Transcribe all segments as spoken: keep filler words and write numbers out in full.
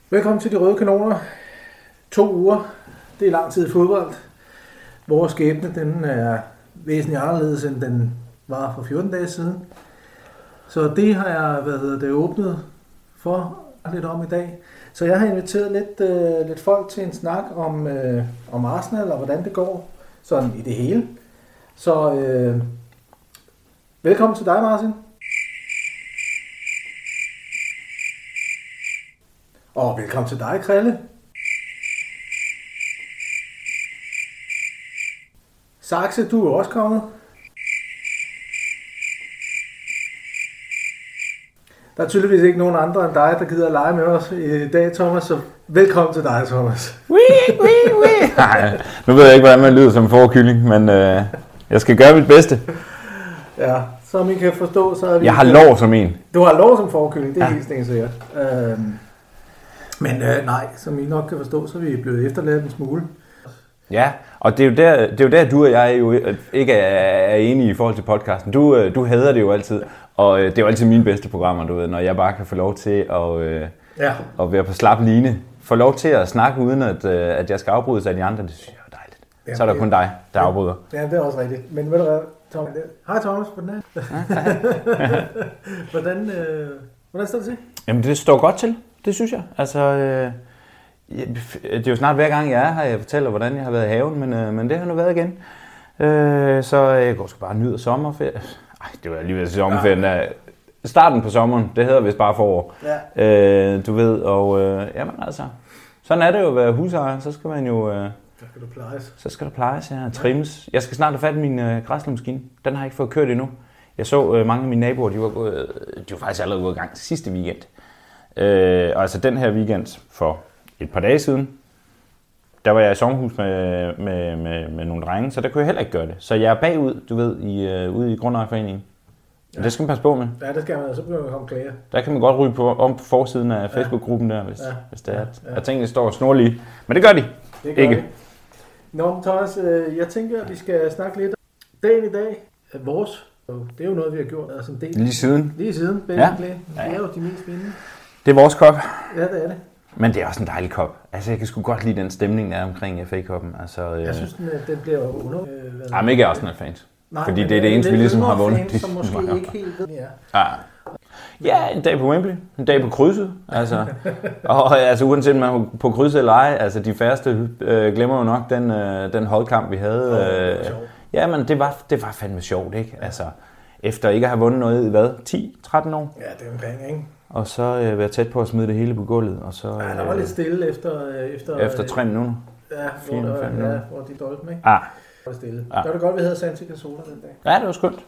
Velkommen til De Røde Kanoner. To uger. Det er lang tid i fodbold. Vores skæbne, den er væsentligt anderledes, end den var for fjorten dage siden. Så det har jeg hvad hedder det, åbnet for lidt om i dag. Så jeg har inviteret lidt, øh, lidt folk til en snak om, øh, om Arsenal og hvordan det går sådan i det hele. Så øh, velkommen til dig, Martin. Og velkommen til dig, Krille. Saxe, du er også kommet. Der er tydeligvis ikke nogen andre end dig, der gider at lege med os i dag, Thomas, så velkommen til dig, Thomas. Wee, wee, wee. Nej, nu ved jeg ikke, hvordan man lyder som forkylling, men øh, jeg skal gøre mit bedste. Ja, som I kan forstå, så er vi... Jeg har lov som en. Du har lov som forkylling, det er ja. Helt stængt sikkert. Øhm, men øh, nej, som I nok kan forstå, så er vi blevet efterladt en smule. Ja, og det er jo der, det er jo der du og jeg jo ikke er, er enige i forhold til podcasten. Du, du hader det jo altid, og det er jo altid mine bedste programmer, du ved, når jeg bare kan få lov til at, ja. at være på slap line. Få lov til at snakke uden, at, at jeg skal afbrydes af de andre, det synes jeg er dejligt. Ja, så er der kun dig, der afbryder. Ja, det er også rigtigt. Men ved du hvad, Thomas? Hej Thomas, hvordan er det? hvordan, øh, hvordan står det til? Jamen det står godt til, det synes jeg. Altså... Øh, Det er jo snart hver gang jeg er her, jeg fortæller, hvordan jeg har været i haven, men, øh, men det har nu været igen. Øh, så jeg går sgu bare nyde af sommerferie. Ej, det var alligevel sommerferien. Ja. Starten på sommeren, det hedder vist bare forår. Ja. Øh, du ved, og øh, jamen altså, sådan er det jo at være husejer, så skal man jo... Øh, så skal du plejes. Så skal du plejes, ja, trimmes. Jeg skal snart have fat i min øh, græsslåmaskine. Den har jeg ikke fået kørt endnu. Jeg så øh, mange af mine naboer, de var, øh, de var faktisk allerede ude i gang sidste weekend. Øh, og altså den her weekend for... et par dage siden, der var jeg i sommerhus med, med, med, med nogle drenge, så der kunne jeg heller ikke gøre det. Så jeg er bagud, du ved, i, uh, ude i Grundejerforeningen. Ja. Det skal man passe på med. Ja, det skal man, så begynder man at komme klager. Der kan man godt ryge på, om på forsiden af Facebook-gruppen der, hvis, ja. hvis det er, at, ja. at tingene står snorlige. Men det gør de. Det gør ikke. De. Nå, Thomas, jeg tænker, at vi skal snakke lidt om dagen i dag. Vores, det er jo noget, vi har gjort altså en del. Lige siden. Lige siden, ja. Ja. Det er jo de mest spændende. Det er vores kop. Ja, det er det. Men det er også en dejlig kop. Altså, jeg kan sgu godt lide den stemning, der er omkring F A-koppen. Altså, jeg øh... synes, den, den bliver under... Øh, Jamen, ikke Arsenal-fans. Nej, fordi det er det eneste, vi ligesom har vundet. Fans, som måske ikke helt ved, ja. Ja, en dag på Wembley. En dag på krydset. Altså, og altså, uanset om man på krydset eller ej, altså, de færreste øh, glemmer jo nok den, øh, den holdkamp, vi havde. Øh, ja, men det var, det var fandme sjovt, ikke? Altså, efter ikke at have vundet noget i hvad? ti tretten år? Ja, det er en penge, ikke? Og så øh, være tæt på at smide det hele på gulvet. Og så, øh, ja, der var lidt stille efter... Øh, efter, efter tre minutter. Ja, hvor, der, ja, hvor de dolte mig. Ja. Det var stille. Ja. Der var det godt, vi havde Santi Cazorla den dag. Ja, det var skønt.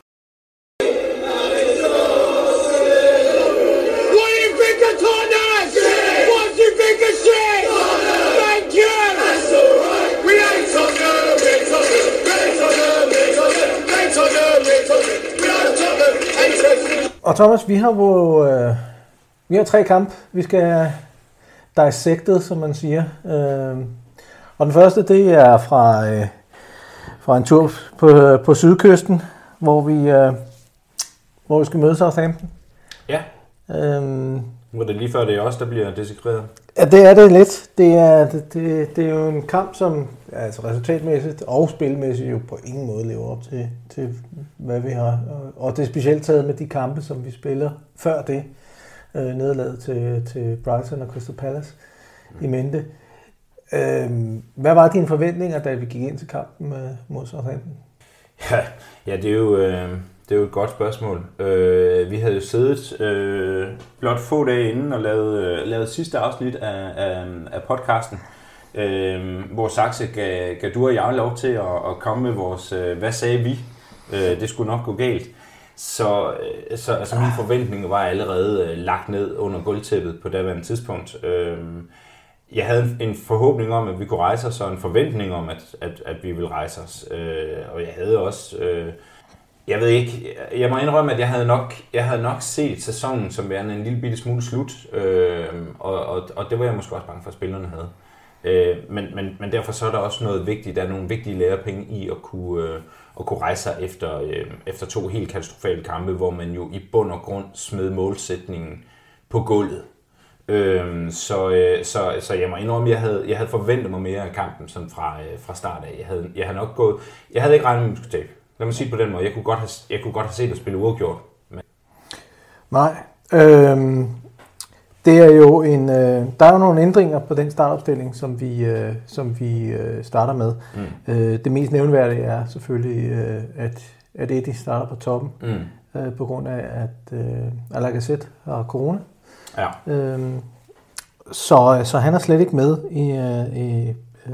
Og Thomas, vi har jo øh, vi har tre kampe, vi skal dissected, som man siger. Øh, og den første, det er fra, øh, fra en tur på, på sydkysten, hvor vi, øh, hvor vi skal møde Southampton. Ja. Øhm, Hvor det lige før det er også, der bliver desekreret. Ja, det er det lidt. Det er, det, det, det er jo en kamp, som altså resultatmæssigt og spilmæssigt jo på ingen måde lever op til, til hvad vi har. Og det er specielt taget med de kampe, som vi spiller før det. Øh, nederlaget til, til Brighton og Crystal Palace mm. i mente. Øh, hvad var dine forventninger, da vi gik ind til kampen med, mod Southampton? Ja, ja, det er jo... Øh... Det er jo et godt spørgsmål. Øh, vi havde jo siddet øh, blot få dage inden og lavet, øh, lavet sidste afsnit af, af, af podcasten, øh, hvor Saxe gav, gav du og jeg lov til at, at komme med vores, øh, hvad sagde vi? Øh, det skulle nok gå galt. Så, øh, så altså, mine forventninger var allerede øh, lagt ned under gulvtæppet på daværende tidspunkt. Øh, jeg havde en forhåbning om, at vi kunne rejse os, og en forventning om, at, at, at vi ville rejse os. Øh, og jeg havde også... Øh, Jeg ved ikke, jeg må indrømme, at jeg havde nok, jeg havde nok set sæsonen som værende en lille bitte smule slut, øh, og, og, og det var jeg måske også bange for, at spillerne havde. Øh, men, men, men derfor så er der også noget vigtigt, der er nogle vigtige lærepenge i at kunne, øh, at kunne rejse sig efter, øh, efter to helt katastrofale kampe, hvor man jo i bund og grund smed målsætningen på gulvet. Øhm, så, øh, så, så jeg må indrømme, at jeg havde, jeg havde forventet mig mere af kampen sådan fra, øh, fra start af. Jeg havde, jeg havde nok gået, jeg havde ikke regnet med, at vi skulle tabe. Lad mig sige det på den måde. Jeg kunne godt have, jeg kunne godt have set at spille uafgjort. Men... Nej. Øhm, det er jo en, øh, der er jo nogle ændringer på den startopstilling, som vi, øh, som vi øh, starter med. Mm. Øh, det mest nævneværdige er selvfølgelig, øh, at, at Eddie starter på toppen, mm. øh, på grund af, at øh, Lacazette har corona. Ja. Øhm, så, så han er slet ikke med i... i øh,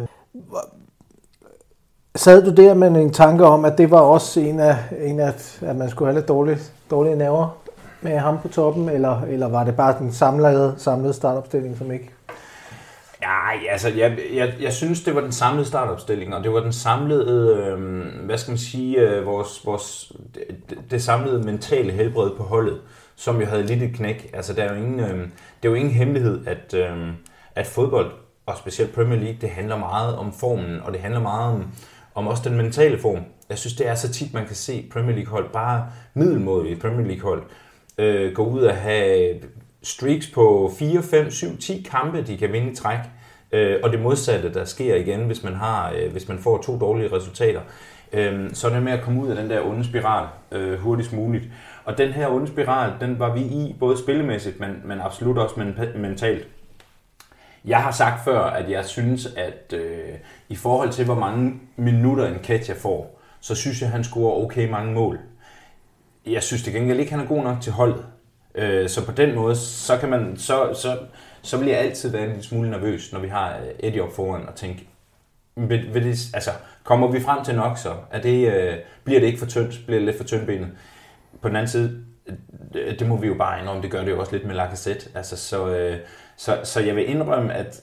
sad du der med en tanke om, at det var også en af, en af at man skulle have lidt dårlige, dårlige nerver med ham på toppen, eller, eller var det bare den samlede, samlede startopstilling, som ikke... Nej, altså, jeg, jeg, jeg synes, det var den samlede startopstilling, og det var den samlede, øh, hvad skal man sige, øh, vores, vores, det, det samlede mentale helbred på holdet, som jo havde lidt et knæk. Altså, der er jo ingen, øh, det er jo ingen hemmelighed, at, øh, at fodbold, og specielt Premier League, det handler meget om formen, og det handler meget om, om også den mentale form. Jeg synes, det er så tit, man kan se Premier League-hold, bare middelmådige Premier League-hold, øh, gå ud og have streaks på fire, fem, syv, ti kampe, de kan vinde i træk. Øh, og det modsatte, der sker igen, hvis man, har, øh, hvis man får to dårlige resultater. Øh, så er det med at komme ud af den der onde spiral øh, hurtigst muligt. Og den her onde spiral, den var vi i, både spillemæssigt, men, men absolut også men, mentalt. Jeg har sagt før, at jeg synes, at øh, i forhold til, hvor mange minutter en Nketiah får, så synes jeg, at han scorer okay mange mål. Jeg synes det gengæld ikke, han er god nok til holdet. Øh, så på den måde, så kan man, så, så, så vil jeg altid være en lille smule nervøs, når vi har Eddie op foran og tænke, vil, vil det, altså, kommer vi frem til nok så? Er det, øh, bliver det ikke for tyndt? Bliver det lidt for tyndbenet? På den anden side, det, det må vi jo bare indrømme, det gør det jo også lidt med Lacazette. Altså, så, øh, så, så jeg vil indrømme, at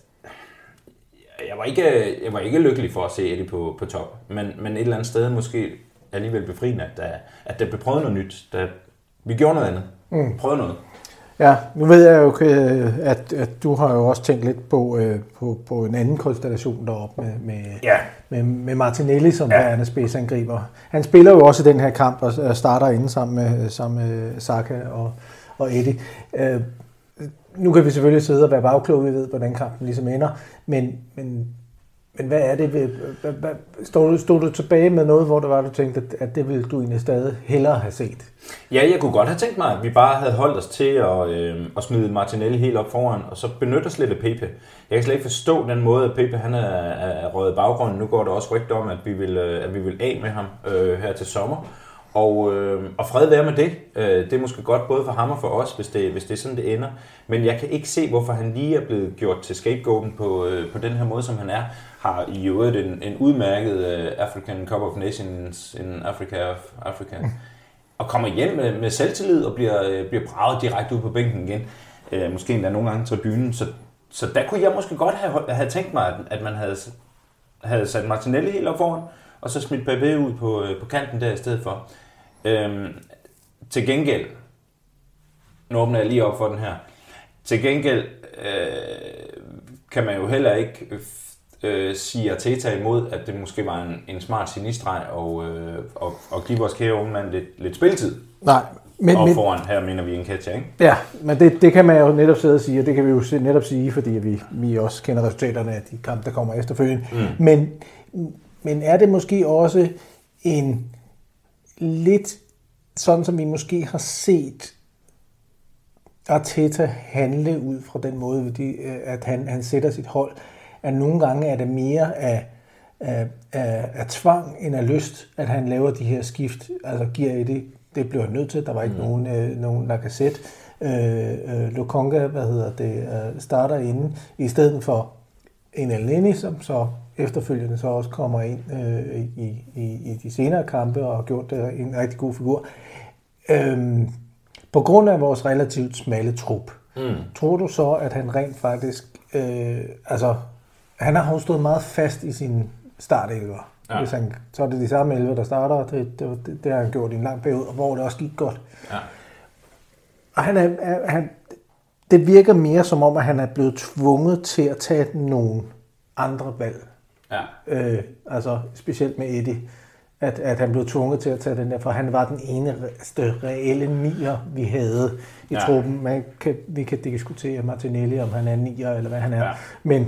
jeg var ikke, jeg var ikke lykkelig for at se Eddie på, på top, men, men et eller andet sted måske alligevel befriende, at der, at der blev prøvet noget nyt. Der, vi gjorde noget andet. Mm. Prøvede noget. Ja, nu ved jeg jo, at, at du har jo også tænkt lidt på, på, på en anden konstellation deroppe med, med, ja. med, med Martinelli som ja. værende spidsangriber. Han spiller jo også den her kamp og starter inde sammen med, sammen med Saka og, og Eddie. Uh, nu kan vi selvfølgelig sidde og være bagkloge, vi ved, hvordan kampen ligesom ender, men, men, men hvad er det ved, hvad, hvad, stod, du, stod du tilbage med noget, hvor det var, du tænkte, at, at det ville du egentlig stadig hellere have set? Ja, jeg kunne godt have tænkt mig, at vi bare havde holdt os til at, øh, at smide Martinelli helt op foran, og så benytte os lidt af Pepe. Jeg kan slet ikke forstå den måde, at Pepe han er, er røget i baggrunden. Nu går der også rygter om, at vi vil, at vi vil af med ham øh, her til sommer. Og, øh, og fred være med det. Øh, det er måske godt både for ham og for os, hvis det, hvis det er sådan, det ender. Men jeg kan ikke se, hvorfor han lige er blevet gjort til scapegoaten på, øh, på den her måde, som han er. Har i øvrigt en, en udmærket øh, African Cup of Nations in Africa, Africa. Og kommer hjem med, med selvtillid og bliver, øh, bliver braget direkte ud på bænken igen. Øh, måske endda nogle gange tribunen. Så, så der kunne jeg måske godt have, have tænkt mig, at, at man havde, havde sat Martinelli helt op foran, og så smidt Pepe ud på, øh, på kanten der i stedet for. Øhm, til gengæld, nu åbner jeg lige op for den her, til gengæld øh, kan man jo heller ikke øh, sige Arteta imod, at det måske var en, en smart genistreg og, øh, og, og give vores kære unge mand lidt, lidt spilletid. Nej, men, og men, foran her mener vi Nketiah, ikke? Ja, men det, det kan man jo netop sidde og sige, og det kan vi jo netop sige, fordi vi, vi også kender resultaterne af de kampe, der kommer efterfølgende. Mm. Men, men er det måske også en lidt sådan, som vi måske har set Arteta handle ud fra den måde, at han, han sætter sit hold, at nogle gange er det mere af, af, af, af tvang end af lyst, at han laver de her skift, altså giver i det, det blev han nødt til, der var ikke mm. nogen, øh, nogen Lacazette, øh, øh, Lokonga, hvad hedder det, øh, starter inde, i stedet for en Elneny, som så efterfølgende så også kommer ind øh, i, i, i de senere kampe og har gjort det en rigtig god figur. Øhm, på grund af vores relativt smalle trup, mm. tror du så, at han rent faktisk, øh, altså, han har jo stået meget fast i sin startelver. Ja. Hvis han, så er det de samme elver, der starter, det, det, det, det har han gjort i en lang periode, hvor det også gik godt. Ja. Og han er, han, det virker mere som om, at han er blevet tvunget til at tage nogle andre valg. Ja. Øh, altså specielt med Eddie. at, at han blev tvunget til at tage den der, for han var den eneste reelle nier, vi havde i ja. truppen. Man kan, vi kan diskutere Martinelli, om han er nier, eller hvad han er. Ja. Men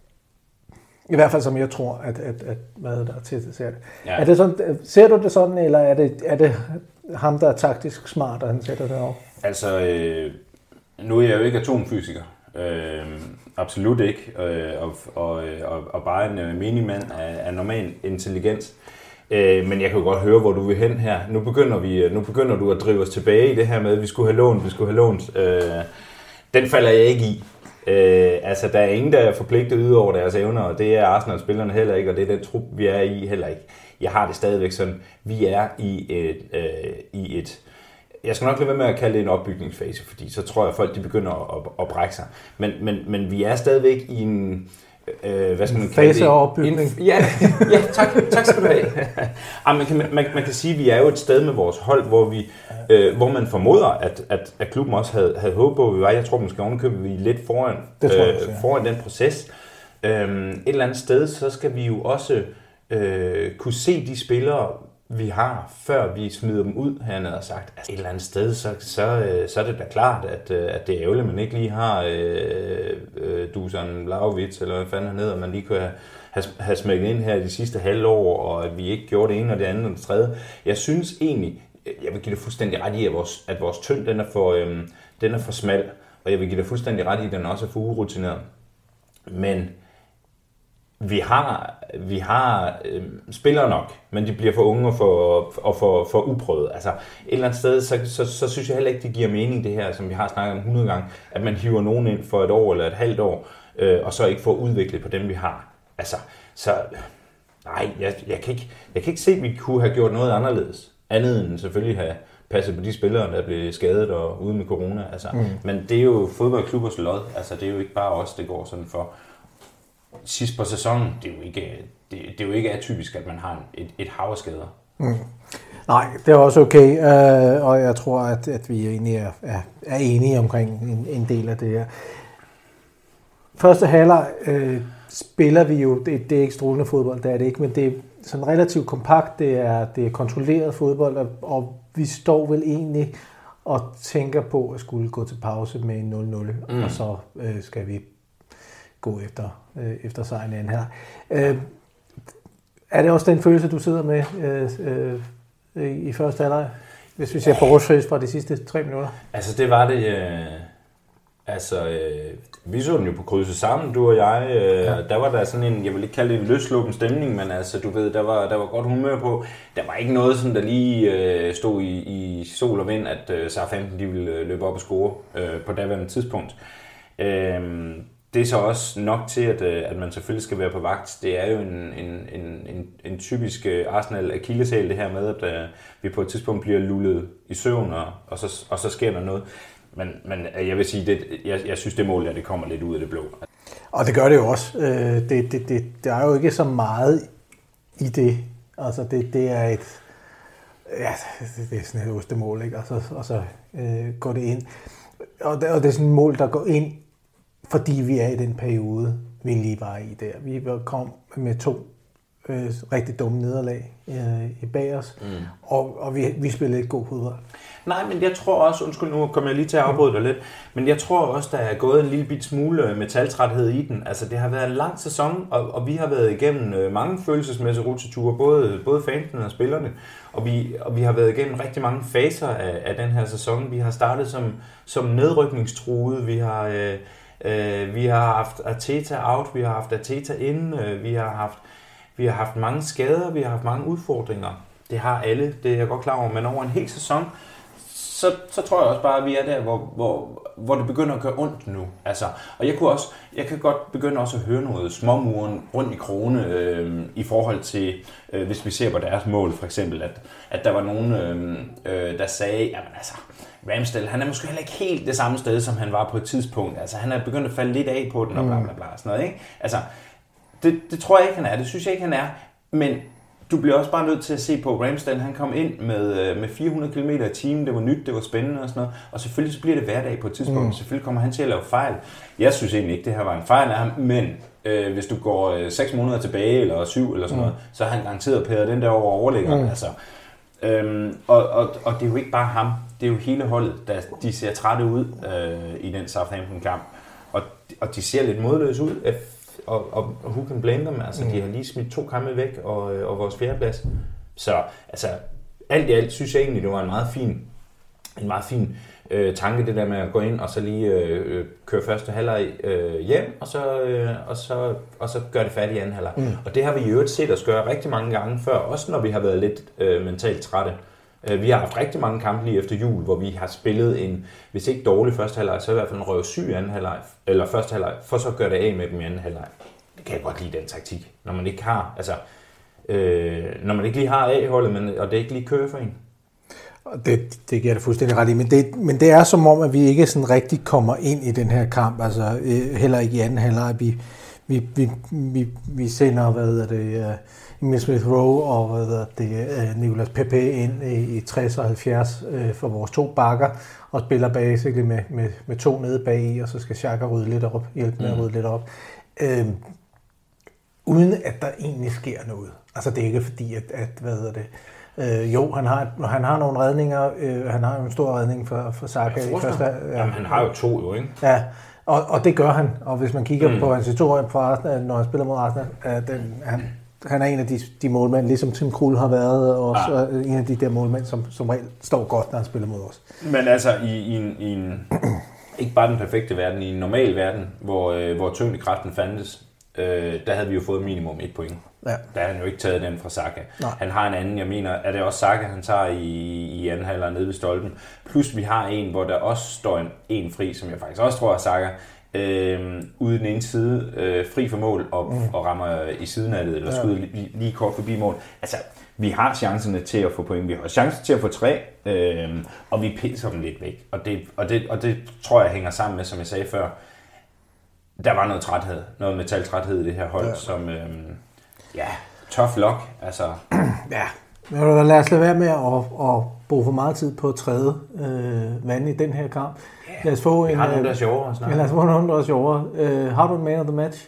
i hvert fald som jeg tror, at, at, at hvad der er til, ser det. Ja. Er det sådan, ser du det sådan, eller er det, er det ham, der er taktisk smart, og han sætter det over? Altså, øh, nu er jeg jo ikke atomfysiker. Øh, absolut ikke. Øh, og, og, og, og bare en øh, minimand af, af normal intelligens. Øh, men jeg kan jo godt høre, hvor du vil hen her. Nu begynder, vi, nu begynder du at drive os tilbage i det her med, at vi skulle have lånt, vi skulle have lånt. Øh, den falder jeg ikke i. Øh, altså, der er ingen, der er forpligtet ud over deres evner, og det er Arsenal-spillerne heller ikke, og det er den trup, vi er i heller ikke. Jeg har det stadigvæk sådan, vi er i et, øh, i et jeg skal nok lade være med at kalde det en opbygningsfase, fordi så tror jeg, at folk de begynder at, at, at brække sig. Men, men, men vi er stadigvæk i en øh, hvad skal man kalde det? Fase af opbygning. En, ja, ja, tak, tak skal du have. Ej, man, kan, man, man kan sige, at vi er jo et sted med vores hold, hvor vi øh, hvor man formoder, at, at, at klubben også havde, havde håbet på, at vi var. Jeg tror måske ovenikøbet, vi er lidt foran, det tror jeg også, øh, foran den proces. Øhm, et eller andet sted, så skal vi jo også øh, kunne se de spillere, vi har, før vi smider dem ud, har jeg sagt. Altså, et eller andet sted, så, så, så er det da klart, at, at det er ærgerligt, at man ikke lige har øh, øh, Dusan Vlahovic, eller hvad fanden han hedder, man lige kunne have, have, have smækket ind her de sidste halvår, og at vi ikke gjorde det ene, og det andet, og det tredje. Jeg synes egentlig, jeg vil give dig fuldstændig ret i, at vores, at vores tynd, den er, for, øh, den er for smal, og jeg vil give dig fuldstændig ret i, at den også er for urutineret. Men Vi har, vi har øh, spillere nok, men de bliver for unge og for, og for, for uprøvet. Altså, et eller andet sted, så, så, så synes jeg heller ikke, det giver mening, det her, som vi har snakket om hundrede gange, at man hiver nogen ind for et år eller et halvt år, øh, og så ikke får udviklet på dem, vi har. Altså, så nej, jeg, jeg, kan ikke, jeg kan ikke se, at vi kunne have gjort noget anderledes. Andet end selvfølgelig have passet på de spillere, der blev skadet og ude med corona. Altså, mm. Men det er jo fodboldklubbers lod. Altså, det er jo ikke bare os, det går sådan for. Sidst på sæsonen, det er jo ikke, det, det er jo ikke atypisk, at man har et, et hav af skader. Mm. Nej, det er også okay, uh, og jeg tror, at, at vi egentlig er, er, er enige omkring en, en del af det her. Første halvleg uh, spiller vi jo, det, det er ikke strålende fodbold, det er det ikke, men det er sådan relativt kompakt, det er, det er kontrolleret fodbold, og, og vi står vel egentlig og tænker på at skulle gå til pause med en nul nul, mm. og så uh, skal vi gå efter, øh, efter sejren ind her. Øh, er det også den følelse, du sidder med øh, øh, i første halvleg, hvis vi ser på Borussia fra de sidste tre minutter? Altså det var det, øh, altså øh, vi så den jo på krydset sammen, du og jeg, øh, ja. Der var der sådan en, jeg vil ikke kalde det en løsluppen stemning, men altså du ved, der var, der var godt humør på. Der var ikke noget sådan, der lige øh, stod i, i sol og vind, at øh, Southampton de ville løbe op og score øh, på daværende tidspunkt. Øh, Det er så også nok til, at, at man selvfølgelig skal være på vagt. Det er jo en, en, en, en, en typisk Arsenal akilleshæl, det her med, at uh, vi på et tidspunkt bliver lullet i søvn, og, og, så, og så sker der noget. Men, men jeg vil sige, det, jeg, jeg synes, det mål der, det kommer lidt ud af det blå. Og det gør det jo også. Det, det, det, der er jo ikke så meget i det. Altså, det, det er et... Ja, det, det er sådan et ostemål, ikke? Og så, og så øh, går det ind. Og det, og det er sådan et mål, der går ind, fordi vi er i den periode, vi lige var i der. Vi kom med to øh, rigtig dumme nederlag øh, i bag os, mm. og, og vi, vi spillede ikke god fodbold. Nej, men jeg tror også, undskyld, nu kommer jeg lige til at afbryde dig lidt, men jeg tror også, der er gået en lille bit smule metaltræthed i den. Altså, det har været en lang sæson, og, og vi har været igennem mange følelsesmæssige ruteture, både, både fansene og spillerne, og vi, og vi har været igennem rigtig mange faser af, af den her sæson. Vi har startet som, som nedrykningstruede, vi har... Øh, Uh, vi har haft Arteta out, vi har haft Arteta inde, uh, vi har haft vi har haft mange skader, vi har haft mange udfordringer. Det har alle, det er jeg godt klar over, men over en hel sæson, så, så tror jeg også bare, at vi er der, hvor, hvor, hvor det begynder at gøre ondt nu. Altså, og jeg kunne også, jeg kan godt begynde også at høre noget småmuren rundt i krone øh, i forhold til, øh, hvis vi ser på deres mål, for eksempel, at, at der var nogen, øh, øh, der sagde, jamen altså, Ramsdale, han er måske heller ikke helt det samme sted, som han var på et tidspunkt. Altså, han er begyndt at falde lidt af på den, og bla bla bla, sådan noget, ikke? Altså, det, det tror jeg ikke, han er. Det synes jeg ikke, han er. Men du bliver også bare nødt til at se på, Ramsdale, han kom ind med, med fire hundrede kilometer i timen. Det var nyt, det var spændende og sådan noget. Og selvfølgelig så bliver det hverdag på et tidspunkt. Mm. Selvfølgelig kommer han til at lave fejl. Jeg synes egentlig ikke, det her var en fejl af ham, men Øh, hvis du går øh, seks måneder tilbage, eller syv, eller sådan mm. noget, så har han garanteret pæret den der over overlæggeren. Mm. Altså. Øhm, og, og, og det er jo ikke bare ham, det er jo hele holdet, der de ser trætte ud øh, i den Southampton-kamp. Og, og de ser lidt modløse ud, og, og who can blame them? Altså, mm. de har lige smidt to kampe væk, og, og vores fjerdeplads. Så altså, alt i alt synes jeg egentlig, det var en meget fin, en meget fin øh, tanke, det der med at gå ind og så lige øh, køre første halvleg øh, hjem, og så, øh, og, så, og så gøre det færdigt i anden halvleg. Mm. Og det har vi i øvrigt set os gøre rigtig mange gange før, også når vi har været lidt øh, mentalt trætte. Øh, vi har haft rigtig mange kampe lige efter jul, hvor vi har spillet en, hvis ikke dårlig første halvleg, så i hvert fald en røvsyg anden halvleg, eller første halvleg, for så at gøre det af med dem i anden halvleg. Det kan jeg godt lide, den taktik, når man ikke har, altså, øh, når man ikke lige har A-holdet, men, og det ikke lige kører for en. Det, det giver det fuldstændig ret i, men det, men det er som om, at vi ikke sådan rigtig kommer ind i den her kamp, altså øh, heller ikke i anden halvleg. Vi, vi, vi, vi, vi sender, hvad hedder det, uh, Emil Smith Rowe og hvad hedder det, uh, Nicolas Pepe ind i, i tres og halvfjerds uh, for vores to bakker, og spiller basically med, med, med to nede bag i, og så skal Xhaka rydde lidt op, hjælpe med at rydde lidt op. Uh, uden at der egentlig sker noget. Altså det er ikke fordi, at, at hvad hedder det, Øh, jo, han har, han har nogle redninger. Øh, han har en stor redning for, for Saka i første. Ja, jamen, han har jo to, jo, ikke? Ja, og, og det gør han. Og hvis man kigger mm. på hans historie for Arsenal, når han spiller mod Arsenal, øh, den, han, han er en af de, de målmænd, ligesom Tim Krul har været, og også ja. en af de der målmænd, som som regel står godt, når han spiller mod os. Men altså, i, i, en, i en, ikke bare den perfekte verden, i en normal verden, hvor, øh, hvor tyngdekraften fandtes, øh, der havde vi jo fået minimum et point. Ja. Der har han jo ikke taget den fra Saka. Nej. Han har en anden, jeg mener, er det også Saka, han tager i, i anden halvleg nede ved stolpen. Plus vi har en, hvor der også står en, en fri, som jeg faktisk også tror er Saka, øh, ude den ene side, øh, fri for mål og, mm. og rammer i siden af det, eller ja. skyder lige, lige kort forbi mål. Altså, vi har chancerne til at få point, vi har chancen til at få tre, øh, og vi pisser dem lidt væk. Og det, og, det, og det tror jeg hænger sammen med, som jeg sagde før, der var noget træthed, noget metaltræthed i det her hold, ja. som... Øh, Ja, tough luck, altså. Ja, men lad os lade være med at, at bruge for meget tid på at træde øh, vand i den her kamp. Yeah, lad os få en... Har nogle, der er sjovere ja, lad os få nogle, der er sjovere. Uh, har du en man of the match?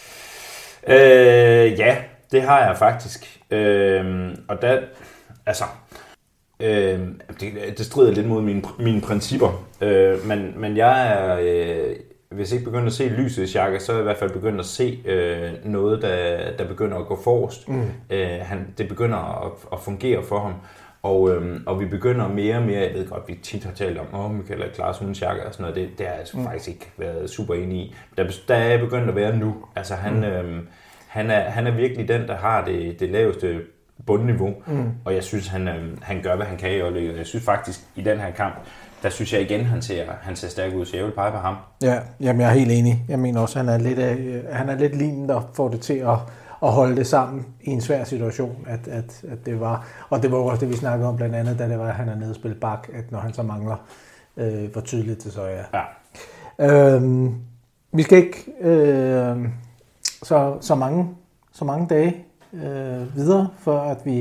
Uh, ja, det har jeg faktisk. Uh, og der, altså... Uh, det, det strider lidt mod mine, mine principper. Uh, men, men jeg er... Uh, Hvis ikke begyndt at se lyset i Xhaka, så er jeg i hvert fald begyndt at se øh, noget, der, der begynder at gå forrest. Mm. Øh, han, det begynder at, at fungere for ham. Og, øh, og vi begynder mere og mere, jeg ved godt, vi tit har talt om, åh, oh, Michael er klar uden Xhaka og sådan noget, det, det har jeg altså mm. faktisk ikke været super enig i. Der, der er jeg begyndt at være nu. Altså han, mm. øh, han, er, han er virkelig den, der har det, det laveste bundniveau, mm. og jeg synes, han, øh, han gør, hvad han kan i øjeblikket. Jeg synes faktisk, i den her kamp, der synes jeg igen, han ser, han ser stærk ud, så jeg vil pege på ham. Ja, jamen jeg er helt enig. Jeg mener også, han er lidt, øh, han er lidt lignende, der får det til at, at holde det sammen i en svær situation, at, at, at det var, og det var også det, vi snakkede om blandt andet, da det var, at han er nede og spille bak, at når han så mangler, øh, hvor tydeligt det så er. Ja. Øhm, vi skal ikke øh, så, så, mange, så mange dage øh, videre, for at vi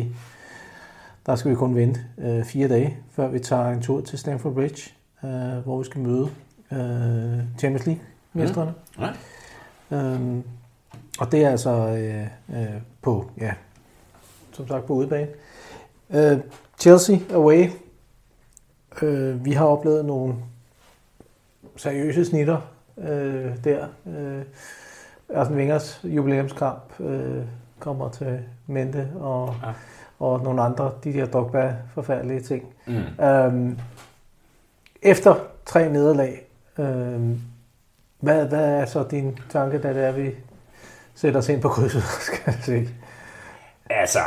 Der skal vi kun vente øh, fire dage, før vi tager en tur til Stamford Bridge, øh, hvor vi skal møde øh, Champions League-mestrene. Mm. Ja. Øhm, og det er altså øh, øh, på, ja, som sagt på udebane. Øh, Chelsea away. Øh, vi har oplevet nogle seriøse snitter øh, der. Øh, Arsene Wengers jubilæumskamp øh, kommer til mente, og... Ja. og nogle andre, de der Drogba-forfærdelige ting. Mm. Øhm, efter tre nederlag, øhm, hvad, hvad er så din tanke, da det er, vi sætter os ind på krydset, skal jeg sige? Altså,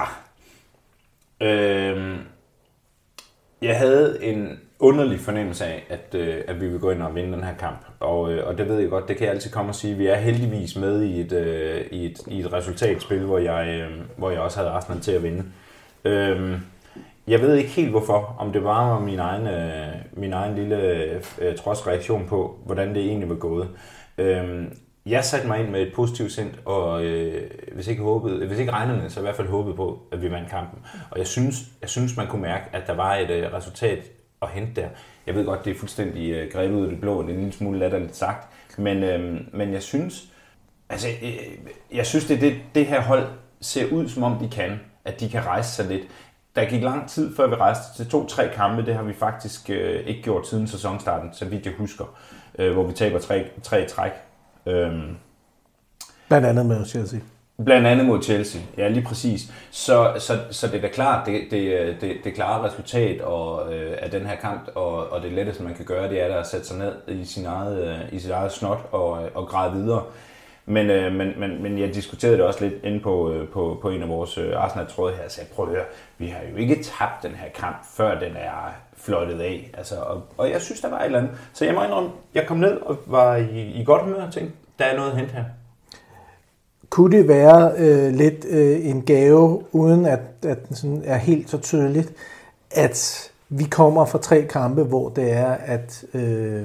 øhm, jeg havde en underlig fornemmelse af, at, øh, at vi vil gå ind og vinde den her kamp. Og, øh, og det ved jeg godt, det kan jeg altid komme og sige. Vi er heldigvis med i et, øh, i et, i et resultatspil, hvor jeg, øh, hvor jeg også havde Arsenal til at vinde. Øhm, jeg ved ikke helt hvorfor, om det var min egen, øh, min egen lille øh, trodsreaktion på, hvordan det egentlig var gået. Øhm, jeg satte mig ind med et positivt sind, og øh, hvis ikke håbede, hvis ikke regnede med, så i hvert fald håbede på, at vi vandt kampen. Og jeg synes, jeg synes man kunne mærke, at der var et øh, resultat at hente der. Jeg ved godt, det er fuldstændig øh, grebet ud af det blå, og det er en lille smule latterligt sagt, men, øh, men jeg synes, Altså, jeg synes, det, det, det her hold ser ud, som om de kan. At de kan rejse sig lidt. Der gik lang tid, før vi rejste til to-tre kampe. Det har vi faktisk øh, ikke gjort siden sæsonstarten, så vidt jeg husker. Øh, hvor vi taber tre, tre træk. Øhm, Blandt andet med Chelsea. Blandt andet mod Chelsea, ja lige præcis. Så, så, så det er da klart, det, det, det, det klare resultat og, øh, af den her kamp, og, og det letteste man kan gøre, det er da at sætte sig ned i sin eget, øh, i sit eget snot og, og græde videre. Men, øh, men, men, men jeg diskuterede det også lidt inde på, øh, på, på en af vores øh, Arsenal-tråde her, så jeg prøv at høre, vi har jo ikke tabt den her kamp, før den er flottet af. Altså, og, og jeg synes, der var et eller andet. Så jeg må indrømme, jeg kom ned og var i, i godt humør og tænkte, der er noget at hente her. Kunne det være øh, lidt øh, en gave, uden at, at den sådan er helt så tydeligt, at vi kommer fra tre kampe, hvor det er, at øh,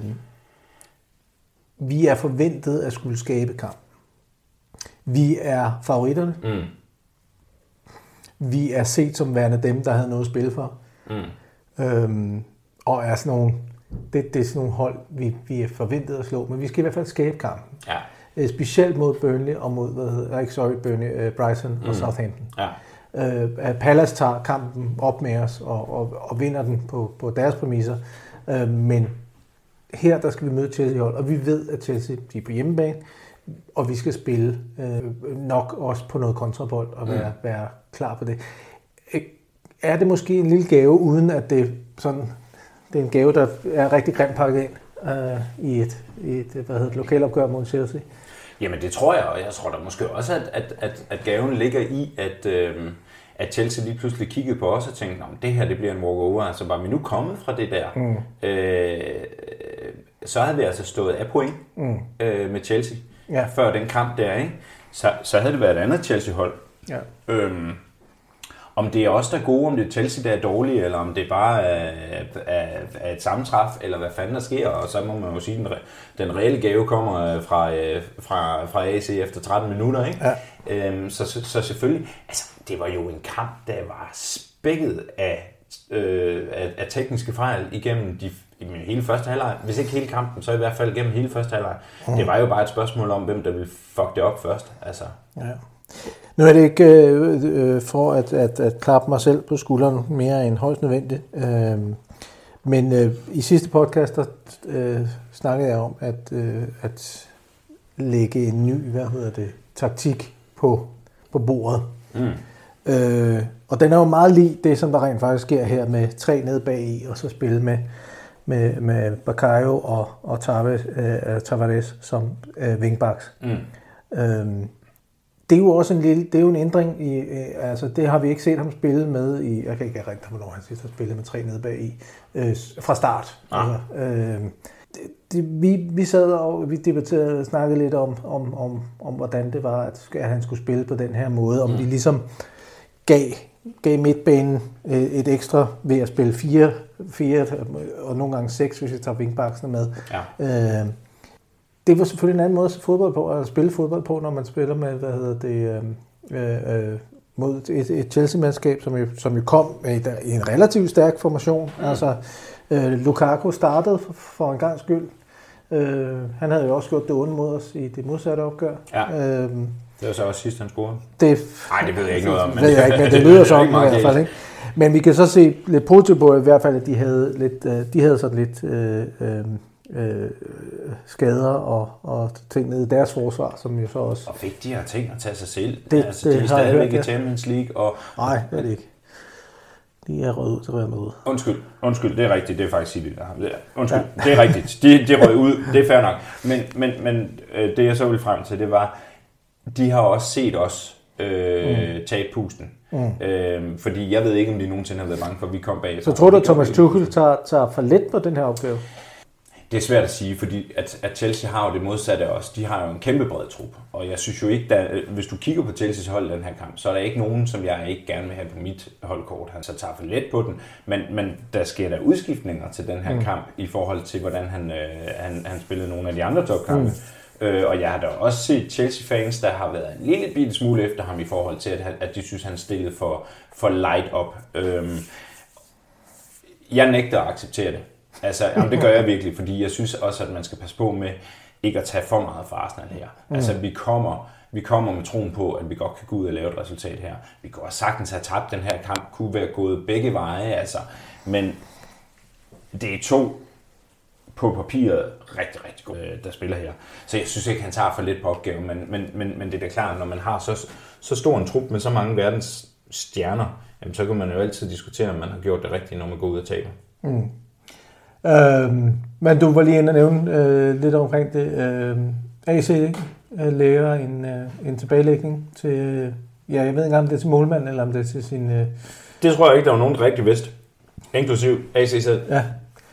vi er forventet at skulle skabe kamp. Vi er favoritterne. Mm. Vi er set som værende dem, der havde noget at spille for. Mm. Øhm, og er sådan nogle, det, det er sådan nogle hold, vi, vi er forventet at slå, men vi skal i hvert fald skabe kampen. Ja. Specielt mod Burnley og mod, hvad hedder, ikke sorry, Burnley, uh, Brighton og mm. Southampton. Ja. Uh, Palace tager kampen op med os og, og, og vinder den på, på deres præmisser. Uh, men her, der skal vi møde Chelsea-hold, og vi ved, at Chelsea de er på hjemmebane, og vi skal spille uh, nok også på noget kontrabold og være, mm. være klar på det. Uh, er det måske en lille gave, uden at det, sådan, det er en gave, der er rigtig grimt pakket ind uh, i et, i et hvad hedder det, lokalopgør mod Chelsea? Jamen det tror jeg, og jeg tror da måske også, at, at, at, at gaven ligger i, at, øh, at Chelsea lige pludselig kiggede på os og tænkte, at det her det bliver en walkover, altså var vi nu kommet fra det der, mm. øh, så havde vi altså stået af point mm. øh, med Chelsea, ja. Før den kamp der, ikke? Så, så havde det været et andet Chelsea-hold. Ja. Øhm, om det er os, der er gode, om det er Chelsea, der er dårlige, eller om det bare er, er, er et sammentræf, eller hvad fanden der sker, og så må man jo sige, at den, den reelle gave kommer fra, fra, fra A C efter tretten minutter, ikke? Ja. Øhm, så, så, så selvfølgelig, altså det var jo en kamp, der var spækket af, øh, af, af tekniske fejl igennem de, hele første halvleg. Hvis ikke hele kampen, så i hvert fald gennem hele første halvleg. Mm. Det var jo bare et spørgsmål om, hvem der ville fuck det op først, altså. Ja. Nu er det ikke øh, øh, for at, at, at klappe mig selv på skulderen mere end højst nødvendigt. Øh, men øh, i sidste podcast, der øh, snakkede jeg om at, øh, at lægge en ny, hvad hedder det, taktik på, på bordet. Mm. Øh, og den er jo meget lig det, som der rent faktisk sker her med tre ned bag i, og så spille med, med, med Bakayo og, og Tavares, øh, Tavares som øh, wingbacks. Mm. Øh, Det er jo også en lille, det er jo en ændring i, øh, altså det har vi ikke set ham spille med i, jeg kan ikke erindre, hvornår han sidst har spillet med tre nede bag i, øh, fra start. Ah. Altså, øh, det, det, vi, vi sad og vi debatterede og snakkede lidt om, om, om, om, hvordan det var, at, at han skulle spille på den her måde, om mm. vi ligesom gav, gav midtbanen øh, et ekstra ved at spille fire, fire og nogle gange seks, hvis vi tager wingbacksene med. Ja. Øh, Det var selvfølgelig en anden måde at se fodbold på, at spille fodbold på, når man spiller med, hvad hedder det, øh, øh, mod et, et Chelsea-mandskab, som jo, som jo kom i, i en relativt stærk formation. Mm. Altså, øh, Lukaku startede for, for en gang skyld. Øh, han havde jo også gjort det onde mod os i det modsatte opgør. Ja. Øh, det var så også sidst, han scorede. Det, Nej, det ved jeg ikke noget om. Men ved jeg ikke, men det lyder sådan i hvert fald, ikke? Men vi kan så se lidt positivt på i hvert fald, at de havde, lidt, de havde sådan lidt øh, øh, øh, skader og, og ting nede i deres forsvar, som jo så også... Og fik de her ting at tage sig selv. Det, altså, det de er stadigvæk i Champions League. Og... Nej, det er det ikke. De er røget ud til Real Madrid. Undskyld, undskyld, det er rigtigt, det er faktisk City, der har det. Undskyld, ja. Det er rigtigt, de, de røg ud, det er fair nok. Men, men, men det jeg så ville frem til, det var, de har også set os øh, mm. tage pusten. Mm. Øh, fordi jeg ved ikke, om de nogensinde har været bange for, at vi kom bag. Så tror du, at Thomas Tuchel tager, tager for let på den her opgave? Det er svært at sige, fordi at, at Chelsea har jo det modsatte af os. De har jo en kæmpe bred trup, og jeg synes jo ikke, der, hvis du kigger på Chelseas hold i den her kamp, så er der ikke nogen, som jeg ikke gerne vil have på mit holdkort. Han så tager for let på den, men, men der sker der udskiftninger til den her mm. kamp i forhold til, hvordan han, øh, han, han spillede nogle af de andre topkampe. Mm. Øh, og jeg har da også set Chelsea-fans, der har været en lille bitte smule efter ham i forhold til, at, at de synes, han stillede for, for light op. Øh, jeg nægter at acceptere det. Altså, jamen, det gør jeg virkelig, fordi jeg synes også, at man skal passe på med ikke at tage for meget fra Arsenal her. Mm. Altså, vi kommer, vi kommer med troen på, at vi godt kan gå ud og lave et resultat her. Vi kunne sagtens have tabt den her kamp, kunne være gået begge veje, altså. Men det er to på papiret rigtig, rigtig gode, der spiller her. Så jeg synes ikke, han tager for lidt på opgaven, men, men, men, men det er da klart, når man har så, så stor en trup med så mange verdens stjerner, jamen, så kan man jo altid diskutere, om man har gjort det rigtigt, når man går ud og taber. Mm. Øhm, men du var lige inde og nævne øh, lidt omkring det. Øh, A C øh, lægger en, øh, en tilbagelægning til, øh, ja, jeg ved ikke om det er til målmanden, eller om det er til sin... Øh... Det tror jeg ikke, der var nogen, der rigtig vidste. Inklusiv A C selv. Ja.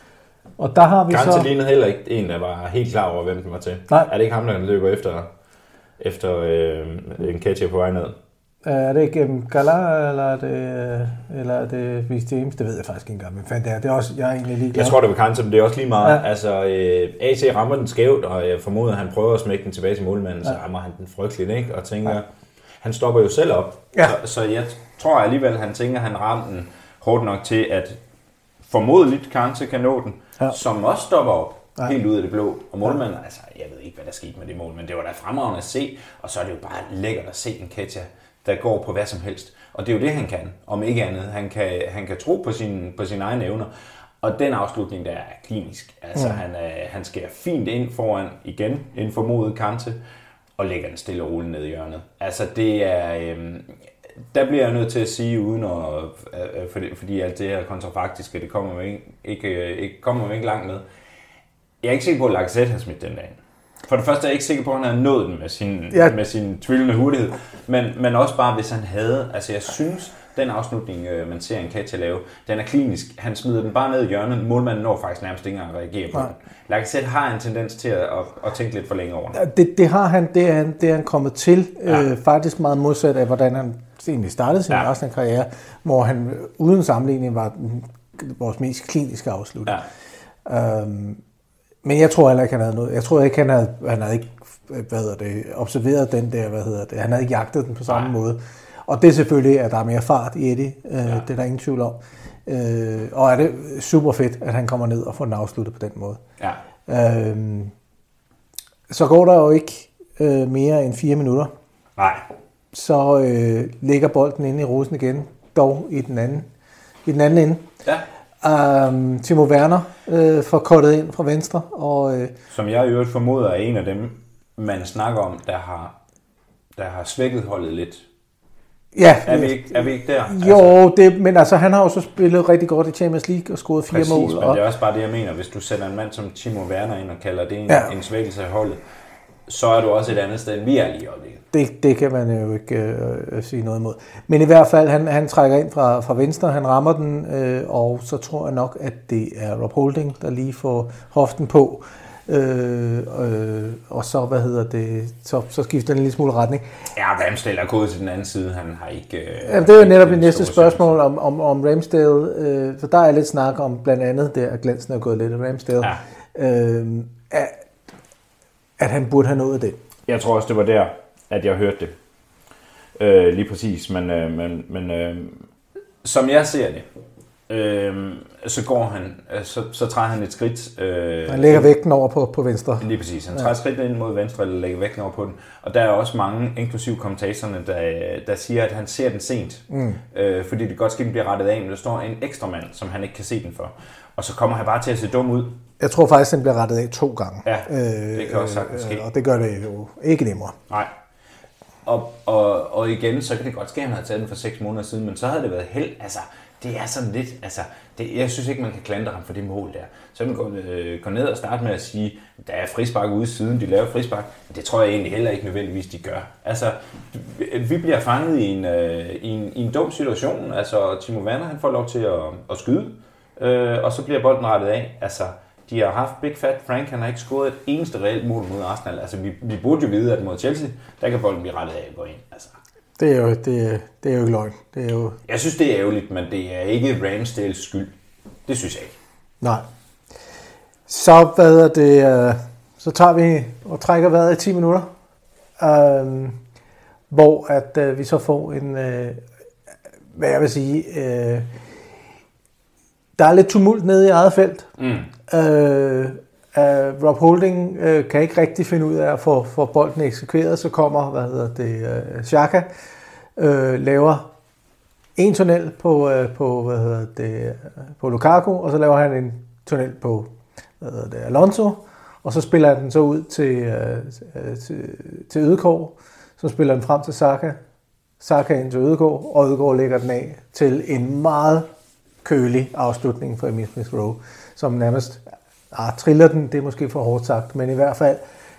Og der har vi Garnce så... lignede heller ikke en, der var helt klar over, hvem den var til. Nej. Er det ikke ham, der løber efter, efter øh, en catcher på vej ned? Er det ikke um, Galar, eller er det, eller er det Reece James? Det ved jeg faktisk ikke engang, men fandt det er. Det er også, jeg er egentlig lige glad. Jeg tror, det var Garnce, men det er også lige meget. Ja. Altså, øh, A C rammer den skævt, og jeg formoder, at han prøver at smække den tilbage til målmanden, ja. Så rammer han den frygteligt, ikke? Og tænker, ja. Han stopper jo selv op. Ja. Så, så jeg tror alligevel, han tænker, at han rammer den hårdt nok til, at formodeligt Garnce kan nå den, ja. Som også stopper op. Ja. Helt ud af det blå. Og målmanden, ja. Altså, jeg ved ikke, hvad der skete med det mål, men det var da fremragende at se, og så er det jo bare lækkert at se en catcher, der går på hvad som helst. Og det er jo det, han kan, om ikke andet. Han kan, han kan tro på, sin, på sine egne evner. Og den afslutning, der er klinisk. Altså, mm. han, han skærer fint ind foran, igen, en formodet Kante, og lægger den stille og roligt ned i hjørnet. Altså, det er... Øhm, der bliver jeg nødt til at sige, uden at... Øh, fordi, fordi alt det her kontrafaktiske, det kommer man ikke, ikke, ikke, kommer man ikke langt med. Jeg er ikke sikker på, at Lacazette har smidt den dag. For det første er jeg ikke sikker på, at han havde nået den med sin, ja. med sin tvivlende hurtighed, men, men også bare, hvis han havde... Altså, jeg synes, den afslutning, man ser en catcher lave, den er klinisk. Han smider den bare ned i hjørnet. Målmanden når faktisk nærmest ikke engang at reagere på ja. Den. Lacazette har en tendens til at, at, at tænke lidt for længe over den. Det, det har han, det er han, det er han kommet til. Ja. Øh, faktisk meget modsat af, hvordan han egentlig startede sin ja. Arsenal-karriere, hvor han uden sammenligning var vores mest kliniske afslutning. Ja. Øhm, Men jeg tror heller ikke, han havde noget. Jeg tror ikke, han havde, han havde ikke, hvad hedder det, observeret den der, hvad hedder det. Han havde ikke jagtet den på samme Nej. Måde. Og det er selvfølgelig, at der er mere fart i Eddie. Øh, ja. Det er der ingen tvivl om. Øh, og er det super fedt, at han kommer ned og får den afsluttet på den måde. Ja. Øh, så går der jo ikke øh, mere end fire minutter. Nej. Så øh, ligger bolden inde i rosen igen, dog i den anden, i den anden ende. Ja. Um, Timo Werner øh, får kottet ind fra venstre. Og, øh, Som jeg i øvrigt formoder er en af dem, man snakker om, der har, der har svækket holdet lidt. Ja. Er vi ikke, er vi ikke der? Jo, altså, det, men altså, han har jo så spillet rigtig godt i Champions League og scoret fire præcis, mål. Præcis, men og... det er også bare det, jeg mener. Hvis du sætter en mand som Timo Werner ind og kalder det en, ja. en svækkelse af holdet, så er du også et andet sted, end vi er lige øjeblikket. Det, det kan man jo ikke øh, sige noget imod. Men i hvert fald, han, han trækker ind fra, fra venstre, han rammer den, øh, og så tror jeg nok, at det er Rob Holding, der lige får hoften på. Øh, øh, og så, hvad hedder det, så, så skifter den en lille smule retning. Ja, Ramsdale er gået til den anden side, han har ikke... Øh, ja, det er jo netop det næste spørgsmål om, om, om Ramsdale, øh, for der er lidt snak om blandt andet, der at Glansen er gået lidt af Ramsdale, ja. øh, at, at han burde have nået det. Jeg tror også, det var der, at jeg hørte det. Øh, lige præcis, men, øh, men, men øh, som jeg ser det, øh, så går han, øh, så, så træder han et skridt. Øh, han lægger vægten over på, på venstre. Lige præcis, han træder ja. skridt ind mod venstre, eller lægger vægten over på den. Og der er også mange, inklusive kommentatorerne, der, der siger, at han ser den sent. Mm. Øh, fordi det godt skal blive rettet af, men der står en ekstra mand, som han ikke kan se den for. Og så kommer han bare til at se dum ud. Jeg tror faktisk, den bliver rettet af to gange. Ja, det kan også sagtens ske. Øh, og det gør det jo ikke nemmere. Nej. Og, og, og igen, så kan det godt ske, at han havde taget den for seks måneder siden, men så havde det været held. Altså, det er sådan lidt, altså, det, jeg synes ikke, man kan klandre ham for det mål der. Så kan man gå, øh, gå ned og starte med at sige, der er frispark ude siden, de laver frispark. Det tror jeg egentlig heller ikke nødvendigvis, de gør. Altså, vi bliver fanget i en, øh, i en, i en dum situation. Altså, Timo Werner, han får lov til at, at skyde, øh, og så bliver bolden rettet af. Altså, de har haft Big Fat Frank, han har ikke scoret et eneste reelt mål mod Arsenal. Altså, vi, vi burde jo vide, at mod Chelsea, der kan bolden blive rettet af og gå ind. Altså. Det er jo, det, det er jo ikke løgn. Det er jo... Jeg synes, det er ærgerligt, men det er ikke Ramsdales skyld. Det synes jeg ikke. Nej. Så, hvad hedder det, så tager vi og trækker vejret i ti minutter, øh, hvor at øh, vi så får en, øh, hvad jeg vil sige, øh, der er lidt tumult nede i eget felt. Mm. Øh, Uh, Rob Holding uh, kan ikke rigtig finde ud af at få, få bolden eksekveret, så kommer, hvad hedder det, uh, Xhaka, uh, laver en tunnel på, uh, på, hvad hedder det, uh, på Lukaku, og så laver han en tunnel på, hvad hedder det, Alonso, og så spiller han den så ud til, uh, til, til Ødegaard, så spiller den frem til Saka, Saka ind til Ødegaard, og Ødegaard lægger den af til en meget kølig afslutning for Emil Smith Rowe, som nærmest ah, triller den, det er måske for hårdt sagt, men i hvert fald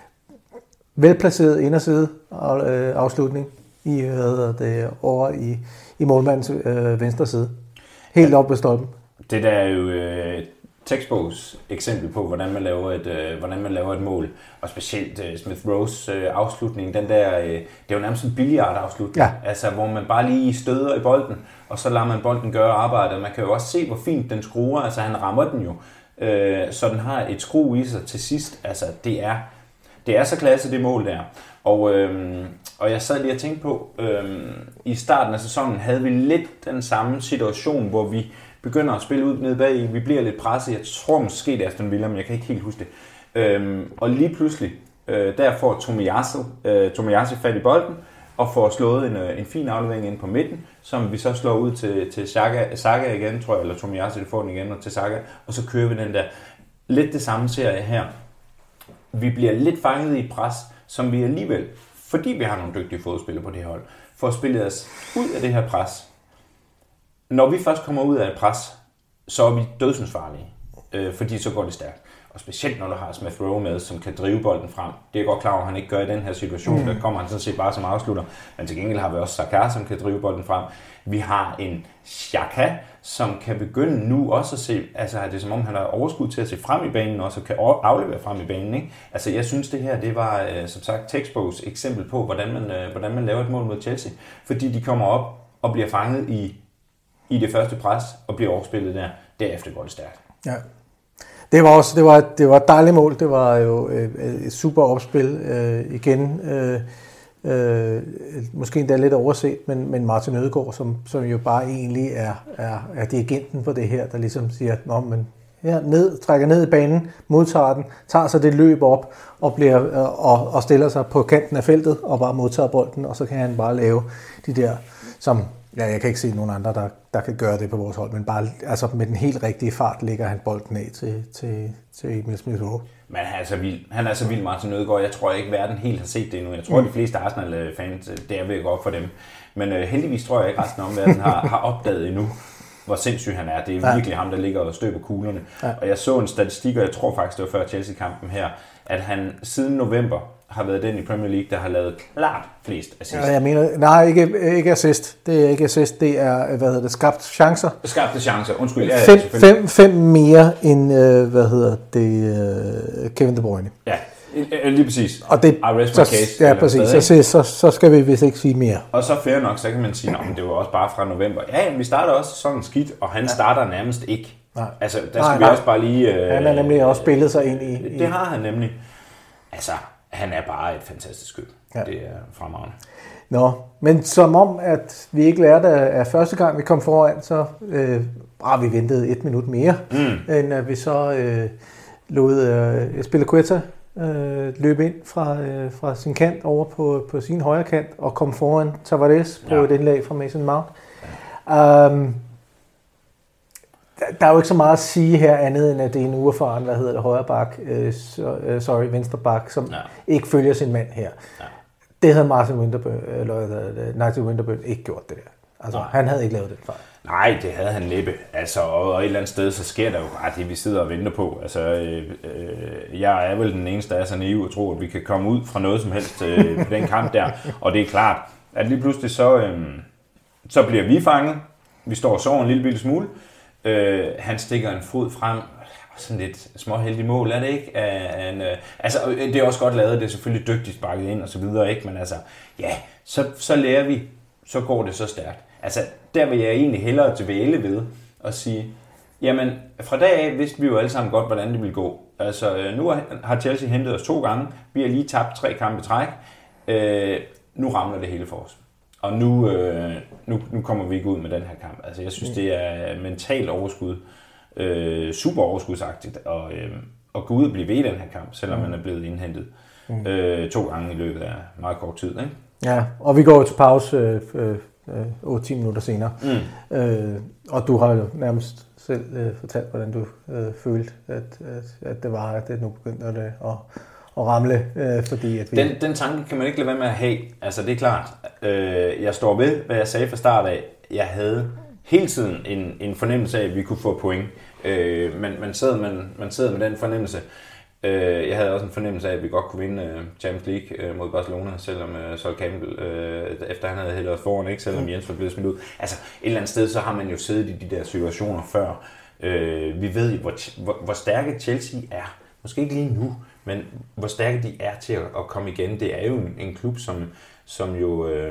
velplaceret inderside afslutning i, hvad hedder det, over i, i målmandens øh, venstre side. Helt ja. Op ved stolpen. Det der er jo øh, textbogs eksempel på, hvordan man laver et, øh, hvordan man laver et mål, og specielt øh, Smith Rowes øh, afslutning, den der, øh, det er jo nærmest en billiard-afslutning, ja. Altså hvor man bare lige støder i bolden, og så lader man bolden gøre arbejdet. Man kan jo også se, hvor fint den skruer, altså han rammer den jo, øh, så den har et skru i sig til sidst, altså det er, det er så klasse det mål der. Og, øhm, og jeg sad lige og tænkte på, øhm, i starten af sæsonen havde vi lidt den samme situation, hvor vi begynder at spille ud nede bag, vi bliver lidt presset, jeg tror måske det er Aston Villa, men jeg kan ikke helt huske det. Øhm, og lige pludselig, øh, der får Tomiyasu, øh, Tomiyasu fat i bolden, og får slået en, en fin aflevering ind på midten, som vi så slår ud til, til Saka, Saka igen, tror jeg, eller Tomiyasu, det får den igen, og til Saka, og så kører vi den der. Lidt det samme serie her. Vi bliver lidt fanget i et pres, som vi alligevel, fordi vi har nogle dygtige fodspillere på det her hold, får spillet os ud af det her pres. Når vi først kommer ud af et pres, så er vi dødsensfarlige, øh, fordi så går det stærkt. Og specielt når du har Smith Rowe med, som kan drive bolden frem. Det er godt klar over, at han ikke gør i den her situation. Mm. Der kommer han sådan set bare som afslutter. Men til gengæld har vi også Saka, som kan drive bolden frem. Vi har en Xhaka, som kan begynde nu også at se, altså det er som om han har overskud til at se frem i banen, og så kan aflevere frem i banen. Ikke? Altså jeg synes det her, det var som sagt textbogs eksempel på, hvordan man, hvordan man laver et mål mod Chelsea. Fordi de kommer op og bliver fanget i, i det første pres, og bliver overspillet der. Derefter går det stærkt. Ja. Det var også det var det var et dejligt mål. Det var jo et, et super opspil øh, igen. Øh, øh, måske endda lidt overset, men men Martin Ødegaard, som som jo bare egentlig er er er dirigenten på det her, der ligesom siger, nå, men her ned, trækker ned i banen, modtager den, tager så det løb op og bliver øh, og, og stiller sig på kanten af feltet og bare modtager bolden, og så kan han bare lave de der, som ja, jeg kan ikke se nogen andre, der, der kan gøre det på vores hold, men bare altså med den helt rigtige fart ligger han bolden af til, til, til Emil Smith Rowe. Men han er så vild, han er så vild, Martin Ødegaard. Jeg tror ikke, verden helt har set det endnu. Jeg tror, mm. de fleste Arsenal-fans, det er ved godt for dem. Men øh, heldigvis tror jeg ikke, resten af verden har, har opdaget endnu, hvor sindssyg han er. Det er ja. virkelig ham, der ligger og støber kuglerne. Ja. Og jeg så en statistik, og jeg tror faktisk, det var før Chelsea-kampen her, at han siden november har været den i Premier League, der har lavet klart flest assist. Ja, jeg mener, nej, ikke, ikke assist. Det er ikke assist, det er, hvad hedder det, skabt chancer. Skabte chancer, undskyld. Ja, fem, fem, fem mere end, hvad hedder det, Kevin De Bruyne. Ja, lige præcis. Og det, I rest my case. Ja, præcis. Så, så, så, så skal vi vist ikke sige mere. Og så fair nok, så kan man sige, at det var også bare fra november. Ja, men vi starter også sæsonen skidt, og han ja. starter nærmest ikke. Nej. Altså, der skal nej, vi nej. også bare lige... Øh, han har nemlig også spillet sig ind i... Det, det har han nemlig. Altså... Han er bare et fantastisk skyld. Ja. Det er fremragende. Nå, men som om, at vi ikke lærte af første gang, vi kom foran, så øh, ah, vi ventede et minut mere, mm. end at vi så øh, lod øh, Azpilicueta øh, løbe ind fra, øh, fra sin kant over på, på sin højre kant, og kom foran Tavares på ja. et indlæg fra Mason Mount. Ja. Um, Der er jo ikke så meget at sige her andet, end at det er en uerfaren, hvad hedder det, højre bak, øh, sorry, venstre bak, som ja. ikke følger sin mand her. Ja. Det havde Martin Winterburn, eller Nigel Winterburn ikke gjort det der. Altså, Nej. han havde ikke lavet det fejl. Nej, det havde han næppe. Altså, og et eller andet sted, så sker der jo bare det, vi sidder og venter på. Altså, øh, øh, jeg er vel den eneste, der er så naiv og tror, at vi kan komme ud fra noget som helst øh, på den kamp der. Og det er klart, at lige pludselig så, øh, så bliver vi fanget. Vi står og sover en lille bitte smule. Øh, han stikker en fod frem, sådan lidt småheldig mål, er det ikke? Uh, and, uh, altså, det er også godt lavet, det er selvfølgelig dygtigt sparket ind og så videre, ikke? Men altså, ja, så, så lærer vi, så går det så stærkt. Altså, der vil jeg egentlig hellere dvæle ved at sige, jamen, fra dag af vidste vi jo alle sammen godt, hvordan det ville gå. Altså, nu har Chelsea hentet os to gange, vi har lige tabt tre kampe i træk, uh, nu ramler det hele for os. Og nu, øh, nu, nu kommer vi ikke ud med den her kamp. Altså, jeg synes, det er mentalt overskud. Øh, super overskudsagtigt. Og, øh, at gå ud og blive ved i den her kamp, selvom mm. man er blevet indhentet mm. øh, to gange i løbet af meget kort tid. Ikke? Ja, og vi går til pause øh, øh, otte til ti minutter senere. Mm. Øh, og du har jo nærmest selv øh, fortalt, hvordan du øh, følte, at, at, at det var, at det nu begyndte at, at, at ramle. Øh, fordi at vi... den, den tanke kan man ikke lade være med at have. Altså det er klart. Øh, jeg står ved, hvad jeg sagde fra start af. Jeg havde hele tiden en, en fornemmelse af, at vi kunne få point. Øh, men man sidder, man, man sidder med den fornemmelse. Øh, jeg havde også en fornemmelse af, at vi godt kunne vinde øh, Champions League øh, mod Barcelona, selvom øh, Sol Campbell, øh, efter han havde hældt os foran, ikke, selvom Jens var blevet smidt ud. Altså et eller andet sted, så har man jo siddet i de der situationer før. Øh, vi ved jo, hvor, hvor, hvor stærke Chelsea er. Måske ikke lige nu, men hvor stærke de er til at, at komme igen. Det er jo en, en klub, som, som jo øh,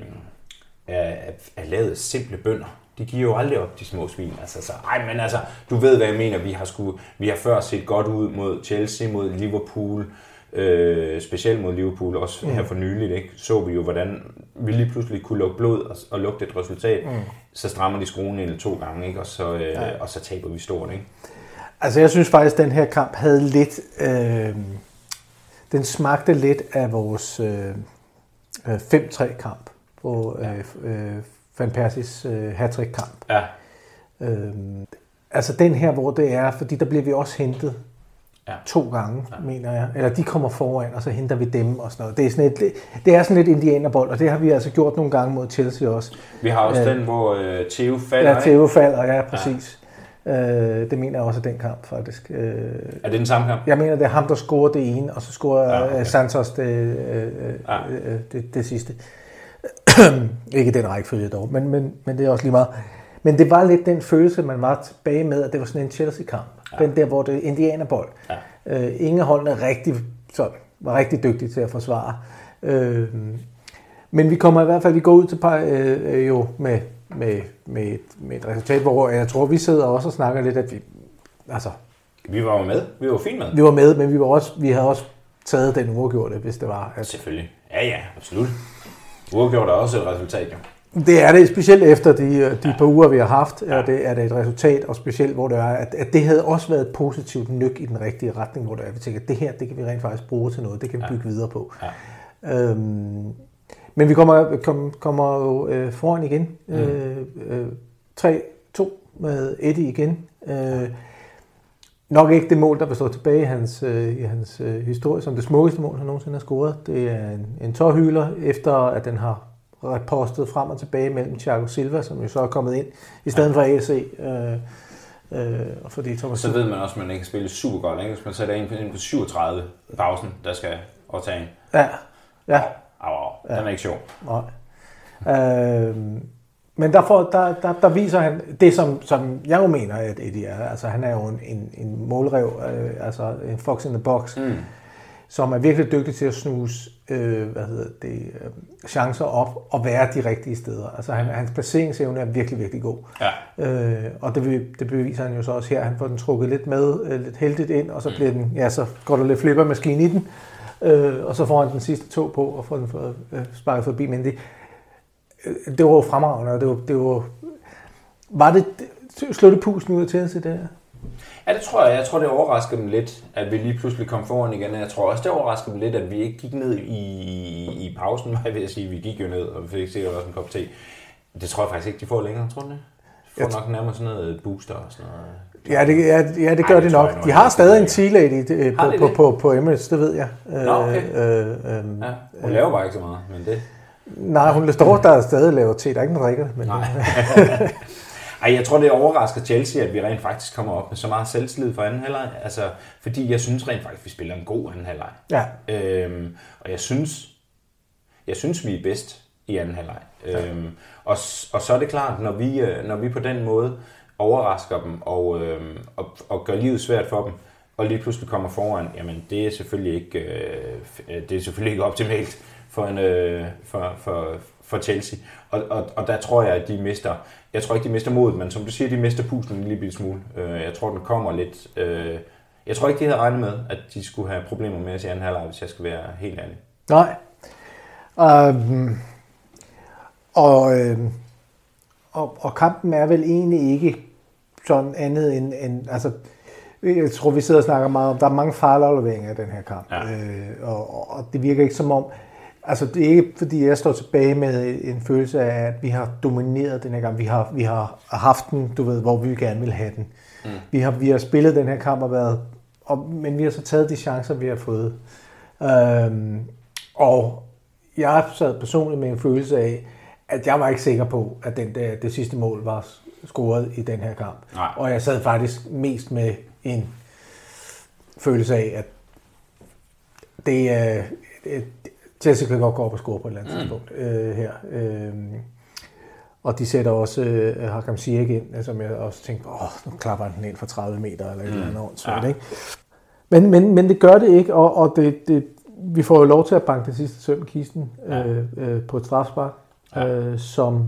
er, er lavet simple bønder. De giver jo aldrig op, de små svin. Altså, så, ej, men altså, du ved, hvad jeg mener. Vi har, sku, vi har før set godt ud mod Chelsea, mod Liverpool, øh, specielt mod Liverpool, også mm. her for nyligt, ikke? Så vi jo, hvordan vi lige pludselig kunne lukke blod og, og lugte et resultat. Mm. Så strammer de skruen en eller to gange, ikke? Og, så, øh, ja. og så taber vi stort. Ikke? Altså, jeg synes faktisk, at den her kamp havde lidt... Øh, den smagte lidt af vores øh, fem tre kamp på øh, øh, Van Persies øh, hat-trick-kamp. Ja. Øhm, altså den her, hvor det er, fordi der bliver vi også hentet ja. to gange, ja. mener jeg. Eller de kommer foran, og så henter vi dem og sådan noget. Det er sådan, et, det, det er sådan lidt indianerbold, og det har vi altså gjort nogle gange mod Chelsea også. Vi har også øh, den, hvor øh, Theo falder, Ja, Theo falder, ja, præcis. Ja. Øh, det mener jeg også af den kamp, faktisk. Øh, er det den samme kamp? Jeg mener, det er ham, der scorer det ene, og så scorer ja, okay. Santos det, øh, ja. øh, det, det sidste. Ikke den rækkefølge dog, men, men, men det er også lige meget. Men det var lidt den følelse, man var tilbage med, at det var sådan en Chelsea-kamp. Ja. Den der, hvor det er indianerbold. Ja. Øh, ingen holdene rigtig, så, var rigtig dygtige til at forsvare. Øh, men vi kommer i hvert fald, vi går ud til øh, jo med, med, med, et, med et resultat, hvor jeg tror, vi sidder også og snakker lidt, at vi... Altså, vi var jo med. Vi var fint med. Vi var med, men vi, var også, vi havde også taget den uafgjorte, hvis det var. At, selvfølgelig. Ja, ja, absolut. Uafgjort er også et resultat, jo. Det er det, specielt efter de, de ja. par uger, vi har haft, ja. er, det, er det et resultat, og specielt, hvor det er, at, at det havde også været et positivt nyk i den rigtige retning, hvor det er, at vi tænker, at det her, det kan vi rent faktisk bruge til noget, det kan vi bygge ja. videre på. Ja. Øhm, men vi kommer, kom, kommer jo øh, foran igen, mm. øh, øh, tre to med Eddie igen. Øh, nok ikke det mål, der vil stå tilbage i hans, øh, i hans øh, historie, som det smukkeste mål, han nogensinde har scoret. Det er en, en tårhyler, efter at den har postet frem og tilbage mellem Thiago Silva, som jo så er kommet ind, i stedet ja. for A C. Øh, øh, fordi Thomas så ved man også, at man ikke kan spille super godt, ikke? Hvis man sætter ind på syvogtredive pausen, der skal overtage en. Ja. Ja. Au, au, den ja. er ikke sjov. Nej. Øh, men derfor, der, der, der viser han det, som, som jeg jo mener, at Eddie er. Altså, han er jo en, en, en målrev, øh, altså en fox in the box, mm. som er virkelig dygtig til at snuse øh, hvad hedder det, øh, chancer op og være de rigtige steder. Altså, han, hans placeringsevne er virkelig, virkelig god. Ja. Øh, og det, det beviser han jo så også her. Han får den trukket lidt med, øh, lidt heldigt ind, og så mm. bliver den, ja, så går der lidt flippermaskine i den, øh, og så får han den sidste tog på og får den for, øh, sparket forbi Mendy. Det var jo fremragende, og det var, det var, var det, slå det pusen ud af Chelsea der? Ja, det tror jeg. Jeg tror, det overraskede dem lidt, at vi lige pludselig kom foran igen. Jeg tror også, det overraskede dem lidt, at vi ikke gik ned i, i pausen, var jeg ved at sige. Vi gik jo ned, og vi fik sikkert også en kop te. Det tror jeg faktisk ikke, de får længere, tror du det? De får jeg nok nærmere sådan noget booster og sådan noget. Ja, det, ja, ja, det gør Ej, det, det nok. De har stadig en tea-lady på, på, på, på Emirates, det ved jeg. Nå, okay. Øh, øh, ja, hun øh, laver bare ikke så meget, men det... Nej, hun står der stadig laver te. Der er ikke nogen drikker. Men... Nej. Ej, jeg tror, det overrasker Chelsea, at vi rent faktisk kommer op med så meget selvtillid for anden halvleg. Altså, fordi jeg synes rent faktisk, at vi spiller en god anden halvleg. Ja. Øhm, og jeg synes, jeg synes, vi er bedst i anden halvleg. Ja. Øhm, og, og så er det klart, når vi, når vi på den måde overrasker dem og, øhm, og, og gør livet svært for dem, og lige pludselig kommer foran, jamen det er selvfølgelig ikke, øh, det er selvfølgelig ikke optimalt for, en, øh, for, for, for Chelsea. Og, og, og der tror jeg, at de mister, jeg tror ikke, de mister modet, men som du siger, de mister pusten en lille smule. Øh, jeg tror, den kommer lidt, øh, jeg tror ikke, de havde regnet med, at de skulle have problemer med os i anden halvleg, hvis jeg skal være helt ærlig. Nej. Um, og, øh, og, og kampen er vel egentlig ikke sådan andet end, end altså, Jeg tror, vi sidder og snakker meget om, der er mange fejlafleveringer i den her kamp. Ja. Øh, og, og det virker ikke som om, altså det er ikke fordi jeg står tilbage med en følelse af, at vi har domineret den her kamp. Vi har, vi har haft den, du ved, hvor vi gerne vil have den. Mm. Vi, har, vi har spillet den her kamp og været, og, men vi har så taget de chancer, vi har fået. Øhm, og jeg sad personligt med en følelse af, at jeg var ikke sikker på, at den der, det sidste mål var scoret i den her kamp. Nej. Og jeg sad faktisk mest med en følelse af, at det er... Øh, Chelsea kan godt gå op og score på et eller andet mm. tidspunkt øh, her. Øh, og de sætter også øh, Hakim Ziyech ind, som jeg også tænkte, åh, nu klapper han den ind for tredive meter eller et mm. eller andet åndsvært, ja. Ikke? Men, men, men det gør det ikke, og, og det, det, vi får jo lov til at banke den sidste søm i kisten ja. øh, øh, på et strafspark, ja. øh, som...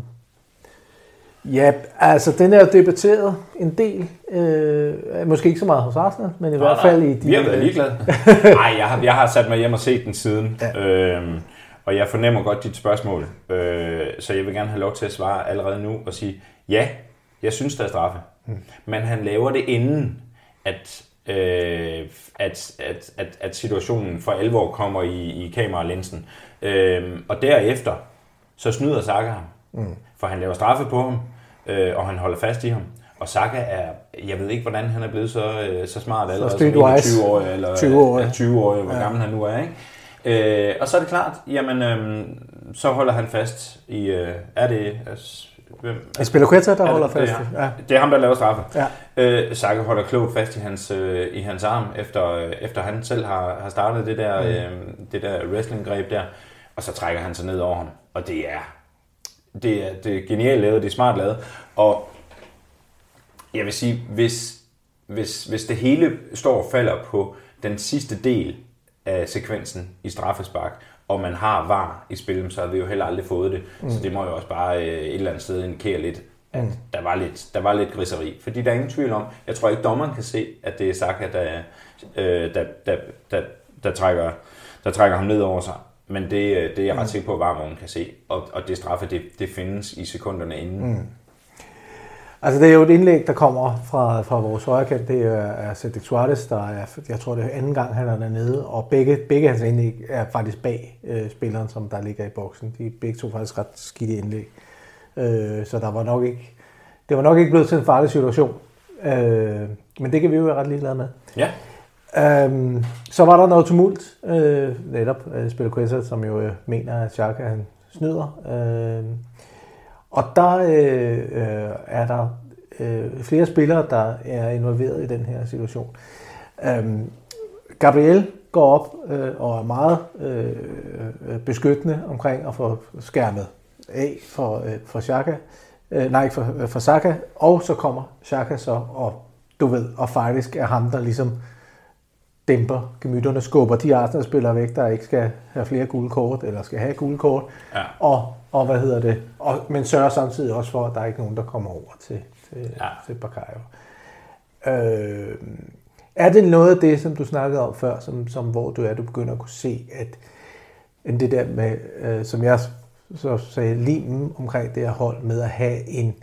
Ja, altså den er jo debatteret en del. Øh, måske ikke så meget hos Arsenal, men i nej, hvert fald nej. i de... Vi har været ligeglade. Nej, jeg har, jeg har sat mig hjem og set den siden. Ja. Øhm, og jeg fornemmer godt dit spørgsmål. Øh, så jeg vil gerne have lov til at svare allerede nu og sige, ja, jeg synes, der er straffe. Hmm. Men han laver det inden, at, øh, at, at, at, at situationen for alvor kommer i, i kameralinsen. Øh, og derefter, så snyder Saka ham. Hmm. For han laver straffe på ham, øh, og han holder fast i ham. Og Saka er, jeg ved ikke, hvordan han er blevet så, øh, så smart allerede, som enogtyve-årig, eller tyve-årig, hvor ja. gammel han nu er, ikke? Øh, og så er det klart, jamen, øh, så holder han fast i, øh, er det... Altså, hvem? Azpilicueta, der holder det, fast. Det er, ja. det er ham, der laver straffe. Ja. Øh, Saka holder klogt fast i hans, øh, i hans arm, efter, efter han selv har, har startet det der, mm. øh, det der wrestling-greb der, og så trækker han sig ned over ham, og det er... Det er, det er genialt lavet, det er smart lavet, og jeg vil sige, hvis, hvis, hvis det hele står og falder på den sidste del af sekvensen i straffespark, og man har V A R i spil, så har vi jo heller aldrig fået det, mm. så det må jo også bare øh, et eller andet sted indikere lidt, at mm. der, var lidt, der var lidt griseri, fordi der er ingen tvivl om, jeg tror ikke dommeren kan se, at det er Saka, der, øh, der, der, der, der, trækker, der trækker ham ned over sig. Men det, det er jeg ret sikker på, at varmvognen kan se. Og, og det straffe, det, det findes i sekunderne inden. Mm. Altså det er jo et indlæg, der kommer fra, fra vores højrekant. Det er Cedric Suarez, der er, jeg tror det er anden gang, han er dernede. Og begge, begge hans indlæg er faktisk bag øh, spilleren, som der ligger i boksen. De er begge to faktisk ret skidte indlæg. Øh, så der var nok ikke, det var nok ikke blevet til en farlig situation. Øh, men det kan vi jo være ret ligeglade med. Ja. Øhm, så var der noget tumult, øh, netop øh, Azpilicueta, som jo øh, mener, at Xhaka han snyder. Øh, og der øh, øh, er der øh, flere spillere, der er involveret i den her situation. Øh, Gabriel går op øh, og er meget øh, beskyttende omkring at få skærmet af for, øh, for Xhaka. Øh, nej, for, for Saka. Og så kommer Xhaka så, og du ved, og faktisk er ham, der ligesom dæmper gemytterne, skubber de Arsenal-spillere væk, der ikke skal have flere gule kort, eller skal have gule kort, ja. og, og hvad hedder det, og, men sørger samtidig også for, at der er ikke nogen, der kommer over til, til, ja. til Bakayo. Øh, er det noget af det, som du snakkede om før, som, som hvor du er, du begynder at kunne se, at end det der med, øh, som jeg så sagde, limen omkring det her hold med at have en,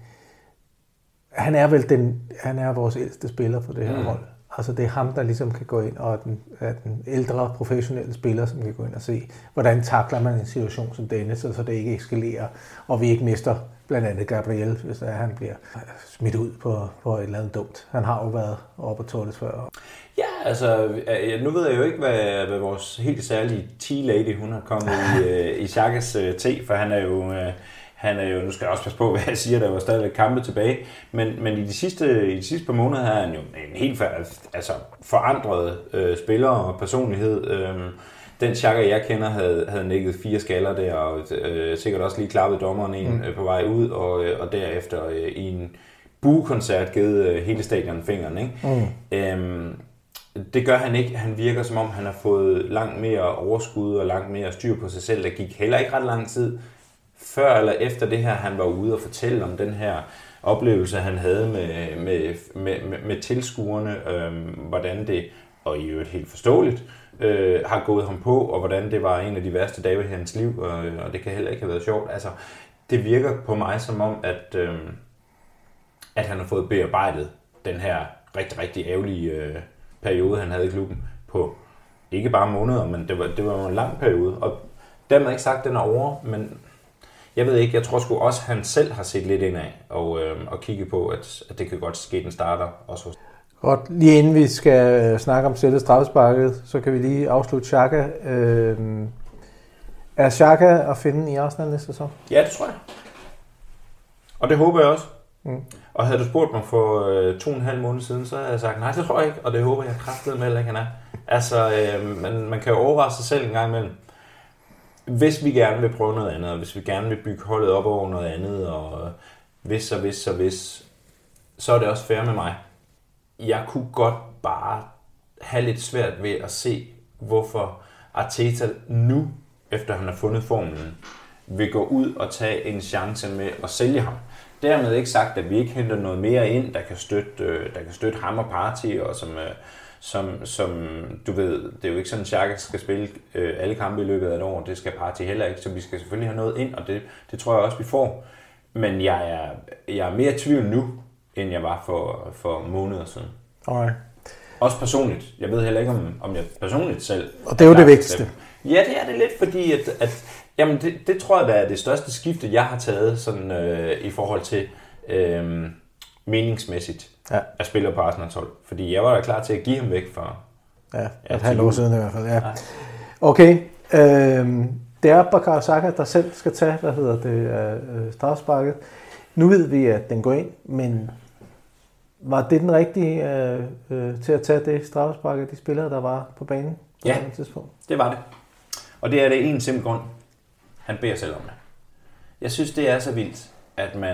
han er vel den, han er vores ældste spiller på det her mm. hold. Altså det er ham, der ligesom kan gå ind, og er den, er den ældre professionelle spiller, som kan gå ind og se, hvordan takler man en situation som denne, så, så det ikke eskalerer, og vi ikke mister blandt andet Gabriel, hvis der, han bliver smidt ud på, på et eller andet dumt. Han har jo været oppe på toilet før. Ja, altså, nu ved jeg jo ikke, hvad, hvad vores helt særlige tea-lady, hun har kommet i, i Xhakas te, for han er jo... Han er jo, nu skal jeg også passe på, hvad jeg siger, der var stadigvæk kampe tilbage, men, men i, de sidste, i de sidste par måneder har han jo en helt altså, forandret øh, spiller og personlighed. Øh, den Xhaka, jeg kender, havde, havde nikket fire skaller der, og øh, sikkert også lige klappet dommeren en mm. øh, på vej ud, og, øh, og derefter øh, i en buekoncert givet øh, hele stadion fingeren. Ikke? Mm. Øh, det gør han ikke. Han virker, som om han har fået langt mere overskud og langt mere styr på sig selv. Der gik heller ikke ret lang tid før eller efter det her, han var ude og fortælle om den her oplevelse, han havde med, med, med, med, med tilskuerne, øh, hvordan det, og i øvrigt helt forståeligt, øh, har gået ham på, og hvordan det var en af de værste dage i hans liv, og, og det kan heller ikke have været sjovt. Altså, det virker på mig som om, at, øh, at han har fået bearbejdet den her rigtig, rigtig ærgerlig øh, periode, han havde i klubben på ikke bare måneder, men det var, det var en lang periode. Og dermed ikke sagt, at den er over, men jeg ved ikke, jeg tror sgu også, at han selv har set lidt indad og, øh, og kigget på, at, at det kan godt ske, den starter også hos. Godt, lige inden vi skal snakke om selve straffesparket, så kan vi lige afslutte Xhaka. Øh, er Xhaka at finde i Arsenal næste sæson? Ja, det tror jeg. Og det håber jeg også. Mm. Og havde du spurgt mig for øh, to og en halv måned siden, så havde jeg sagt, nej, det tror jeg ikke, og det håber jeg kraftedeme med, at han er. Altså, øh, man, man kan jo overraske sig selv en gang imellem. Hvis vi gerne vil prøve noget andet, og hvis vi gerne vil bygge holdet op over noget andet, og øh, hvis og hvis og hvis, så er det også fair med mig. Jeg kunne godt bare have lidt svært ved at se, hvorfor Arteta nu, efter han har fundet formlen, vil gå ud og tage en chance med at sælge ham. Dermed ikke sagt, at vi ikke henter noget mere ind, der kan støtte, øh, der kan støtte ham og Party, og som, øh, som, som du ved, det er jo ikke sådan, at Xhaka skal spille øh, alle kampe i løbet af et år, det skal Party heller ikke, så vi skal selvfølgelig have noget ind, og det, det tror jeg også, vi får. Men jeg er, jeg er mere i tvivl nu, end jeg var for, for måneder siden. Alright. Også personligt. Jeg ved heller ikke, om, om jeg personligt selv... Og det er jo det vigtigste. Ja, det er det lidt, fordi at, at jamen det, det tror jeg, der er det største skifte, jeg har taget sådan, øh, i forhold til øh, meningsmæssigt ja. at spille på Arsenal hold. Fordi jeg var da klar til at give ham væk for... Ja, ja et halvt år siden i hvert fald, ja. Okay, øh, det er Bukayo Saka, der selv skal tage, hvad hedder det, øh, straffesparket. Nu ved vi, at den går ind, men var det den rigtige øh, øh, til at tage det straffesparket, de spillere, der var på banen på ja, det tidspunkt? Det var det. Og det er det en simpel grund. Han beder selv om det. Jeg synes, det er så vildt, at man,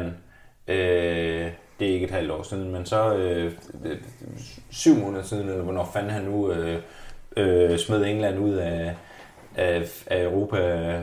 øh, det er ikke et halvt år siden, men så øh, syv måneder siden, eller hvornår fanden han nu øh, øh, smed England ud af, af, af Europa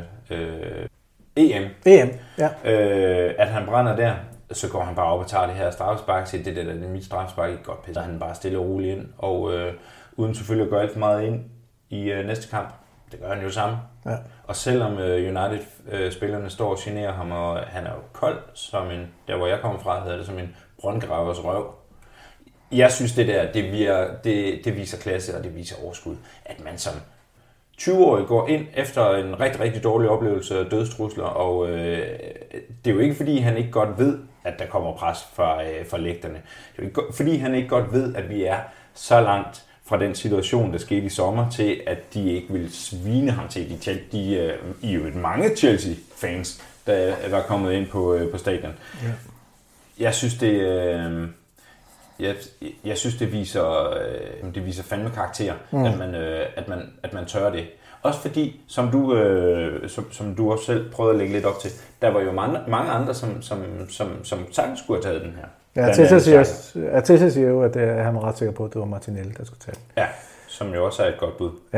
øh, E M. E M, ja. Øh, at han brænder der, så går han bare op og tager det her straffespark, og siger, det der, det er mit straffespark, ikke godt pisse. Så han bare stille og roligt ind, og øh, uden selvfølgelig at gøre alt for meget ind i øh, næste kamp. Det gør han jo samme. Ja. Og selvom øh, United-spillerne øh, står og generer ham, og han er jo kold, som en, der hvor jeg kommer fra, hedder det som en brøndgravers røv. Jeg synes, det der, det, virker, det, det viser klasse, og det viser overskud. At man som tyve-årig går ind efter en rigtig, rigtig dårlig oplevelse af dødstrusler, og øh, det er jo ikke, fordi han ikke godt ved, at der kommer pres fra, øh, fra lægterne. Det er jo ikke, fordi han ikke godt ved, at vi er så langt fra den situation, der skete i sommer, til at de ikke ville svine ham til. De, de øh, I jo et mange Chelsea-fans, der var kommet ind på, øh, på stadion. Ja. Jeg synes, det... Øh, Jeg, jeg synes, det viser, øh, det viser fandme karakter, mm. at, man, øh, at, man, at man tør det. Også fordi, som du, øh, som, som du også selv prøvede at lægge lidt op til, der var jo mange, mange andre, som, som, som, som sagtens skulle have taget den her. Ja, Arteta siger, siger jo, at det, han var ret sikker på, at det var Martinelli, der skulle tage den. Ja, som jo også er et godt bud. Ja.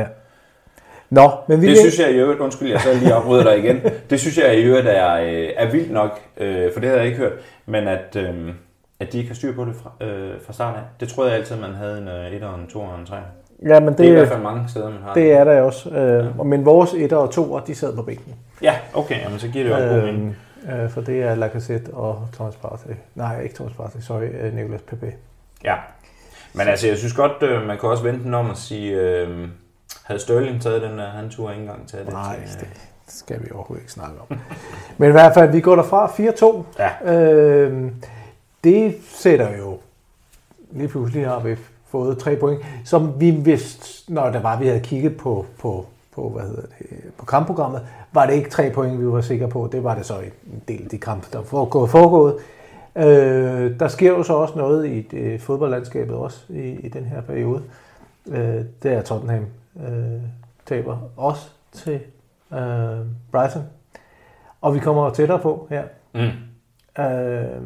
Nå, men vi det synes jeg i øvrigt, undskyld, jeg så lige afbryder dig igen, det synes jeg i øvrigt er, er vildt nok, øh, for det havde jeg ikke hørt, men at... Øh, at de ikke har styr på det fra, øh, fra starten af. Det troede jeg altid, man havde en øh, etter, en toer og en treer. Ja, men det, det er i hvert fald mange steder, man har. Det er der også. Øh, ja. Men vores etter og toer, de sad på bænken. Ja, okay, jamen, så giver det jo også øh, god mening. Øh, for det er Lacazette og Thomas Partey. Nej, ikke Thomas Partey, sorry, øh, Nicolas Pepe. Ja, men altså, jeg synes godt, øh, man kan også vente den om at sige, øh, havde Sterling taget den der, han turde ikke engang tage det. Nej, til, øh, det skal vi overhovedet ikke snakke om. Men i hvert fald, vi går derfra fire to. Ja. Øh, Det sætter jo, lige pludselig har vi fået tre point, som vi vidste, når der var, vi havde kigget på, på, på, hvad hedder det, på kampprogrammet, var det ikke tre point, vi var sikre på. Det var det så en del af de kampe, der foregået. foregået. Øh, der sker jo så også noget i det, fodboldlandskabet også i, i den her periode. Øh, det er Tottenham øh, taber også til øh, Brighton. Og vi kommer tættere på her. Mm. Øh,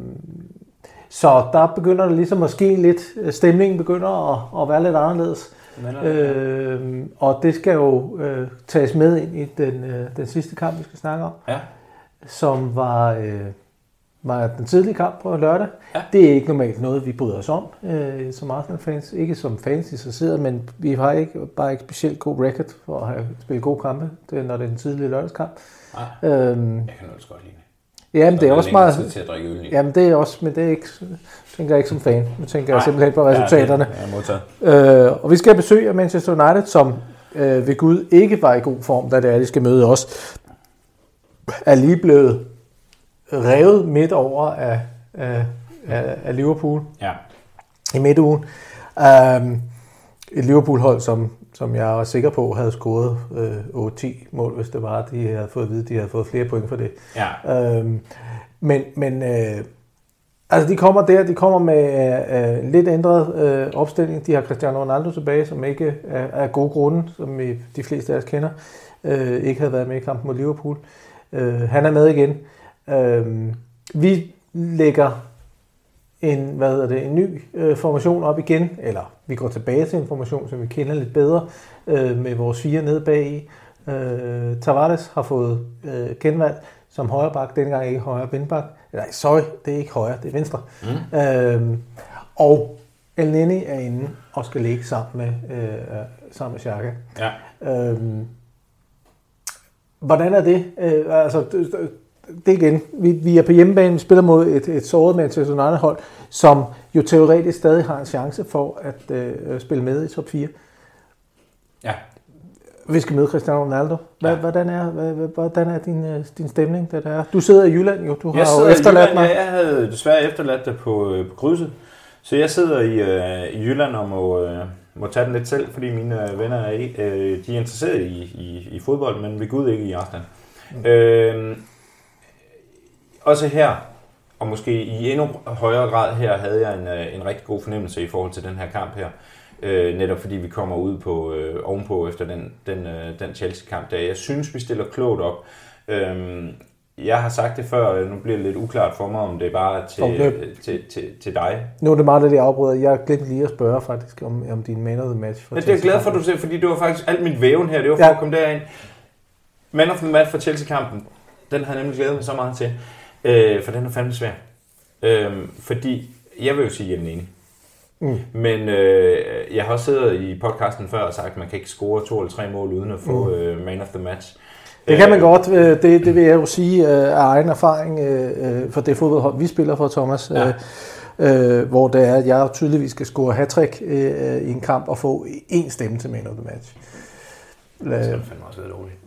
Så der begynder det ligesom at ske lidt, stemningen begynder at, at være lidt anderledes. Øh, og det skal jo øh, tages med ind i den, øh, den sidste kamp, vi skal snakke om. Ja. Som var, øh, var den tidlige kamp på lørdag. Ja. Det er ikke normalt noget, vi bryder os om øh, som Arsenal-fans. Ikke som fans interesseret, men vi har ikke bare ikke specielt god record for at have spillet gode kampe, det, når det er en tidlig lørdagskamp. Ja. Øhm, jeg kan også godt lide det. Jamen, det er også meget... Tid til at drikke øl i. Jamen, det er også, men det er ikke, tænker jeg ikke som fan. Nu tænker Nej. jeg simpelthen på resultaterne. Ja, det, øh, og vi skal besøge af Manchester United, som øh, ved Gud ikke var i god form, da det er, de skal møde os. Er lige blevet revet midt over af, af, af, af Liverpool ja. i midtugen. Um, et Liverpool-hold, som, som jeg var sikker på, havde scoret øh, otte ti mål, hvis det var, de havde fået at vide, de havde fået flere point for det. Ja. Um, men men øh, altså de kommer der, de kommer med øh, lidt ændret øh, opstilling. De har Cristiano Ronaldo tilbage, som ikke er af gode grunde, som I, de fleste af os kender, øh, ikke havde været med i kampen mod Liverpool. Øh, han er med igen. Øh, vi lægger en, hvad hedder det, en ny øh, formation op igen, eller vi går tilbage til en formation, som vi kender lidt bedre, øh, med vores fire nede bag. Øh, Tavares har fået øh, genvalgt som højre bak, denne gang ikke højre vindbak. Nej, sorry, det er ikke højre, det er venstre. Mm. Øh, og El Neni er inde og skal ligge sammen med, øh, sammen med Xhaka. Ja. Øh, hvordan er det? Øh, altså, det igen. Vi, vi er på hjemmebane, vi spiller mod et, et såret Manchester United-hold, som jo teoretisk stadig har en chance for at øh, spille med i top fire. Ja. Vi skal møde Cristiano Ronaldo. Hvad, ja. Hvordan er, hvad, hvordan er din, din stemning? Det der? Du sidder i Jylland jo, du jeg har jo efterladt mig. Ja, jeg havde desværre efterladt det på, på krydset, så jeg sidder i, øh, i Jylland og må, øh, må tage den lidt selv, fordi mine venner er, øh, de er interesseret i, i, i fodbold, men ved Gud ikke i Arsenal. Mm. Øh, også her, og måske i endnu højere grad her, havde jeg en, en rigtig god fornemmelse i forhold til den her kamp her. Øh, netop fordi vi kommer ud på øh, ovenpå efter den, den, øh, den Chelsea-kamp der. Jeg synes, vi stiller klogt op. Øh, jeg har sagt det før, og nu bliver det lidt uklart for mig, om det er bare til, okay. til, til, til dig. Nu er det meget, det jeg afbryder. Jeg glemte lige at spørge faktisk om, om din man of the match. For ja, det er jeg glad for, at du siger, fordi det var faktisk alt mit væven her. Det var for ja. at komme derind. Man of the match for Chelsea-kampen, den har jeg nemlig glædet mig så meget til. Øh, for den er fandme svær. Øh, fordi, jeg vil jo sige, at jeg er enig. Mm. Men øh, jeg har også siddet i podcasten før og sagt, at man kan ikke score to eller tre mål uden at få mm. øh, man of the match. Det kan man øh, godt. Det, det vil jeg jo sige øh, af egen erfaring øh, for det fodboldhold, vi spiller for, Thomas. Ja. Øh, øh, hvor det er, at jeg tydeligvis skal score hat-trick øh, i en kamp og få én stemme til man of the match. Det er fandme også været dårligt.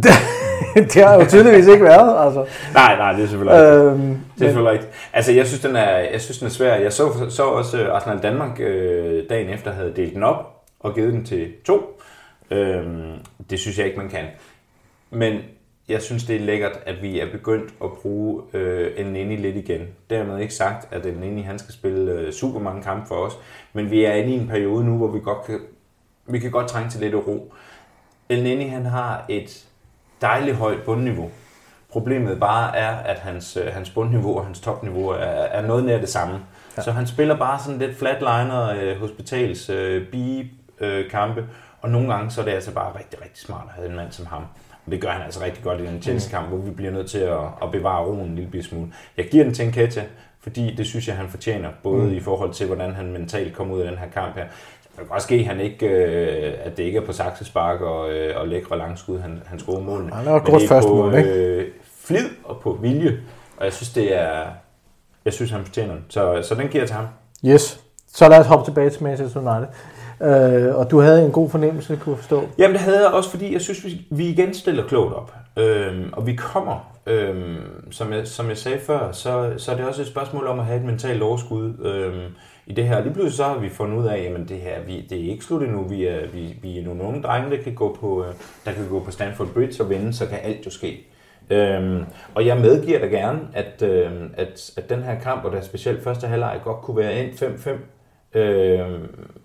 Det har jo tydeligvis ikke været, altså. Nej, nej, det er selvfølgelig ikke. Øhm, det er selvfølgelig ikke. Altså, jeg synes, den er, jeg synes, den er svær. Jeg så, så også Arsenal Danmark øh, dagen efter havde delt den op og givet den til to. Øhm, det synes jeg ikke, man kan. Men jeg synes, det er lækkert, at vi er begyndt at bruge øh, El Neni lidt igen. Dermed ikke sagt, at El Neni, han skal spille øh, super mange kampe for os. Men vi er inde i en periode nu, hvor vi godt kan, vi kan godt trænge til lidt ro. El Neni, han har et dejligt højt bundniveau. Problemet bare er, at hans, hans bundniveau og hans topniveau er, er noget nær det samme. Ja. Så han spiller bare sådan lidt flatliner, øh, hospitals, øh, bi-kampe, øh, og nogle gange så er det altså bare rigtig, rigtig smart at have en mand som ham. Og det gør han altså rigtig godt i den Chelsea-kamp, hvor vi bliver nødt til at, at bevare roen en lille smule. Jeg giver den til Nketiah, fordi det synes jeg, han fortjener, både mm. i forhold til, hvordan han mentalt kommer ud af den her kamp her. Det kan også ske, han ikke, øh, at det ikke er på saksespark og, øh, og lækre langskud, han, han scorer målene. Han er jo godt første mål, ikke? Øh, flid og på vilje, og jeg synes, det er, jeg synes, han fortjener den. Så, så den giver jeg til ham. Yes. Så lad os hoppe tilbage til Manchester United. Øh, og du havde en god fornemmelse, kunne jeg forstå. Jamen, det havde jeg også, fordi jeg synes, vi, vi igen stiller klogt op. Øhm, og vi kommer, øhm, som, jeg, som jeg sagde før, så, så er det også et spørgsmål om at have et mentalt overskud øhm, i det her. Lige pludselig så har vi fundet ud af, at det her, vi, det er ikke slut endnu. Vi er, vi, vi er nogle unge drenge, der kan, gå på, der kan gå på Stamford Bridge og vinde, så kan alt jo ske. Øhm, og jeg medgiver da gerne, at, øhm, at, at den her kamp, og der specielt første halvleg, godt kunne være endt fem fem. Øhm,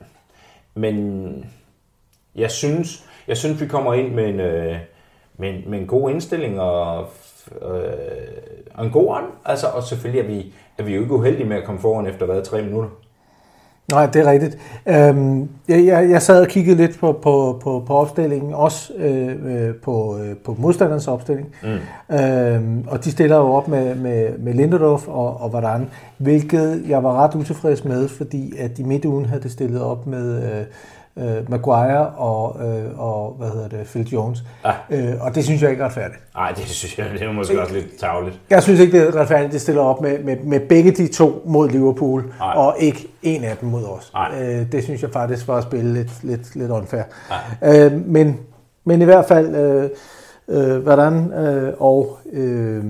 men jeg synes, jeg synes, vi kommer ind med en, øh, med en, med en god indstilling og, øh, og en god ånd. Altså, og selvfølgelig er vi, er vi jo ikke uheldige med at komme foran efter hvad, tre minutter. Nej, det er rigtigt. Øhm, jeg, jeg, jeg sad og kiggede lidt på, på, på, på opstillingen, også øh, på, øh, på modstanderens opstilling. Mm. Øhm, og de stiller jo op med, med, med Lindelof og, og Varane, hvilket jeg var ret utilfreds med, fordi at i midtugen havde det stillet op med, øh, Maguire og, øh, og hvad hedder det, Phil Jones. Ja. Øh, og det synes jeg ikke er retfærdigt. Nej, det synes jeg, det er måske også lidt tarveligt. Jeg synes ikke, det er retfærdigt, det stiller op med, med, med begge de to mod Liverpool, Ej. og ikke en af dem mod os. Øh, det synes jeg faktisk var at spille lidt, lidt, lidt unfair. Øh, men, men i hvert fald, øh, øh, hvordan, øh, og... Øh,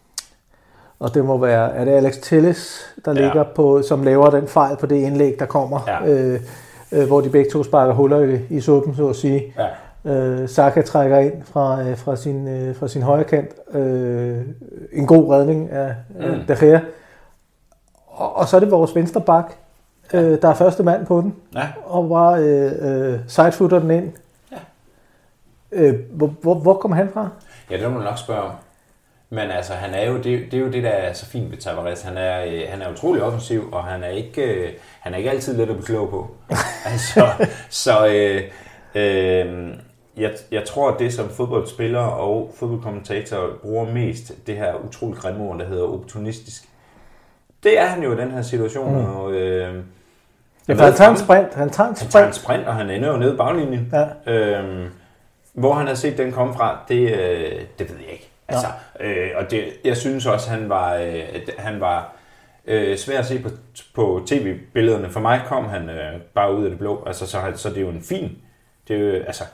Og det må være, er det Alex Telles, der ja. ligger på, som laver den fejl på det indlæg, der kommer, ja. øh, øh, hvor de begge to sparker huller i, i suppen, så at sige. Ja. Øh, Saka trækker ind fra, øh, fra, sin, øh, fra sin højre kant. Øh, en god redning af mm. øh, De Gea. Og, og så er det vores venstre bak, øh, der er første mand på den, ja. og bare øh, øh, sidefooter den ind. Ja. Øh, hvor, hvor, hvor kommer han fra? Ja, det må du nok spørge om. Men altså, han er jo, det, det er jo det, der er så fint ved Tavares. Han er, øh, han er utrolig offensiv, og han er ikke, øh, han er ikke altid let at blive klog på. altså, så øh, øh, jeg, jeg tror, at det, som fodboldspillere og fodboldkommentatorer bruger mest, det her utrolig grimme ord, der hedder opportunistisk, det er han jo i den her situation. Mm. Og, øh, ja, for han tager en sprint. Han tager en sprint. Han tager en sprint, og han ender jo nede i baglinjen. Ja. Øh, hvor han har set den komme fra, det, øh, det ved jeg ikke. Altså, øh, og det, jeg synes også, han var, øh, han var øh, svær at se på, på tv-billederne. For mig kom han øh, bare ud af det blå. Altså, så, så det er jo en fin... Det er jo, altså...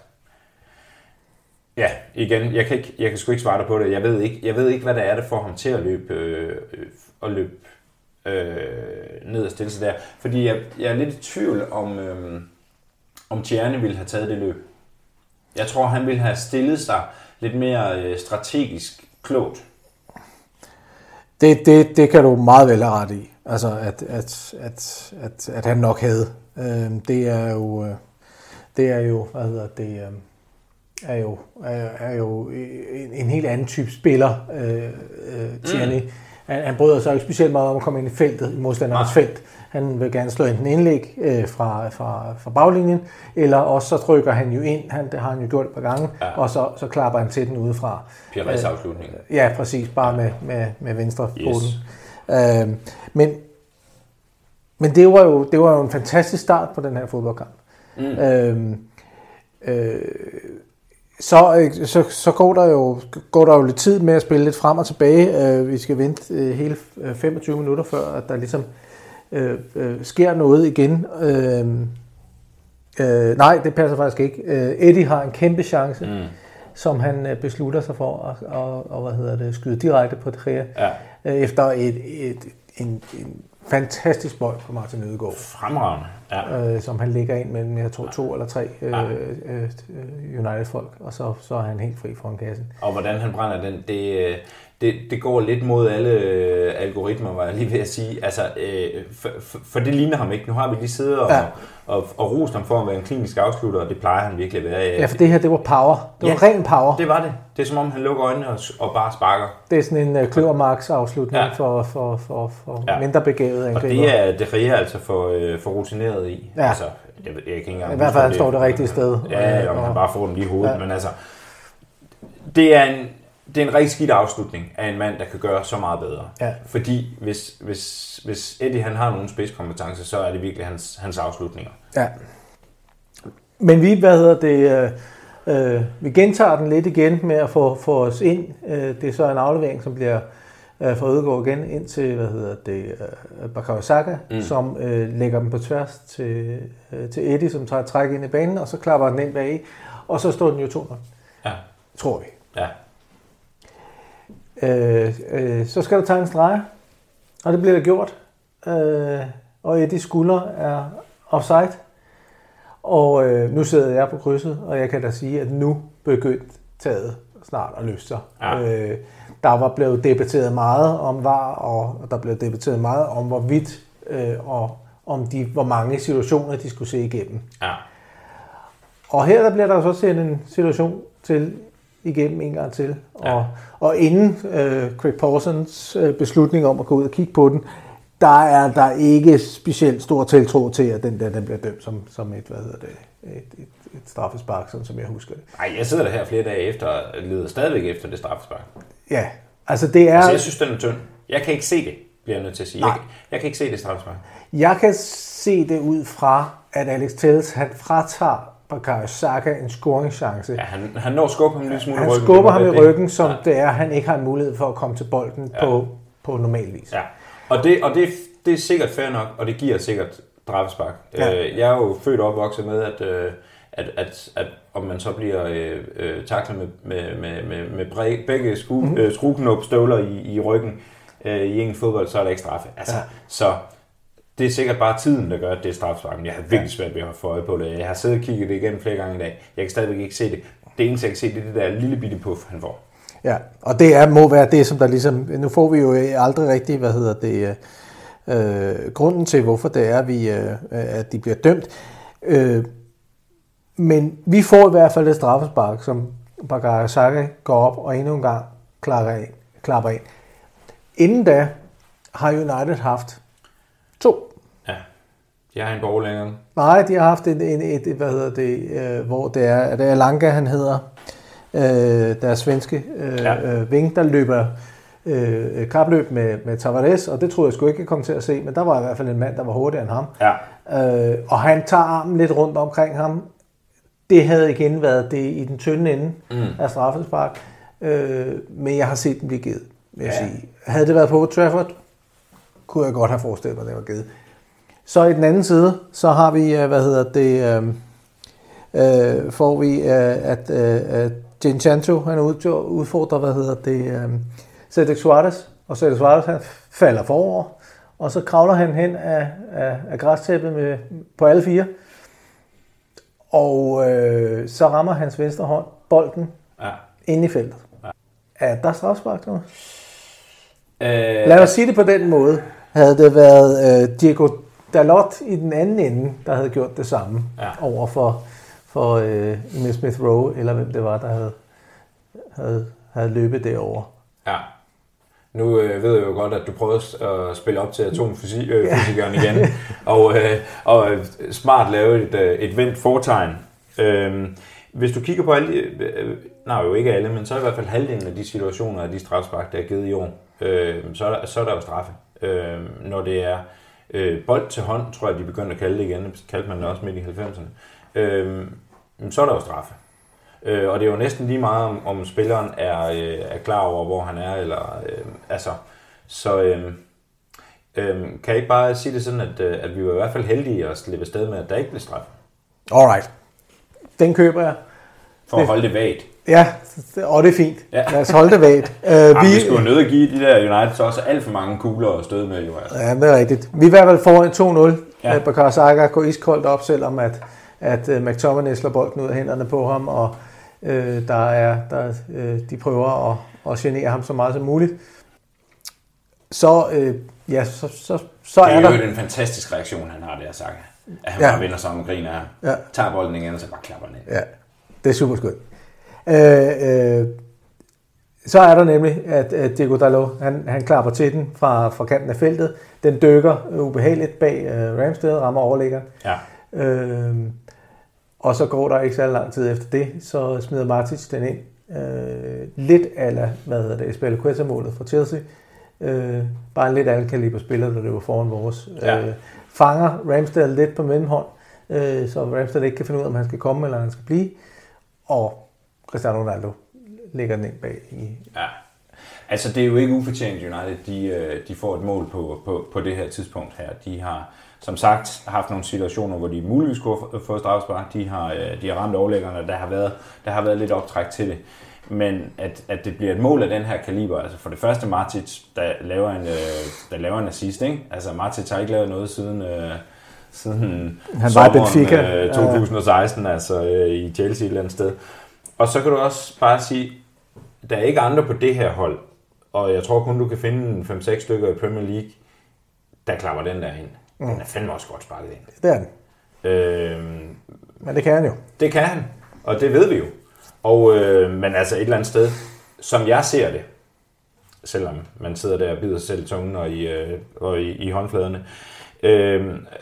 Ja, igen, jeg kan, ikke, jeg kan sgu ikke svare dig på det. Jeg ved ikke, jeg ved ikke hvad det er, der får ham til at løbe, øh, at løbe øh, ned og stille sig der. Fordi jeg, jeg er lidt i tvivl om, øh, om Tierney ville have taget det løb. Jeg tror, han ville have stillet sig lidt mere øh, strategisk klogt. Det, det, det kan du meget vel have ret i. Altså, at, at, at, at, at han nok havde. Øh, det er jo, det er jo, hvad hedder det, øh, er jo, er, er jo en, en helt anden type spiller, øh, øh, Tierney. Mm. Han, han bryder sig ikke specielt meget om at komme ind i feltet, i modstanderens ah. felt. Han vil gerne slå enten indlæg øh, fra, fra, fra baglinjen, eller også så trykker han jo ind, han, det har han jo gjort et par gange, ja. og så, så klapper han til den udefra. Pires afslutning. Øh, ja, præcis, bare med, med, med venstre yes. foden. Øh, men men det, var jo, det var jo en fantastisk start på den her fodboldkamp. Mm. Øh, øh, Så, så, så går, der jo, går der jo lidt tid med at spille lidt frem og tilbage. Vi skal vente hele femogtyve minutter, før at der ligesom øh, øh, sker noget igen. Øh, øh, nej, det passer faktisk ikke. Eddie har en kæmpe chance, mm. som han beslutter sig for at og, og, hvad hedder det, skyde direkte på De Gea. Ja. Efter et, et, en, en fantastisk bold på Martin Ødegaard. Fremragende. Ja. Øh, som han ligger ind mellem, jeg tror, to eller tre øh, ja. øh, United-folk, og så, så er han helt fri foran kassen. Og hvordan han brænder den, det, det, det går lidt mod alle algoritmer, var jeg lige ved at sige. Altså, øh, for, for, for det ligner ham ikke. Nu har vi lige siddet og, ja. og, og rost ham for at være en klinisk afslutter, og det plejer han virkelig at være. Ja, for det her, det var power. Det ja, var ren power. Det var det. Det er som om, han lukker øjnene og, og bare sparker. Det er sådan en uh, kløvermarks afslutning ja. for, for, for, for ja. mindre begavet angriber. Og det er De Gea altså for, øh, for rutineret i. Ja. Altså, jeg, jeg kan ikke engang i hvert fald, han står det rigtige sted. Ja, og man kan bare få den lige i hovedet. Ja. Men altså, det er en... Det er en rigtig skidt afslutning af en mand, der kan gøre så meget bedre. Ja. Fordi hvis, hvis, hvis Eddie han har nogle spidskompetencer, så er det virkelig hans, hans afslutninger. Ja. Men vi, hvad hedder det, øh, øh, vi gentager den lidt igen med at få, få os ind. Øh, det er så en aflevering, som bliver øh, fra Ødegaard igen ind til, hvad hedder det, øh, Bukayo Saka, mm. som øh, lægger den på tværs til, øh, til Eddie, som tager et træk ind i banen, og så klapper den ind bag, og så står den jo to nul. Ja. Tror vi. Ja. Øh, øh, så skal der tage en streg, og det bliver der gjort. Øh, og Eddies skulder er offside. Og øh, nu sidder jeg på krydset, og jeg kan da sige, at nu begyndte taget snart at løse sig. Ja. Øh, der var blevet debatteret meget om V A R, og der blev debatteret meget om hvorvidt, øh, og om de, hvor mange situationer de skulle se igennem. Ja. Og her der bliver der så set en situation til igennem en gang til. Ja. Og, og inden øh, Craig Pawsons øh, beslutning om at gå ud og kigge på den, der er der ikke specielt stor tiltro til, at den der den bliver dømt som, som et, hvad hedder det, et, et, et straffespark, sådan som jeg husker det. Nej, jeg sidder der her flere dage efter, og leder stadigvæk efter det straffespark. Ja, altså det er... Altså jeg synes, den er tynd. Jeg kan ikke se det, bliver jeg nødt til at sige. Jeg, jeg kan ikke se det straffespark. Jeg kan se det ud fra at Alex Telles, han fratager Bukayo Saka en scoringschance. Ja, han, han når skubber ham en lille smule han i ryggen. Han skubber ham i ryggen, som ja. det er, han ikke har en mulighed for at komme til bolden ja. på, på normal vis. Ja, og, det, og det, det er sikkert fair nok, og det giver sikkert straffespark. Ja. Øh, jeg er jo født og opvokset med, at, øh, at, at, at om man så bliver øh, øh, taklet med, med, med, med, med bræ, begge skru, mm-hmm. øh, skrueknopstøvler i, i ryggen øh, i engelsk fodbold, så er der ikke straffe. Altså, ja. Så det er sikkert bare tiden, der gør, at det er straffespark. Men jeg har virkelig svært ved at få øje på det. Jeg har siddet og kigget det igen flere gange i dag. Jeg kan stadigvæk ikke se det. Det eneste, jeg kan se, det er det der lille bitte puff, han får. Ja, og det er, må være det, som der ligesom... Nu får vi jo aldrig rigtig, hvad hedder det... Øh, grunden til, hvorfor det er, vi, øh, at de bliver dømt. Øh, men vi får i hvert fald et straffespark, som Bukayo Saka går op og endnu en gang klapper ind. Klapper ind. Inden da har United haft to. Ja, de har en borg længere. Nej, de har haft et, et, et hvad hedder det, øh, hvor det er, det er Lanka, han hedder, øh, der er svenske øh, ja. øh, ving, der løber øh, kapløb med, med Tavares, og det troede jeg sgu ikke komme til at se, men der var i hvert fald en mand, der var hurtigere end ham. Ja. Øh, og han tager armen lidt rundt omkring ham. Det havde igen været det i den tynde ende mm. af straffespark, øh, men jeg har set den blive givet, vil jeg ja. sige. Havde det været på Old Trafford, kunne jeg godt have forestillet mig, at det var givet. Så i den anden side, så har vi, hvad hedder det, øh, øh, får vi, øh, at øh, Gianchancho, han udfordrer, hvad hedder det, øh, Cedric Suarez, og Cedric Suarez, han falder forover, og så kravler han hen af, af, af græstæppet med, på alle fire, og øh, så rammer hans venstre hånd bolden ja. inde i feltet. Ja. Er der strafspark nu? Øh, Lad os sige det på den måde. Havde det været øh, Diego Dalot i den anden ende, der havde gjort det samme ja. over for, for øh, Smith Rowe, eller hvem det var, der havde, havde, havde løbet derovre. Ja. Nu øh, ved jeg jo godt, at du prøvede at spille op til atomfysikeren øh, igen, og, øh, og smart lave et, øh, et vendt fortegn. Øh, hvis du kigger på alle, øh, nej jo ikke alle, men så er i hvert fald halvdelen af de situationer af de strafspark, der er givet i år, øh, så, er der, så er der jo straffe. Øh, når det er øh, bold til hånd, tror jeg, de begyndte at kalde det igen, kaldte man det også midt i halvfemserne, øh, så er der jo straffe. Øh, og det er jo næsten lige meget, om, om spilleren er, øh, er klar over, hvor han er, eller øh, altså, så øh, øh, kan jeg ikke bare sige det sådan, at, øh, at vi var i hvert fald heldige at slippe afsted med, at der ikke blev straffe. Alright. Den køber jeg. For at holde det vagt. Ja, og det er fint. Ja. Lad os holde det vagt. Uh, Jamen, vi, vi skulle jo nødt at give de der United så også alt for mange kugler og støde med. Jo, altså. Ja, det er rigtigt. Vi er i hvert fald foran to nul. Ja. Bukayo Saka går iskoldt op, selvom at, at uh, McTominay slår bolden ud af hænderne på ham, og uh, der er, der, uh, de prøver at, at genere ham så meget som muligt. Så, uh, ja, så, så, så er, er der... Det er jo en fantastisk reaktion, han har der, Saka. At han ja. bare vinder sammen og griner af ham. Ja. Tager bolden igen, og så bare klapper den ind. Ja, det er super skønt. Øh, øh, så er der nemlig, at, at Diego Dalot, han, han klapper til den fra, fra kanten af feltet. Den dykker ubehageligt bag øh, Ramsdale, rammer overliggeren. Ja. Øh, og så går der ikke så lang tid efter det, så smider Matic den ind. Øh, lidt ala, hvad hedder det, Azpilicueta-målet fra Chelsea. Øh, bare en lidt alle kaliber spiller, der det var foran vores. Ja. Øh, fanger Ramsdale lidt på mellemhånd, øh, så Ramsdale ikke kan finde ud af, om han skal komme eller han skal blive. Og Cristiano Ronaldo ligger den ind bag i... Ja, altså det er jo ikke ufortjent United, de, de får et mål på, på, på det her tidspunkt her. De har som sagt haft nogle situationer, hvor de muligvis kunne få straffespark. De har, de har ramt overlæggerne, der har været, der har været lidt optræk til det. Men at, at det bliver et mål af den her kaliber, altså for det første Matic, der laver en, der laver en assist, ikke? Altså Matic har ikke lavet noget siden... siden han var i Benfica øh, to tusind og seksten, ja. Altså øh, i Chelsea et eller andet sted. Og så kan du også bare sige, der er ikke andre på det her hold, og jeg tror kun, du kan finde fem seks stykker i Premier League, der klapper den der ind. Mm. Den er fandme også godt sparket ind. Det er den. Øh, men det kan han jo. Det kan han, og det ved vi jo. Og, øh, men altså et eller andet sted, som jeg ser det, selvom man sidder der og bider sig selv i tungen og i, øh, og i, i håndfladerne, øh,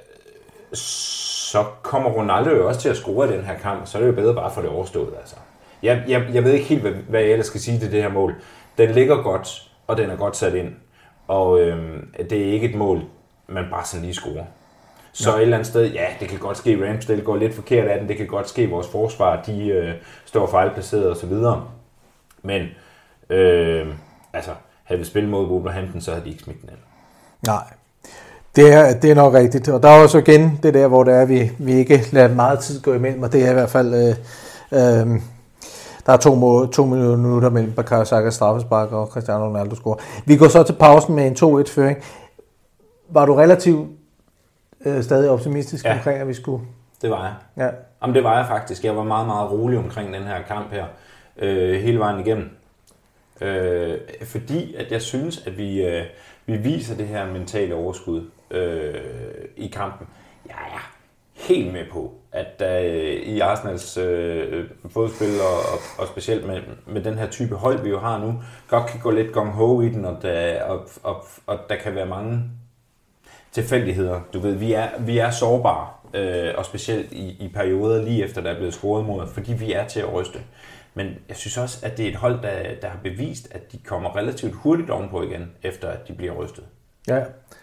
så kommer Ronaldo jo også til at score i den her kamp, så er det jo bedre bare for det overstået. Altså. Jeg, jeg, jeg ved ikke helt, hvad, hvad jeg ellers skal sige til det her mål. Den ligger godt, og den er godt sat ind. Og øhm, det er ikke et mål, man bare sådan lige scorer. Så ja. Et eller andet sted, ja, det kan godt ske, at Ramsdale går lidt forkert af den, det kan godt ske, at vores forsvar, de øh, står fejlplaceret og så videre. Men, øh, altså, havde vi spillet mod Wolverhampton, så havde de ikke smidt den anden. Nej. Det er, det er nok rigtigt, og der er også igen det der, hvor det er, vi, vi ikke lader meget tid gå imellem, og det er i hvert fald, øh, øh, der er to, må, to minutter mellem Bukayo Sakas straffespark og Cristiano Ronaldo scorer. Vi går så til pausen med en to et-føring. Var du relativt øh, stadig optimistisk ja. omkring, at vi skulle? Det var jeg. Ja. Jamen, det var jeg faktisk. Jeg var meget, meget rolig omkring den her kamp her, øh, hele vejen igennem. Øh, fordi at jeg synes, at vi, øh, vi viser det her mentale overskud øh, i kampen. Jeg er helt med på, at øh, i Arsenals øh, fodspil, og, og, og specielt med, med den her type hold, vi jo har nu, godt kan gå lidt gung-ho i den, og der, og, og, og der kan være mange tilfældigheder. Du ved, vi er, vi er sårbare, øh, og specielt i, i perioder lige efter, der er blevet scoret mod, fordi vi er til at ryste. Men jeg synes også, at det er et hold, der, der har bevist, at de kommer relativt hurtigt ovenpå igen, efter at de bliver rystet. Ja,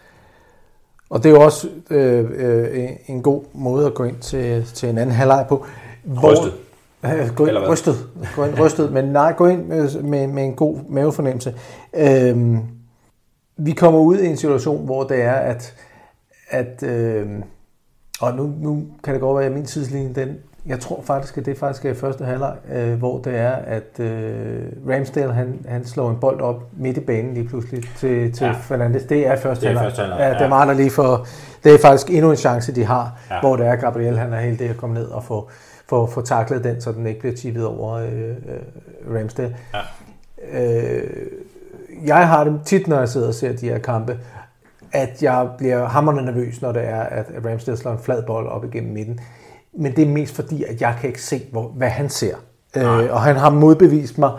og det er jo også øh, øh, en god måde at gå ind til, til en anden halvleg på. Hvor, rystet. Øh, gå ind, rystet. Gå ind rystet, men nej, gå ind med, med, med en god mavefornemmelse. Øh, vi kommer ud i en situation, hvor det er, at, at øh, og nu, nu kan det godt være, at min tidslinje, den, jeg tror faktisk, at det faktisk er i første halvleg, øh, hvor det er, at øh, Ramsdale, han, han slår en bold op midt i banen lige pludselig til, til ja. Fernandes. Det er første halvleg. Ja, det er meget der lige for, det er faktisk endnu en chance, de har, ja. Hvor det er, Gabriel, han er heldig at komme ned og få, få, få taklet den, så den ikke bliver tippet over øh, øh, Ramsdale. Ja. Øh, jeg har det tit, når jeg sidder og ser de her kampe, at jeg bliver hamrende nervøs, når det er, at Ramsdale slår en flad bold op igennem midten. Men det er mest fordi, at jeg kan ikke se, hvor, hvad han ser. Øh, og han har modbevist mig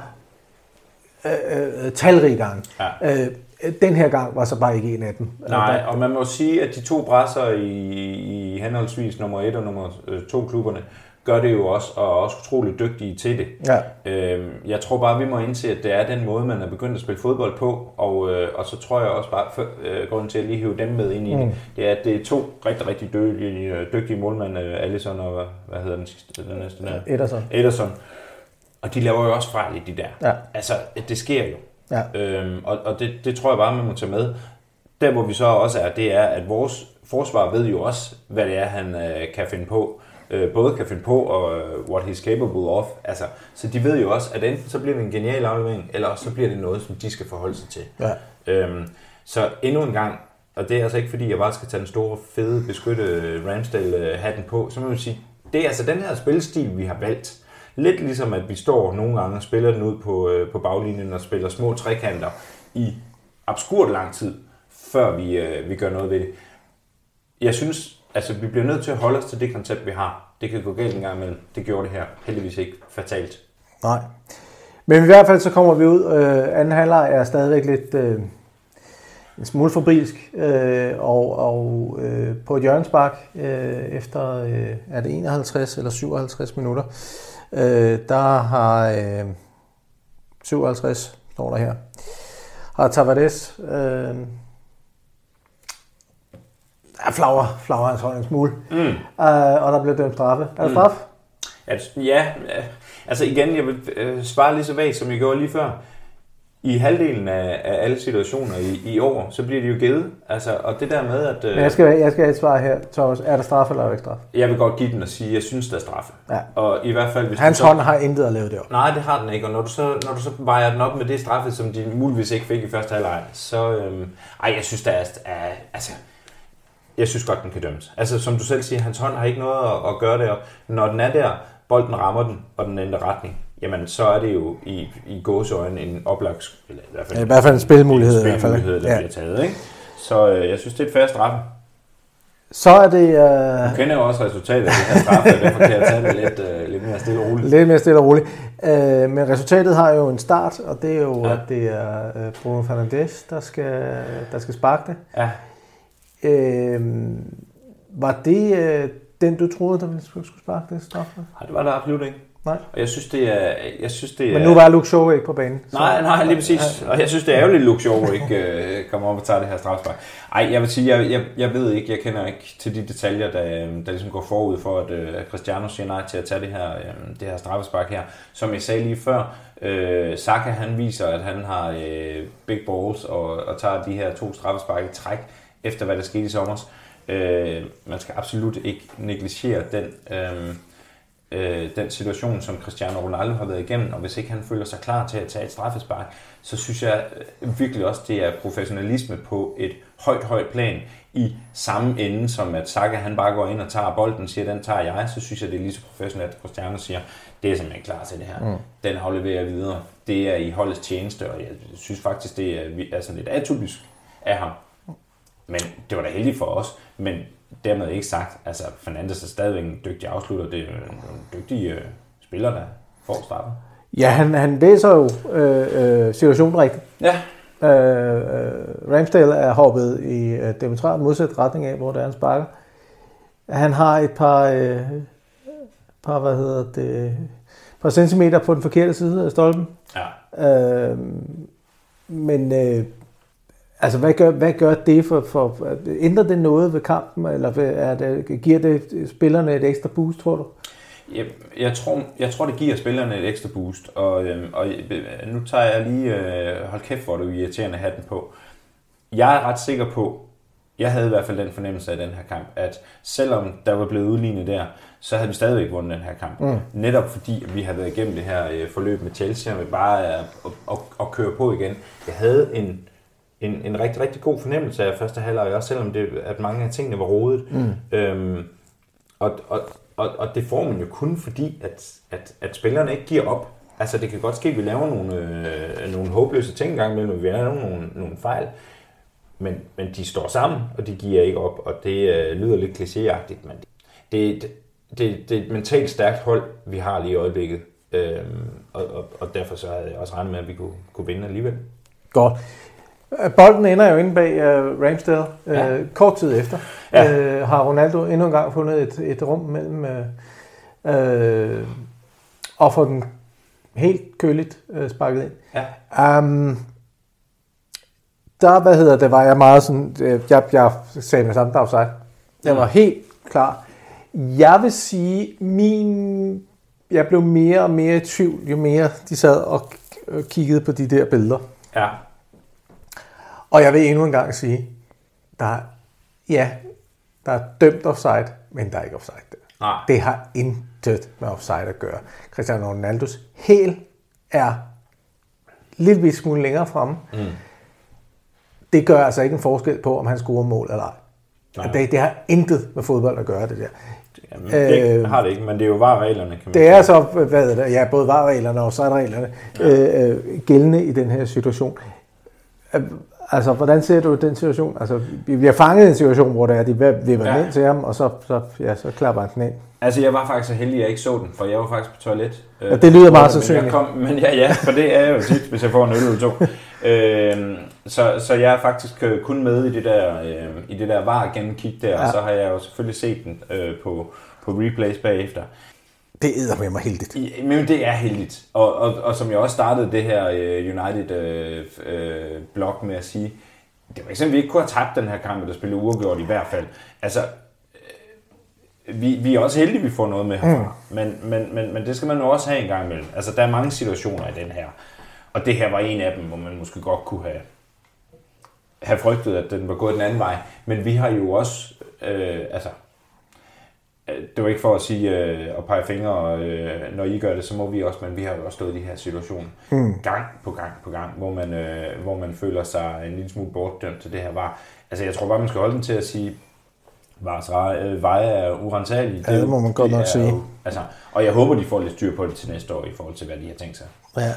øh, øh, talrige gange. Ja. Øh, den her gang var så bare ikke en af dem. Nej, og man må sige, at de to brasser i, i henholdsvis nummer et og nummer to klubberne, gør det jo også, og er også utroligt dygtige til det. Ja. Øh, jeg tror bare, vi må indse, at det er den måde, man er begyndt at spille fodbold på, og, øh, og så tror jeg også bare, for, øh, grunden til at lige hive dem med ind i mm. det, det er, at det er to rigtig, rigtig dygtige, dygtige målmænd, øh, Alisson og, hvad, hvad hedder den sidste, den næste der? Ederson. Ederson. Og de laver jo også fejl i de der. Ja. Altså, det sker jo. Ja. Øhm, og og det, det tror jeg bare, man må tage med. Der, hvor vi så også er, det er, at vores forsvar ved jo også, hvad det er, han øh, kan finde på. Øh, både kan finde på, og uh, what he's capable of. Altså, så de ved jo også, at enten så bliver det en genial aflevering, eller også så bliver det noget, som de skal forholde sig til. Ja. Øhm, så endnu en gang, og det er altså ikke fordi, jeg bare skal tage den store, fede, beskytte Ramsdale-hatten på, så må man sige, det er altså den her spilstil, vi har valgt. Lidt ligesom, at vi står nogle gange og spiller den ud på, øh, på baglinjen og spiller små trekanter i absurd lang tid, før vi, øh, vi gør noget ved det. Jeg synes, altså vi bliver nødt til at holde os til det koncept, vi har. Det kan gå galt en gang imellem. Det gjorde det her heldigvis ikke fatalt. Nej. Men i hvert fald så kommer vi ud. Øh, anden halvleg er stadigvæk lidt øh, en smule fabrilsk. Øh, og og øh, på et hjørnespark øh, efter øh, er det enoghalvtreds eller syvoghalvtreds minutter, øh, der har øh, syvoghalvtreds, står der her, har Tavares øh, Ja, flagrer, flagrer hans hånd en smule. Mm. Uh, og der bliver dømt straffe. Er der straf? Mm. Ja, altså igen, jeg vil øh, svare lige så vagt, som jeg gjorde lige før. I halvdelen af, af alle situationer i, i år, så bliver de jo givet. Altså, og det der med, at... Øh, Men jeg skal, jeg skal have et svar her, Thomas. Er der straffe, eller er der ikke straffe? Jeg vil godt give den og sige, at jeg synes, der er straffe. Ja. Og i hvert fald, hvis hans så, hånd har intet at lave det op. Nej, det har den ikke. Og når du så, når du så vejer den op med det straffe, som de muligvis ikke fik i første halvleg, så... Øh, ej, jeg synes, der er... er altså, jeg synes godt, den kan dømmes. Altså, som du selv siger, hans hånd har ikke noget at, at gøre der. Når den er der, bolden rammer den, og den ændrer retning, jamen, så er det jo i, i gåseøjne en oplagt... Eller i hvert fald, ja, i hvert fald en spilmulighed. En spilmulighed, der ja. bliver taget, ikke? Så øh, jeg synes, det er et fair straffe. Så er det... Øh... Du kender jo også resultatet af det her straffe, og derfor kan jeg tage det lidt, øh, lidt mere stille og roligt. Lidt mere stille og roligt. Øh, men resultatet har jo en start, og det er jo, ja. at det er øh, Bruno Fernandes, der skal, der skal sparke det. Ja. Øh, var det øh, den, du troede, der ville skulle sparke det straffe? Nej, det var der absolut ikke. Nej. Og jeg synes, det er... Jeg synes, det er Men nu var Luke Shaw ikke på banen. Så... Nej, nej, lige præcis. Og jeg synes, det er ærgerligt, at Luke Shaw ikke øh, kommer op og tager det her straffespark. Ej, jeg vil sige, jeg, jeg, jeg ved ikke, jeg kender ikke til de detaljer, der, der ligesom går forud for, at øh, Cristiano siger nej til at tage det her, øh, det her straffespark her. Som jeg sagde lige før, øh, Saka han viser, at han har øh, big balls og, og tager de her to straffespark i træk, efter hvad der skete i sommer. Øh, man skal absolut ikke negligere den... Øh, den situation, som Cristiano Ronaldo har været igennem, og hvis ikke han føler sig klar til at tage et straffespark, så synes jeg virkelig også, det er professionalisme på et højt, højt plan i samme ende, som at Saka han bare går ind og tager bolden, siger, den tager jeg, så synes jeg, det er lige så professionelt, at Cristiano siger, det er simpelthen klar til det her. Mm. Den afleverer jeg videre. Det er i holdets tjeneste, og jeg synes faktisk, det er, er sådan lidt atypisk af ham. Men det var da heldigt for os, men dermed ikke sagt, altså Fernandes er stadigvæk en dygtig afslutter, det er en dygtig øh, spiller, der får starten. Ja, han, han læser jo øh, øh, situationen rigtigt. Ja. Øh, øh, Ramsdale er hoppet i øh, demonstreret modsat retning af, hvor der er en sparker. Han har et par, øh, par hvad hedder det, par centimeter på den forkerte side af stolpen. Ja. Øh, men øh, altså, hvad gør, hvad gør det for, for... Ændrer det noget ved kampen, eller er det, giver det spillerne et ekstra boost, tror du? Jeg, jeg, tror, jeg tror, det giver spillerne et ekstra boost, og, øhm, og nu tager jeg lige... Øh, hold kæft, hvor du irriterende hatten på. Jeg er ret sikker på, jeg havde i hvert fald den fornemmelse af den her kamp, at selvom der var blevet udlignet der, så havde vi stadigvæk vundet den her kamp. Mm. Netop fordi vi havde været igennem det her øh, forløb med Chelsea, og vi bare at, at, at, at køre på igen. Jeg havde en... En, en rigtig, rigtig god fornemmelse af første halvleg, også selvom det, at mange af tingene var rodet. Mm. Øhm, og, og, og, og det får man jo kun fordi, at, at, at spillerne ikke giver op. Altså det kan godt ske, at vi laver nogle, øh, nogle håbløse ting engang imellem, vi laver nogle, nogle fejl. Men, men de står sammen, og de giver ikke op, og det øh, lyder lidt klichéagtigt, men det, det, det, det er et mentalt stærkt hold, vi har lige i øjeblikket. Øhm, og, og, og derfor så havde jeg også regnet med, at vi kunne, kunne vinde alligevel. Godt. Bolden ender jo inde bag uh, Ramsdale uh, ja. Kort tid efter. Ja. Uh, har Ronaldo endnu en gang fundet et, et rum mellem uh, uh, og får den helt køligt uh, sparket ind. Ja. Um, der, hvad hedder det, var jeg meget sådan, uh, jeg, jeg sagde med samme dag offside. Jeg var helt klar. Jeg vil sige, min, jeg blev mere og mere i tvivl, jo mere de sad og kiggede på de der billeder. Ja. Og jeg vil endnu en gang sige, der er, ja, der er dømt offside, men der er ikke offside der. Nej. Det har intet med offside at gøre. Cristiano Ronaldos hæl er lidt smule længere fremme. Mm. Det gør altså ikke en forskel på, om han scorer mål eller ej. Det, det har intet med fodbold at gøre, det der. Jamen, det øh, har det ikke, men det er jo varereglerne, kan man det er så, hvad er det, ja, både varereglerne og offside-reglerne ja. øh, gældende i den her situation. Altså, hvordan ser du den situation? Altså, vi har fanget en situation, hvor der er, de vipper ja. ind til ham, og så, så, ja, så klapper han den ind. Altså, jeg var faktisk så heldig, at jeg ikke så den, for jeg var faktisk på toilet. Ja, det lyder meget sandsynligt. Men, men ja, ja, for det er jo tit, hvis jeg får en øl eller to. øh, så, så jeg er faktisk kun med i det der, øh, i det der var gennemkig der, ja. Og så har jeg jo selvfølgelig set den øh, på, på replays bagefter. Det æder med mig heldigt. Men det er heldigt. Og, og, og som jeg også startede det her United-blog øh, øh, med at sige, det var ikke sådan, at vi ikke kunne have tabt den her kamp, eller spille uafgjort i hvert fald. Altså, øh, vi, vi er også heldige, at vi får noget med herfra. Mm. Men, men, men, men det skal man jo også have en gang imellem. Altså, der er mange situationer i den her. Og det her var en af dem, hvor man måske godt kunne have, have frygtet, at den var gået den anden vej. Men vi har jo også, øh, altså, det var ikke for at sige øh, og pege fingre, øh, når I gør det, så må vi også, men vi har jo også stået i de her situationer mm. gang på gang på gang, hvor man, øh, hvor man føler sig en lille smule bortdømt til det her var. Altså jeg tror bare, man skal holde den til at sige, Vars øh, veje er urensagelige. Ja, det må man godt nok sige. Jo, altså, og jeg håber, de får lidt styr på det til næste år, i forhold til, hvad de har tænkt sig. Ja.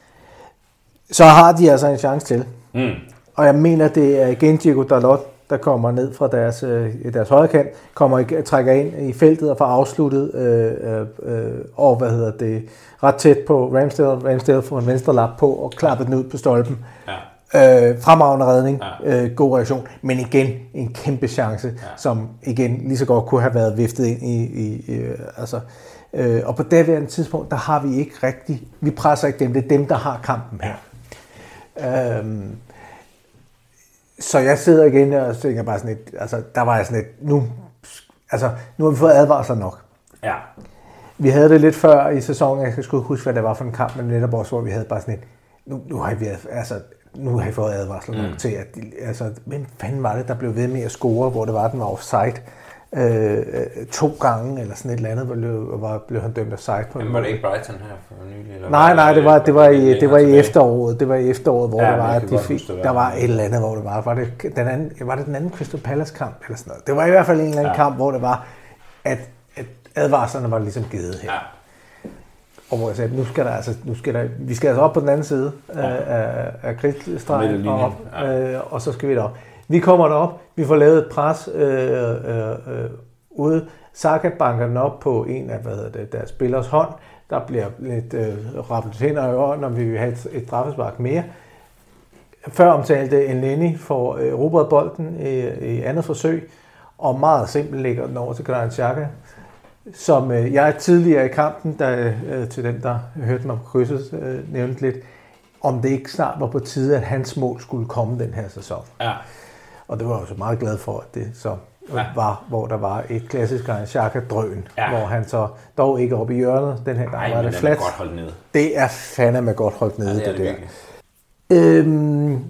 Så har de altså en chance til. Mm. Og jeg mener, det er igen Diego Dalot, der kommer ned fra deres, øh, deres højre kant, kommer trækker ind i feltet og får afsluttet øh, øh, og hvad hedder det, ret tæt på Ramsdale. Ramsdale får en venstre lap på og klapper den ud på stolpen. Ja. Øh, fremragende redning, ja. øh, god reaktion, men igen en kæmpe chance, ja. Som igen lige så godt kunne have været viftet ind i, i, i altså Øh, og på daværende tidspunkt, der har vi ikke rigtig, vi presser ikke dem, det er dem, der har kampen her. Øhm, så jeg sidder igen og tænker bare sådan et, altså der var jeg sådan et, nu, altså, nu har vi fået advarsler nok. Ja. Vi havde det lidt før i sæsonen, jeg skal sgu huske, hvad det var for en kamp, men netop også, hvor vi havde bare sådan et, nu, nu har vi, altså, nu har vi fået advarsler nok mm. til, at, altså, hvem fanden var det, der blev ved med at score, hvor det var, den var offside. Øh, to gange, eller sådan et eller andet, hvor blev, var, blev han dømt offside på. Jamen, var det ikke Brighton her for nylig? Eller nej, nej, det var, det var, i, det var i efteråret, det var i efteråret, hvor ja, det var, at de fik, huske, der var et eller andet, hvor det var, var det den anden, var det den anden Crystal Palace kamp, eller sådan noget. Det var i hvert fald en eller anden ja. kamp, hvor det var, at, at advarslerne var ligesom givet her. Ja. Og hvor jeg sagde, nu skal der altså, nu skal der, vi skal altså op på den anden side ja. af, af kridtstregen, og, op, ja. øh, og så skal vi derop. Vi kommer derop, vi får lavet et pres øh, øh, øh, ude. Saka banker den op på en af hvad hedder det, deres spillers hånd. Der bliver lidt øh, rappelt hen og ører, når vi vil have et, et straffespark mere. Før omtalte Elneny får øh, Robert bolden i, i andet forsøg, og meget simpelt lægger den over til Granit Xhaka, som øh, jeg tidligere i kampen, der, øh, til den, der hørte mig på krydset, øh, nævnte lidt, om det ikke snart var på tide, at hans mål skulle komme den her sæson. Ja. Og det var jeg også meget glad for, at det så ja. var, hvor der var et klassisk Granit Xhaka-drøn, ja. hvor han så dog ikke oppe i hjørnet. Den her gang Ej, var det flat. Godt holdt nede. Det er fandeme godt holdt nede, ja, det, det, det der. Øhm,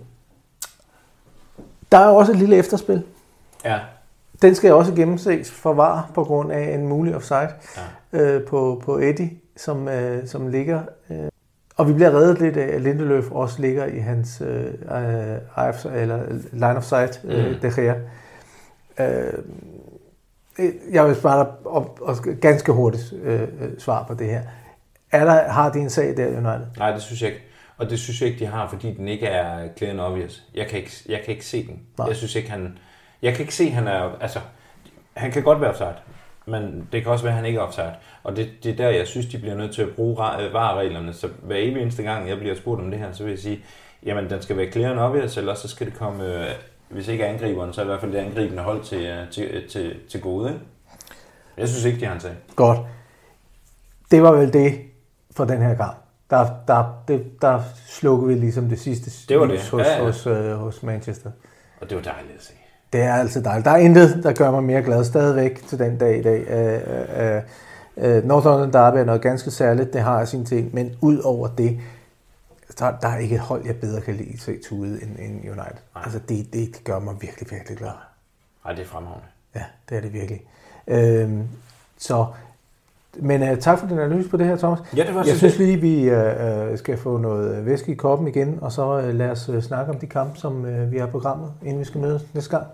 der er også et lille efterspil. Ja. Den skal også gennemses for V A R på grund af en mulig offside ja. øh, på, på Eddie, som, øh, som ligger... Øh, og vi bliver reddet lidt af, at Lindeløf også ligger i hans øh, øh, eller line of sight, øh, mm. De Gea. Øh, jeg vil bare op, og ganske hurtigt øh, svar på det her. Er der, har de en sag der, United? Nej, det synes jeg ikke. Og det synes jeg ikke, de har, fordi den ikke er clear and obvious. Jeg kan ikke, jeg kan ikke se den. Nej. Jeg synes ikke, han... Jeg kan ikke se, han er... Altså, han kan godt være offside, men det kan også være, at han ikke er offside. Og det, det er der, jeg synes, de bliver nødt til at bruge V A R-reglerne. Så hver evig eneste gang, jeg bliver spurgt om det her, så vil jeg sige, jamen, den skal være clear and obvious, eller så skal det komme... Øh, hvis ikke angriberen, så er i hvert fald det angribende hold til, til, til, til gode. Ikke? Jeg synes ikke, de har en sag. Godt. Det var vel det for den her gang. Der, der, det, der slukkede vi ligesom det sidste det var det. Hos, ja, ja. Hos, øh, hos Manchester. Og det var dejligt at se. Det er altid dejligt. Der er intet, der gør mig mere glad stadigvæk til den dag i dag. Uh, uh, uh, North Derby er noget ganske særligt, det har sin ting, men ud over det, der, der er ikke et hold, jeg bedre kan lide se ude end, end United. Nej. Altså det, det, det gør mig virkelig, virkelig glad. Nej, det er fremragende. Ja, det er det virkelig. Uh, så, men uh, tak for din analyse på det her, Thomas. Ja, det var jeg synes lige, vi uh, skal få noget væske i koppen igen, og så uh, lad os uh, snakke om de kampe, som uh, vi har programmet, inden vi skal mødes næste gang.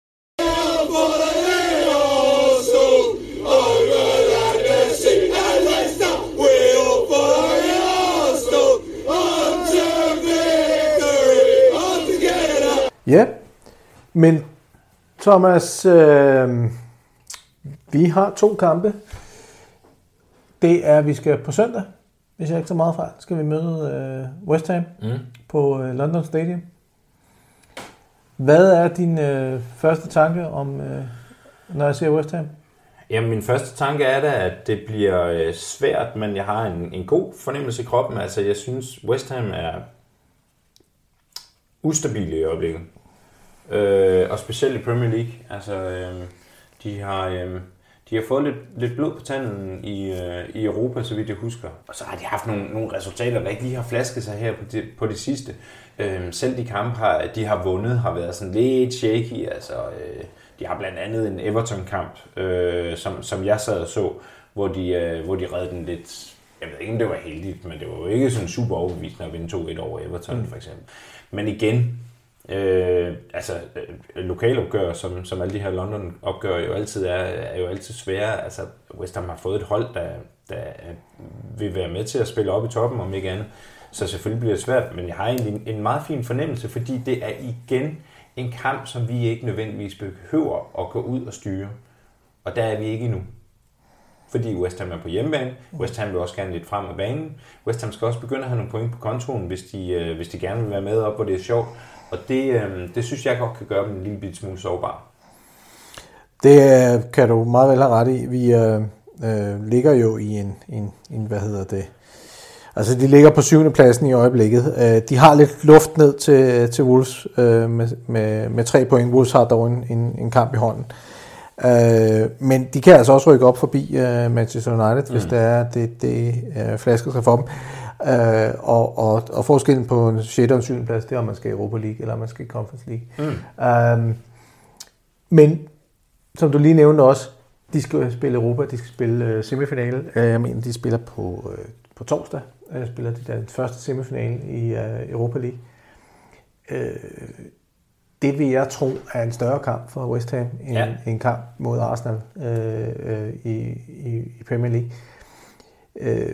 Ja, men Thomas, øh, vi har to kampe. Det er, vi skal på søndag, hvis jeg ikke så meget fejl, skal vi møde øh, West Ham mm. på øh, London Stadium. Hvad er din øh, første tanke om, øh, når jeg ser West Ham? Jamen, min første tanke er da, at det bliver øh, svært, men jeg har en, en god fornemmelse i kroppen. Altså, jeg synes, West Ham er ustabile i øjeblikket. Øh, og specielt i Premier League. Altså, øh, de har... Øh, De har fået lidt, lidt blod på tanden i, øh, i Europa, så vidt jeg husker. Og så har de haft nogle, nogle resultater, der ikke lige har flasket sig her på det, på det sidste. Øh, selv de kampe, har, de har vundet, har været sådan lidt shaky. Altså, øh, de har blandt andet en Everton-kamp, øh, som, som jeg sad og så, hvor de, øh, hvor de redde den lidt... Jeg ved ikke, om det var heldigt, men det var jo ikke sådan super overbevisende at vinde to et over Everton, mm. for eksempel. Men igen... Øh, altså øh, lokalopgør, som, som alle de her London-opgør jo altid er, er jo altid svære. Altså West Ham har fået et hold, der, der vil være med til at spille op i toppen, om ikke andet. Så selvfølgelig bliver det svært, men jeg har egentlig en, en meget fin fornemmelse, fordi det er igen en kamp, som vi ikke nødvendigvis behøver at gå ud og styre. Og der er vi ikke endnu. Fordi West Ham er på hjemmebane. West Ham vil også gerne lidt frem af banen. West Ham skal også begynde at have nogle point på kontoen, hvis de, øh, hvis de gerne vil være med op, hvor det er sjovt. Og det, øh, det synes jeg godt kan gøre dem en lille bit smule sårbar. Det kan du meget vel have ret i. Vi, øh, øh, ligger jo i en, en, en, hvad hedder det, altså de ligger på syvende pladsen i øjeblikket. Øh, de har lidt luft ned til, til Wolves øh, med, med, med tre point. Wolves har dog en, en, en kamp i hånden. Øh, men de kan altså også rykke op forbi øh, Manchester United, mm. hvis det er, det, det øh, flasker sig for dem. Øh, og, og, og forskellen på en sjette og syvende plads, det er, om man skal i Europa League, eller om man skal i Conference League. Mm. Øh, men, som du lige nævnte også, de skal spille Europa, de skal spille øh, semifinale. Øh, jeg mener, de spiller på, øh, på torsdag, øh, spiller de der første semifinale i øh, Europa League. Øh, Det vil jeg tro er en større kamp for West Ham end ja. en kamp mod Arsenal øh, øh, i, i, i Premier League. Øh,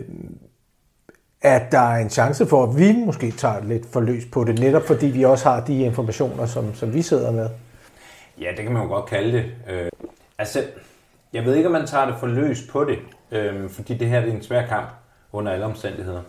at der er en chance for, at vi måske tager lidt for løs på det, netop fordi vi også har de informationer, som, som vi sidder med. Ja, det kan man jo godt kalde det. Øh, altså, jeg ved ikke, om man tager det for løs på det, øh, fordi det her det er en svær kamp under alle omstændigheder.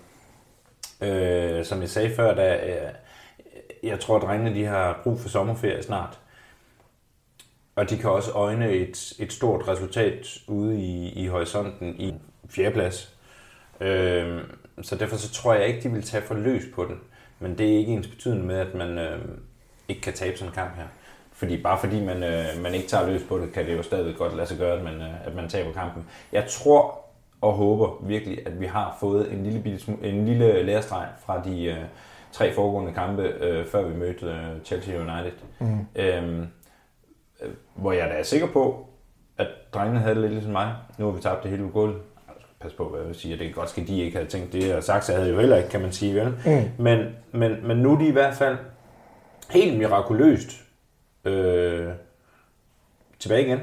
Øh, som jeg sagde før, da... Øh, Jeg tror, at drengene de har brug for sommerferie snart. Og de kan også øjne et, et stort resultat ude i, i horisonten i fjerdeplads. Øhm, så derfor så tror jeg ikke, de vil tage for løs på den. Men det er ikke ens betydende med, at man øh, ikke kan tabe sådan en kamp her. Fordi bare fordi man, øh, man ikke tager løs på det, kan det jo stadig godt lade sig gøre, at man, øh, at man taber kampen. Jeg tror og håber virkelig, at vi har fået en lille, en lille lærestreg fra de... Øh, tre foregående kampe, øh, før vi mødte øh, Chelsea United. Mm. Øhm, øh, hvor jeg da er sikker på, at drengene havde det lidt ligesom mig. Nu har vi tabt det hele på gulvet. Pas på, hvad jeg vil sige. Det kan godt ske, at de ikke havde tænkt det, og Saxa havde jo heller ikke, kan man sige. Vel? Mm. Men, men, men nu er de i hvert fald helt mirakuløst øh, tilbage igen.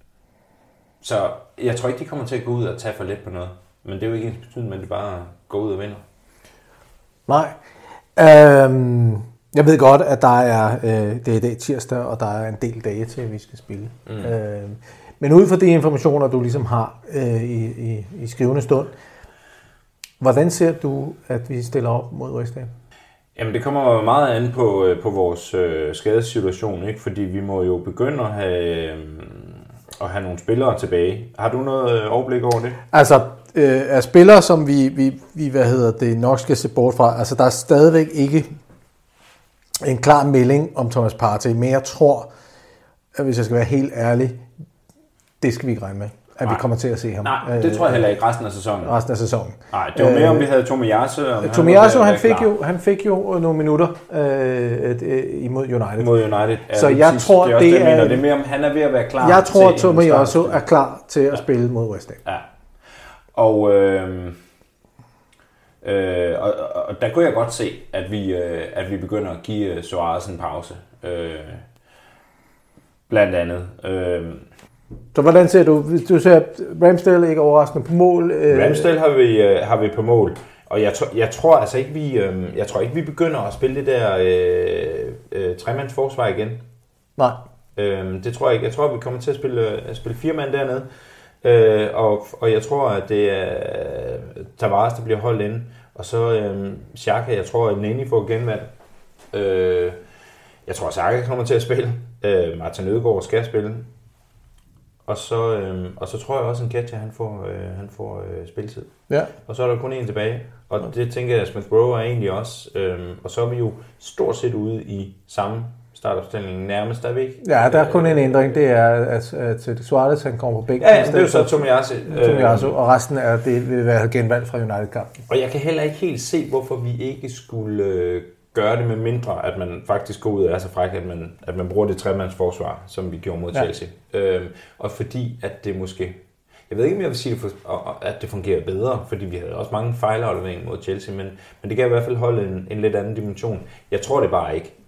Så jeg tror ikke, de kommer til at gå ud og tage for let på noget. Men det er jo ikke ens betydning, men det bare går ud og vinder. Nej. Øhm, jeg ved godt, at der er, øh, det er i dag tirsdag, og der er en del dage til, at vi skal spille. Mm. Øhm, men ud fra de informationer, du ligesom har øh, i, i, i skrivende stund, hvordan ser du, at vi stiller op mod West Ham? Jamen, det kommer meget an på, på vores øh, skadessituation, ikke? Fordi vi må jo begynde at have, øh, at have nogle spillere tilbage. Har du noget overblik over det? Altså, øh, er spillere, som vi, vi, vi hvad hedder det, nok skal se bort fra. Altså, der er stadigvæk ikke en klar melding om Thomas Partey, men jeg tror, at hvis jeg skal være helt ærlig, det skal vi ikke regne med, at Nej. vi kommer til at se ham. Nej, det tror jeg heller ikke resten af sæsonen. Resten af sæsonen. Nej, det var mere, om vi havde Tomiyasu. Tomiyasu, han, han, fik jo, han fik jo nogle minutter øh, imod United. Mod United. Ja, så jeg sidst. tror, det er, det det, er... det er mere, om han er ved at være klar. Jeg tror, at Tomiyasu er klar til at ja. spille mod West Ham. Ja. Og, øh, øh, og, og der kunne jeg godt se, at vi, øh, at vi begynder at give Suarez en pause. Øh, blandt andet. Øh, Så hvordan ser du, hvis du ser Ramsdale ikke overraskende på mål? Øh... Ramsdale har vi, øh, har vi på mål, og jeg, tr- jeg tror altså ikke vi, øh, jeg tror ikke vi begynder at spille det der øh, øh, tremands forsvar igen. Nej. Øh, det tror jeg ikke. Jeg tror vi kommer til at spille, at spille fire mand dernede, øh, og, og jeg tror at det er Tavares der bliver holdt inde, og så øh, Xhaka, jeg tror at Neni får genvalg. Øh, jeg tror at Xhaka kommer til at spille. Øh, Martin Ødegaard skal spille. Og så, øhm, og så tror jeg også, at Nketiah, han får, øh, han får øh, spilletid. Ja. Og så er der kun en tilbage. Og ja. det tænker jeg, at Smith Rowe er egentlig også. Øhm, og så er vi jo stort set ude i samme startopstilling nærmest stadigvæk. Ja, der er kun en ændring. Det er, at, at Suarez han kommer på bænken. Ja, ja, det er jo så Tomiyasu. Tomiyasu, og resten af det vil være genvalgt fra United-kampen. Og jeg kan heller ikke helt se, hvorfor vi ikke skulle... Øh, gøre det med mindre, at man faktisk går ud og er så fræk, at man, at man bruger det tremands forsvar, som vi gjorde mod Chelsea. Ja. Øhm, og fordi, at det måske... Jeg ved ikke, om jeg vil sige, at det fungerer bedre, fordi vi havde også mange fejlafleveringer mod Chelsea, men, men det kan i hvert fald holde en, en lidt anden dimension. Jeg tror det bare ikke.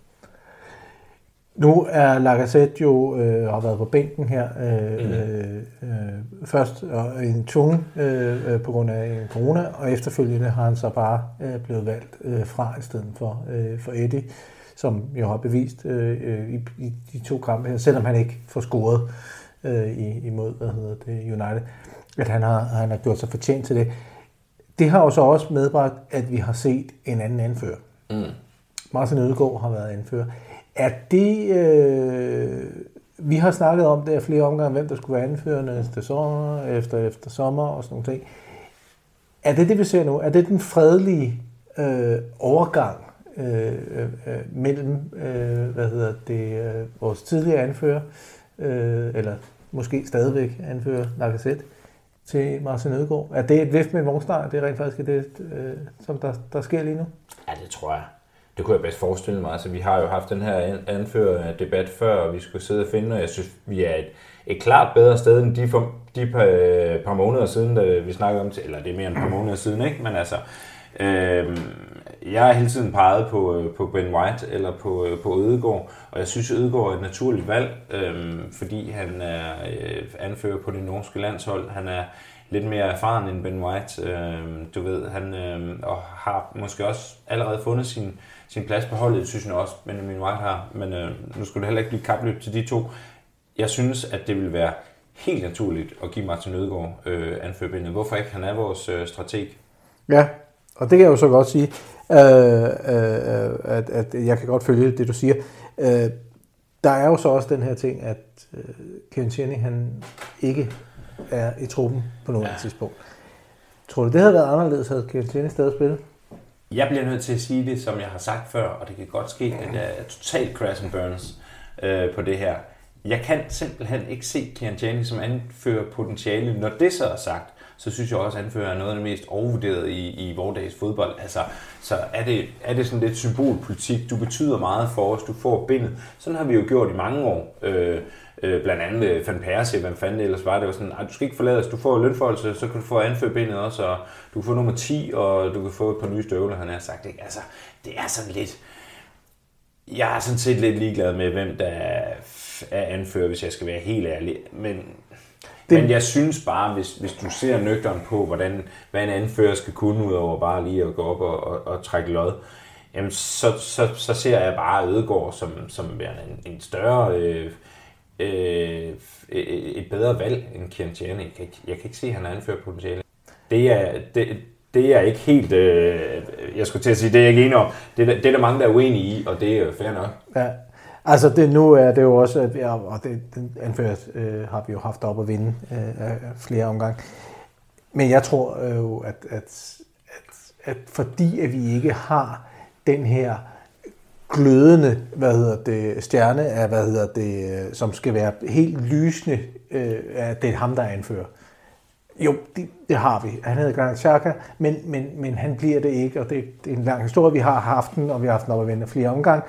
Nu er Lacazette jo øh, har været på bænken her øh, mm. øh, først og en tunge øh, på grund af en corona, og efterfølgende har han så bare øh, blevet valgt øh, fra i stedet for, øh, for Eddie, som jo har bevist øh, i, i de to kampe her, selvom han ikke får scoret øh, imod hvad hedder det, United, at han har, han har gjort sig fortjent til det. Det har jo så også medbragt, at vi har set en anden anfører. Mm. Martin Ødegaard har været anfører. Er det, øh, vi har snakket om det af flere omgange, hvem der skulle være anførende efter sommer, efter, efter sommer og sådan noget. Er det det, vi ser nu? Er det den fredelige øh, overgang øh, øh, mellem øh, hvad hedder det, øh, vores tidligere anfører, øh, eller måske stadigvæk anfører Lacazette, til Martin Ødegaard? Er det et vift med en vognstang? Det er rent faktisk det, øh, som der, der sker lige nu? Ja, det tror jeg. Det kunne jeg bedst forestille mig. Altså, vi har jo haft den her anførerdebat før, og vi skulle sidde og finde, og jeg synes, vi er et, et klart bedre sted end de, for, de par, par måneder siden, da vi snakkede om, eller det er mere end et par måneder siden, ikke? Men altså, øh, jeg har hele tiden peget på, på Ben White eller på, på Ødegaard, og jeg synes, at Ødegaard er et naturligt valg, øh, fordi han er øh, anfører på det norske landshold. Han er lidt mere erfaren end Ben White, øh, du ved, han øh, og har måske også allerede fundet sin, sin plads på holdet, synes jeg også, Benjamin White har, men øh, nu skulle det heller ikke blive kapløb til de to. Jeg synes, at det vil være helt naturligt at give Martin Ødegaard øh, anførerbindet. Hvorfor ikke? Han er vores øh, strateg. Ja, og det kan jeg jo så godt sige, øh, øh, at, at jeg kan godt følge det, du siger. Øh, der er jo så også den her ting, at øh, Kevin Tierney, han ikke er i truppen på noget ja. tidspunkt. Tror du, det havde været anderledes, havde Kevin Tierney stadig spillet? Jeg bliver nødt til at sige det, som jeg har sagt før, og det kan godt ske, at jeg er totalt crash and burns øh, på det her. Jeg kan simpelthen ikke se Kevin Tierney som anfører potentiale. Når det så er sagt, så synes jeg også, at anfører er noget af det mest overvurderet i, i vordags fodbold. Altså, så er det, er det sådan lidt symbolpolitik. Du betyder meget for os, du får bindet. Sådan har vi jo gjort i mange år. Øh, øh, blandt andet Van Persie, hvem fanden det ellers var. Det var sådan, du skal ikke forlade os, du får lønforholdelse, så kan du få anførerbindet også, og du kan få nummer ti, og du kan få et par nye støvler, han har sagt. Ikke? Altså, det er sådan lidt... Jeg er sådan set lidt ligeglad med, hvem der er anfører, hvis jeg skal være helt ærlig. Men, det... men jeg synes bare, hvis, hvis du ser nøgteren på, hvordan, hvad en anfører skal kunne, ud over bare lige at gå op og, og, og trække lod, jamen så, så, så ser jeg bare Ødegaard som, som en, en større, øh, øh, et bedre valg end Kieran Tierney. Jeg kan ikke, jeg kan ikke se, at han er anførerpotentiale. Det er... Det, Det er ikke helt, øh, jeg skulle til at sige, det er jeg ikke enig om. Det er, det er der mange, der er uenige i, og det er fair nok. Ja, altså det, nu er det jo også, at, ja, og det, den anført øh, har vi jo haft op at vinde øh, flere omgange. Men jeg tror jo, øh, at, at, at, at fordi at vi ikke har den her glødende, hvad hedder det, stjerne af, hvad hedder det, som skal være helt lysende, øh, at det er ham, der anfører. Jo, det, det har vi. Han hedder Granit Xhaka, men, men, men han bliver det ikke, og det, det er en lang historie. Vi har haft den, og vi har haft den op at vende flere omgange.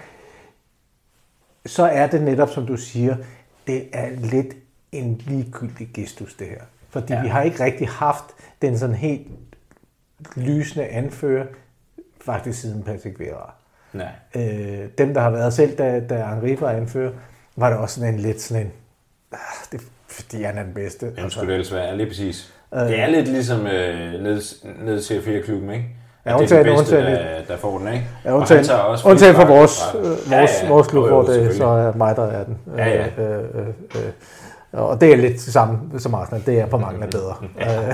Så er det netop, som du siger, det er lidt en ligegyldig gestus, det her. Fordi ja. vi har ikke rigtig haft den sådan helt lysende anfører, faktisk siden Patrick Vieira. Nej. Øh, dem, der har været selv, da, da Henri var anfører, var det også sådan en lidt sådan en... Det, fordi han er den bedste. Jamen altså. Skulle det ellers være, lige præcis. Øh, det er lidt ligesom øh, ned, ned til C fire-klubben, ikke? Ja, det er den bedste, der, der får den, ikke? Ja, undtagen, undtagen for vores, øh, vores, ja, ja, vores klub, hvor det så er mig, der er den. Ja, ja. Øh, øh, øh, og det er lidt det samme som Arsenal. Det er på mange af bedre. Ja.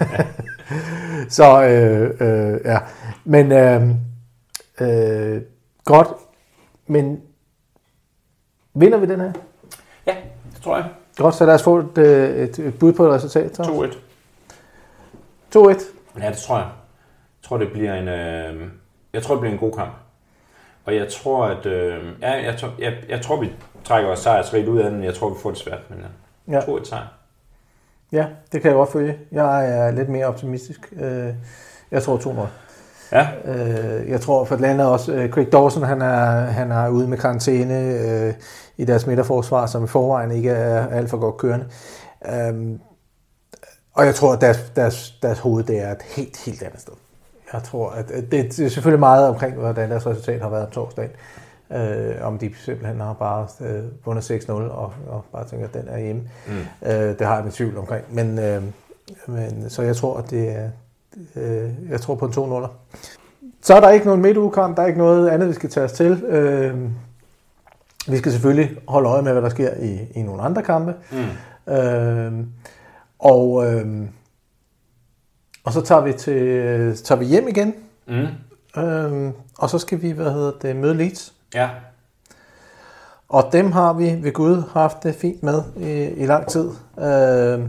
så, øh, øh, ja. Men, øh, øh, godt. Men, vinder vi den her? Ja, det tror jeg. Godt, så lad os få et, et, et bud på et resultat. to et. to et? Ja, det tror jeg. Jeg tror, det bliver en, øh, jeg tror, det bliver en god kamp. Og jeg tror, at øh, ja, jeg, tror, jeg, jeg tror, vi trækker os sejrsrigt ud af den. Jeg tror, vi får det svært, men ja. Ja. to et sejr. Ja, det kan jeg godt følge. Jeg er lidt mere optimistisk. Jeg tror to nul. Ja. Jeg tror for blandt andet også, Craig Dawson, han er, han er ude med karantæne i deres midterforsvar, som i forvejen ikke er alt for godt kørende. Og jeg tror, at deres, deres, deres hoved det er et helt, helt andet sted. Jeg tror, at det er selvfølgelig meget omkring, hvordan deres resultat har været om torsdagen. Øh, om de simpelthen har bare øh, vundet seks nul og, og bare tænker, at den er hjemme. Mm. Øh, det har jeg med tvivl omkring. Men, øh, men, så jeg tror, at det er, øh, jeg tror på en to nul. Så er der ikke nogen midtugekamp, der er ikke noget andet, vi skal tage os til. Øh, vi skal selvfølgelig holde øje med, hvad der sker i, i nogle andre kampe. Mm. Øh, og, øh, og så tager vi, til, tager vi hjem igen. Mm. Øh, og så skal vi, hvad hedder det, møde Leeds. Ja. Og dem har vi ved Gud haft det fint med i, i lang tid. Øh,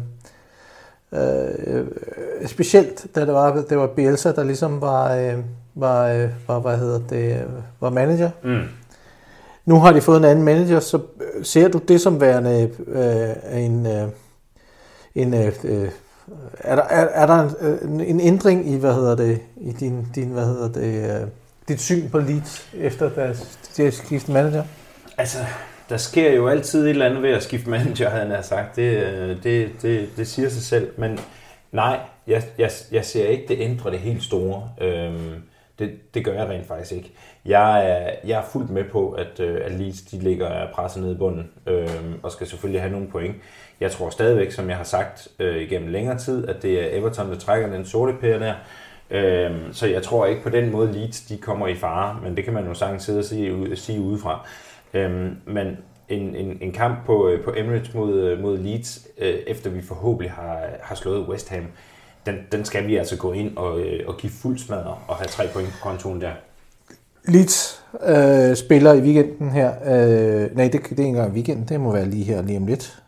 øh, specielt da det var, det var Bielsa, der ligesom var, øh, var, var, hvad hedder det, var manager. Mm. Nu har de fået en anden manager, så ser du det som værende øh, en... Øh, en øh, er der, er, er der en, en ændring i, hvad hedder det, i din, din hvad hedder det, øh, dit syn på Leeds, efter deres, deres skiftet manager? Altså, der sker jo altid et eller andet ved at skifte manager, havde jeg sagt. Det, det, det, det siger sig selv. Men nej, jeg, jeg, jeg ser ikke, det ændrer det helt store. Øhm, det, det gør jeg rent faktisk ikke. Jeg er, jeg er fuldt med på, at, at Leeds de ligger presset ned i bunden, øhm, og skal selvfølgelig have nogle point. Jeg tror stadigvæk, som jeg har sagt øh, igennem længere tid, at det er Everton, der trækker den sorte pære der. Øhm, så jeg tror ikke på den måde, Leeds de kommer i fare, men det kan man jo sagtens sidde og sige, sige udefra. Øhm, men en, en, en kamp på, på Emirates mod, mod Leeds, øh, efter vi forhåbentlig har, har slået West Ham, den, den skal vi altså gå ind og, og give fuld smadre og have tre point på kontoen der. Leeds øh, spiller i weekenden her. Øh, nej, det, det er ikke engang weekenden, det må være lige her lige om lidt.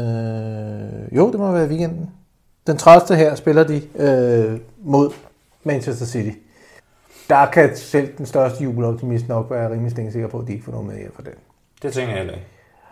Øh, jo, det må være weekenden. Den tredivte her spiller de øh, mod Manchester City. Der kan selv den største jubeloptimist nok være rimelig stensikker på, at de ikke får noget med her for den. Det tænker jeg heller ikke.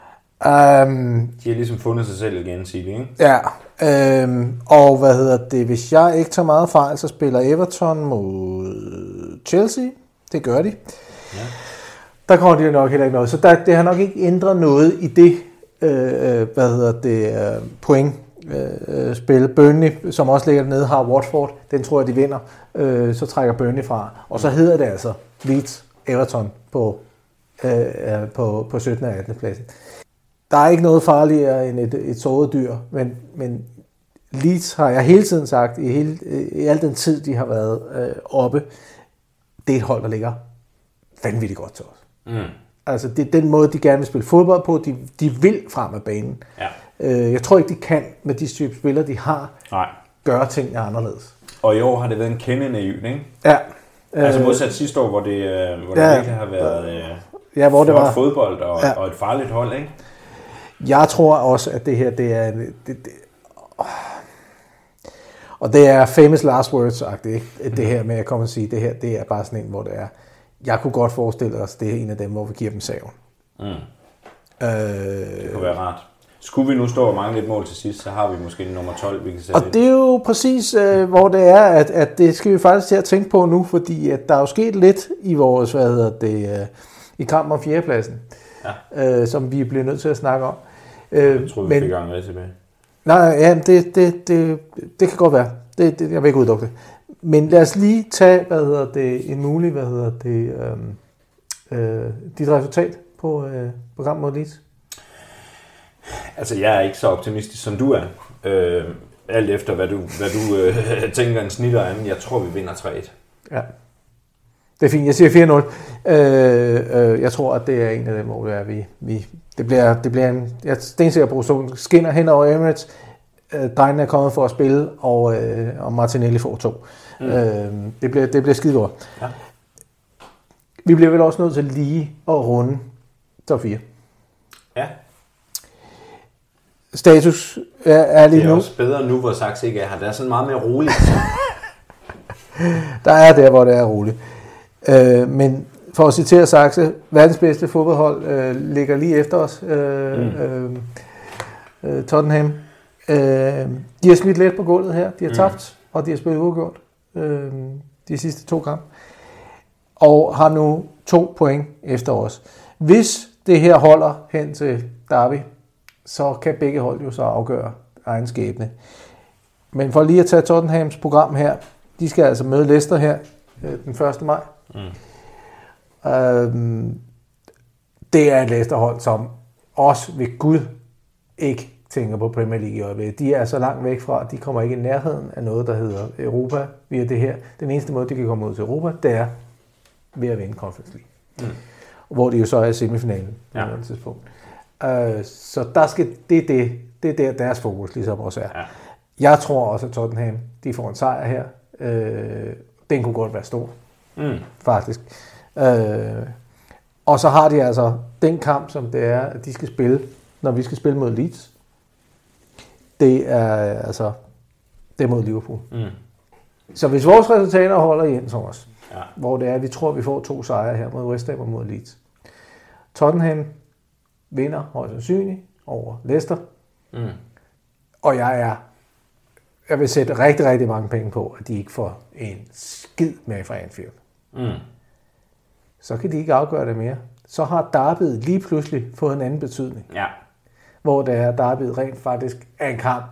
Um, de har ligesom fundet sig selv igen, City, ikke? Ja, um, og hvad hedder det, hvis jeg ikke tager meget fejl, så spiller Everton mod Chelsea. Det gør de. Ja. Der kommer de nok heller ikke noget. Så der, det har nok ikke ændret noget i det, øh, hvad hedder det, øh, point. Øh, spil. Burnley, som også ligger dernede, har Watford. Den tror jeg, de vinder. Øh, så trækker Burnley fra. Og så hedder det altså Leeds Everton på, øh, på, på syttende og attende pladsen. Der er ikke noget farligere end et, et såret dyr, men, men Leeds har jeg hele tiden sagt, i, hele, i al den tid, de har været øh, oppe, det er et hold, der ligger vanvittigt godt til os. Mm. Altså, det er den måde, de gerne vil spille fodbold på. De, de vil frem af banen. Ja. Jeg tror ikke, de kan, med de type spillere, de har, Nej. gøre tingene anderledes. Og i år har det været en kende naiv, ikke? Ja. Altså modsat sidste år, hvor det, hvor det ja, virkelig har været ja, hvor det var fodbold og, ja. og et farligt hold, ikke? Jeg tror også, at det her, det er... Det, det, og det er famous last words-agtigt, ikke? Mm. Det her med at komme og sige, det her, det er bare sådan en, hvor det er... Jeg kunne godt forestille os, det er en af dem, hvor vi giver dem saven. Mm. Øh, det kunne være rart. Skulle vi nu stå og mangle et mål til sidst, så har vi måske nummer tolv, vi kan sætte. Og det er jo præcis, øh, hvor det er, at, at det skal vi faktisk til at tænke på nu, fordi at der er jo sket lidt i vores, hvad hedder det, øh, i kampen om fjerdepladsen, ja. øh, som vi bliver nødt til at snakke om. Øh, jeg tror, vi men, fik gang med tilbage. Nej, ja, det, det, det, det kan godt være. Det, det, jeg vil ikke udelukke det. Men lad os lige tage, hvad hedder det, en mulig, hvad hedder det, øh, øh, dit resultat på, øh, på kampen mod Leeds. Altså, jeg er ikke så optimistisk, som du er. Øh, alt efter, hvad du, hvad du øh, tænker en snitter af. Jeg tror, vi vinder tre et. Ja. Det er fint. Jeg siger fire nul. Øh, øh, jeg tror, at det er en af dem, hvor det er, vi... vi det bliver, det bliver en... Jeg er stensikker på, så skinner hen over Emirates. Øh, drengene er kommet for at spille, og, øh, og Martinelli får to. Mm. Øh, det bliver, det bliver skide godt. Ja. Vi bliver vel også nødt til lige at runde top fire. Ja. Status er, er lige nu. Det er nu. Også bedre nu, hvor Saxe ikke er her. Det er sådan meget mere roligt. Der er der, hvor det er roligt. Øh, men for at citere Saxe, verdens bedste fodboldhold øh, ligger lige efter os. Øh, mm. øh, øh, Tottenham. Øh, de har smidt lidt på gulvet her. De har tabt, mm. og de har spillet uafgjort øh, de sidste to kampe. Og har nu to point efter os. Hvis det her holder hen til Derby, så kan begge hold jo så afgøre egen skæbne. Men for lige at tage Tottenhams program her, de skal altså møde Leicester her øh, den første maj. Mm. Øhm, det er et Leicester-hold, som også ved Gud ikke tænker på Premier League i øjeblikket. De er så langt væk fra, at de kommer ikke i nærheden af noget, der hedder Europa via det her. Den eneste måde, de kan komme ud til Europa, det er ved at vinde Conference League. Mm. Hvor de jo så er i semifinalen på ja. et tidspunkt. Uh, så der skal, det er det, det er der deres fokus ligesom også er. Ja. Jeg tror også, at Tottenham, de får en sejr her. Uh, den kunne godt være stor, mm. faktisk. Uh, og så har de altså den kamp, som det er, at de skal spille, når vi skal spille mod Leeds, det er altså det er mod Liverpool. Mm. Så hvis vores resultater holder igen, Thomas, ja. hvor det er, at vi tror, at vi får to sejre her mod West Ham og mod Leeds. Tottenham vinder højst sandsynligt over Leicester. Mm. Og jeg er jeg vil sætte rigtig, rigtig mange penge på, at de ikke får en skid med fra Anfield. Mm. Så kan de ikke afgøre det mere. Så har derbyet lige pludselig fået en anden betydning. Ja. Hvor det er, derbyet rent faktisk er en kamp.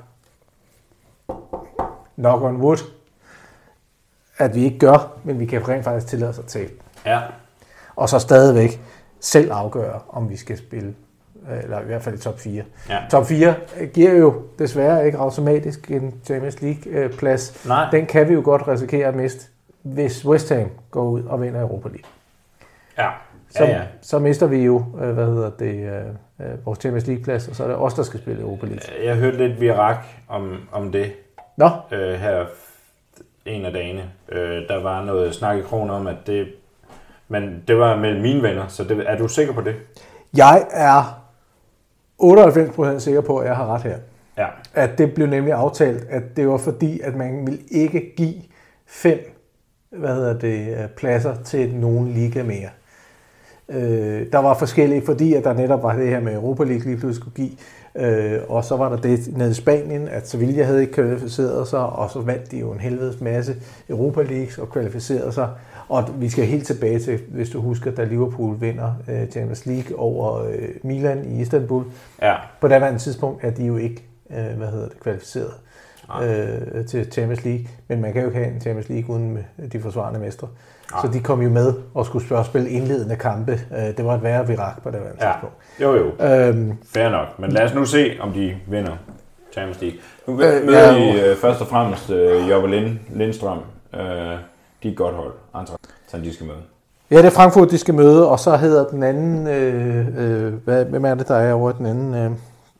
Knock on wood. At vi ikke gør, men vi kan rent faktisk tillade sig til. Ja. Og så stadigvæk selv afgøre, om vi skal spille, eller i hvert fald i top fire. Ja. Top fire giver jo desværre ikke automatisk en Champions League-plads. Nej. Den kan vi jo godt risikere at miste, hvis West Ham går ud og vinder Europa League. Ja. Så, ja, ja. så mister vi jo, hvad hedder det, vores Champions League-plads, og så er det os, der skal spille Europa League. Jeg hørte lidt virak om, om det. Nå? Øh, her en af dagene. Øh, der var noget snak i kroner om, at det... Men det var med mine venner, så det, er du sikker på det? Jeg er otteoghalvfems procent sikker på, at jeg har ret her. Ja. At det blev nemlig aftalt, at det var fordi, at man ville ikke give fem hvad hedder det, pladser til nogen liga mere. Øh, der var forskellige, fordi at der netop var det her med Europa League lige pludselig skulle give. Øh, og så var der det nede i Spanien, at Sevilla havde ikke kvalificeret sig, og så vandt de jo en helvedes masse Europa Leagues og kvalificerede sig. Og vi skal helt tilbage til, hvis du husker, da Liverpool vinder øh, Champions League over øh, Milan i Istanbul. Ja. På daværende tidspunkt er de jo ikke øh, hvad hedder det, kvalificeret øh, til Champions League. Men man kan jo ikke have en Champions League uden de forsvarende mestre. Ja. Så de kom jo med og skulle spørge spille indledende kampe. Øh, det var et værre virak på daværende ja. tidspunkt. Jo jo, øhm, fair nok. Men lad os nu se, om de vinder Champions League. Nu møder øh, ja, de øh, først og fremmest øh, Jobbe Lind, Lindstrøm. Øh, De er et godt hold, andre, som de skal møde. Ja, det er Frankfurt, de skal møde, og så hedder den anden, øh, øh, hvad, hvem er det, der er over den anden, øh,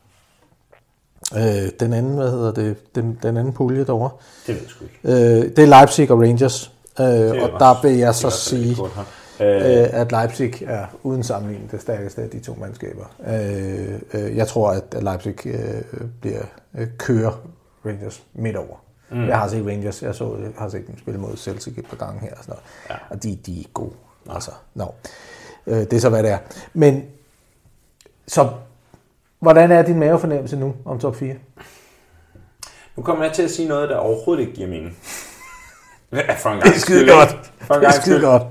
øh, den anden, hvad hedder det, den, den anden pulje derovre? Det ved jeg sgu ikke. Øh, det er Leipzig og Rangers, øh, og der vil jeg så sige, øh, at Leipzig er uden sammenligning det stærkeste af de to mandskaber. Øh, øh, jeg tror, at Leipzig øh, bliver øh, kører Rangers midt over. Mm. Jeg har set Rangers, jeg, så, jeg har set dem spille mod Celtic et par gange her, og, sådan noget. Ja. Og de, de er gode. Altså, no. øh, det er så, hvad det er. Men, så, hvordan er din mavefornemmelse nu om top fire? Nu kommer jeg til at sige noget, der overhovedet ikke giver mening. For en gang det er skide godt. For en gang det er skide godt.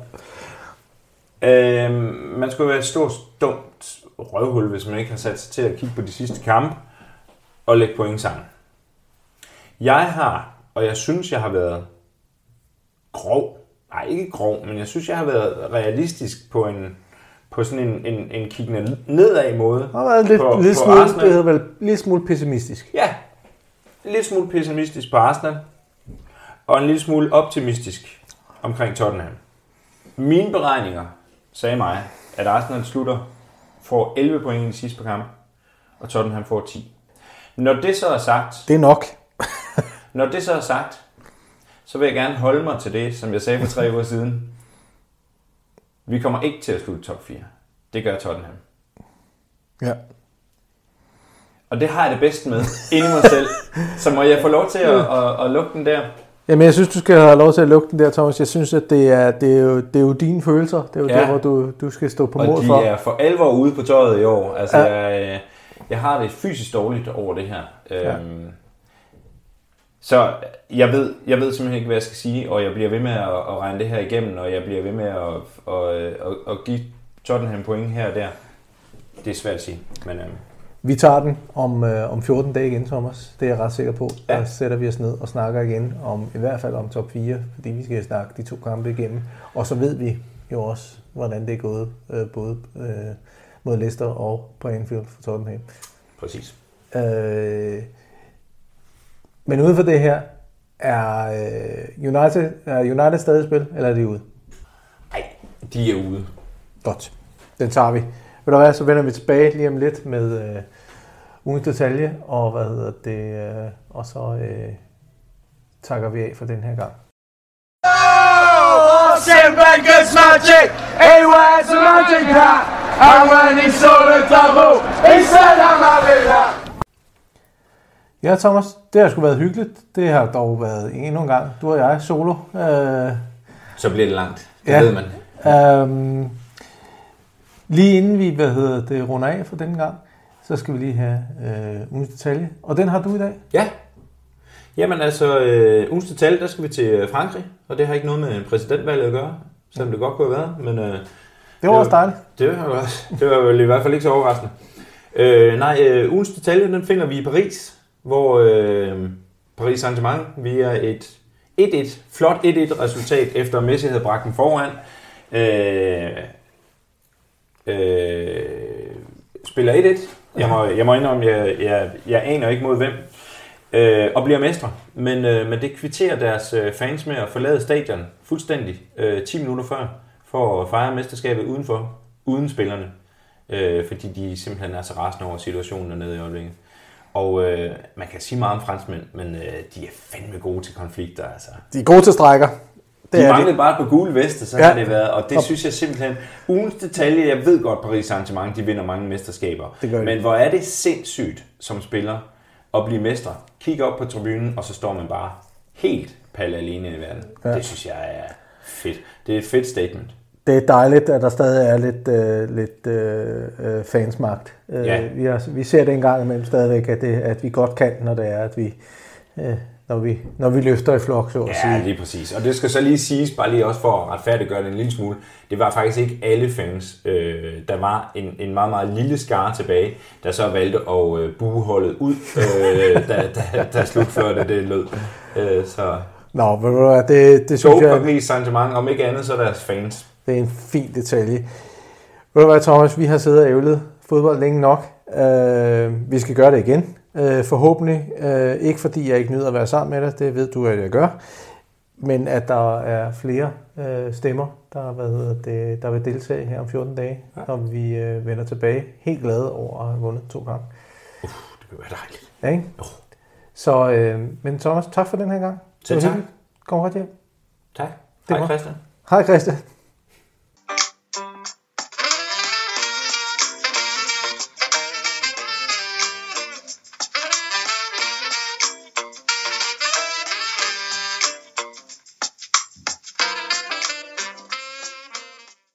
Øhm, man skulle være et stort, dumt røvhul, hvis man ikke har sat sig til at kigge på de sidste kampe og lægge point sammen. Jeg har, og jeg synes, jeg har været grov. Nej, ikke grov, men jeg synes, jeg har været realistisk på en på sådan en, en, en kiggende nedad måde. Det har været lidt, på, lidt, på smule, Arsenal. Det har været lidt smule pessimistisk. Ja, en lidt smule pessimistisk på Arsenal, og en lille smule optimistisk omkring Tottenham. Mine beregninger sagde mig, at Arsenal slutter får elleve point i de sidste par kampe, og Tottenham får ti. Når det så er sagt... Det er nok. Når det så er sagt, så vil jeg gerne holde mig til det, som jeg sagde for tre uger siden. Vi kommer ikke til at slutte top fire. Det gør Tottenham. Ja. Og det har jeg det bedst med, inde i mig selv. Så må jeg få lov til at, at, at lukke den der. Jamen, jeg synes, du skal have lov til at lukke den der, Thomas. Jeg synes, at det er, det er, jo, det er jo dine følelser. Det er jo ja. Der, hvor du, du skal stå på og mål for. Og de er for alvor ude på tøjet i år. Altså, ja. jeg, jeg har det fysisk dårligt over det her. Ja. Øhm, Så jeg ved, jeg ved simpelthen ikke, hvad jeg skal sige, og jeg bliver ved med at, at regne det her igennem, og jeg bliver ved med at, at, at, at give Tottenham point her og der. Det er svært at sige, men... Um... Vi tager den om, øh, om fjorten dage igen, Thomas. Det er jeg ret sikker på. Ja. Der sætter vi os ned og snakker igen, om i hvert fald om top fire, fordi vi skal snakke de to kampe igennem. Og så ved vi jo også, hvordan det er gået, øh, både øh, mod Leicester og på Anfield for Tottenham. Præcis. Øh, Men uden for det her, er United, er United stadig i spil, eller er de ude? Nej, de er ude. Godt, den tager vi. Ved du hvad, så vender vi tilbage lige om lidt med øh, ugens detalje, og hvad hedder det, øh, og så øh, takker vi af for den her gang. Oh, Sam Banker's magic! It was magic! Armani sole clavo, e salam alaikum. Ja, Thomas, det har sgu været hyggeligt. Det har dog været endnu en gang. Du og jeg, solo. Øh, Så bliver det langt, det ja. ved man. Øhm, lige inden vi hvad hedder det, runder af for denne gang, så skal vi lige have øh, ugens detalje. Og den har du i dag? Ja. Jamen altså, øh, ugens detalje, der skal vi til Frankrig, og det har ikke noget med præsidentvalget at gøre, selvom det godt kunne have været. Men, øh, det var det også dejligt. Det var, også, det var vel i hvert fald ikke så overraskende. Øh, nej, øh, ugens detalje, den finder vi i Paris, hvor øh, Paris Saint-Germain via et et-et, flot et-et resultat, efter Messi havde bragt den foran, øh, øh, spiller et-et. Jeg må, jeg må indrømme, jeg, jeg, jeg aner ikke mod hvem, øh, og bliver mestre. Men, øh, men det kvitterer deres øh, fans med at forlade stadion fuldstændig øh, ti minutter før, for at fejre mesterskabet udenfor, uden spillerne. Øh, fordi de simpelthen er så rasende over situationen dernede i øjeblikket. Og øh, man kan sige meget om franskmænd, men øh, de er fandme gode til konflikter. Altså. De er gode til strækker. Det de manglede bare på gule veste, så ja. Har det været. Og det Top. Synes jeg simpelthen, ugens detalje, jeg ved godt, Paris Saint-Germain, de vinder mange mesterskaber. Men hvor er det sindssygt som spiller at blive mestre. Kig op på tribunen, og så står man bare helt palle alene i verden. Ja. Det synes jeg er fedt. Det er et fedt statement. Det er dejligt, at der stadig er lidt, øh, lidt øh, fansmagt. Ja. Vi, har, vi ser det en gang imellem stadigvæk, at, det, at vi godt kan, når det er, at vi, øh, når vi, når vi løfter i flok, så at ja, sige. Ja, lige præcis. Og det skal så lige siges, bare lige også for at retfærdiggøre det en lille smule, det var faktisk ikke alle fans. Øh, der var en, en meget, meget lille skare tilbage, der så valgte at øh, buge holdet ud, øh, da, da, da slutførte det lød. Øh, så... Nå, ved du hvad, det, det synes jeg... jeg... Paris Saint-Germain, om ikke andet, så deres fans. Det er en fin detalje. Ved du hvad, Thomas, vi har siddet og ævlet fodbold længe nok. Uh, vi skal gøre det igen. Uh, forhåbentlig. Uh, ikke fordi jeg ikke nyder at være sammen med dig, det ved du, at jeg gør. Men at der er flere uh, stemmer, der, hvad hedder det, der vil deltage her om fjorten dage, ja. Når vi uh, vender tilbage. Helt glade over at have vundet to gange. Uff, det vil være dejligt. Ja, ikke? Uh. Så, uh, men Thomas, tak for den her gang. Selv tak. Kom godt hjem. Tak. Hej Christian. Hej Christian.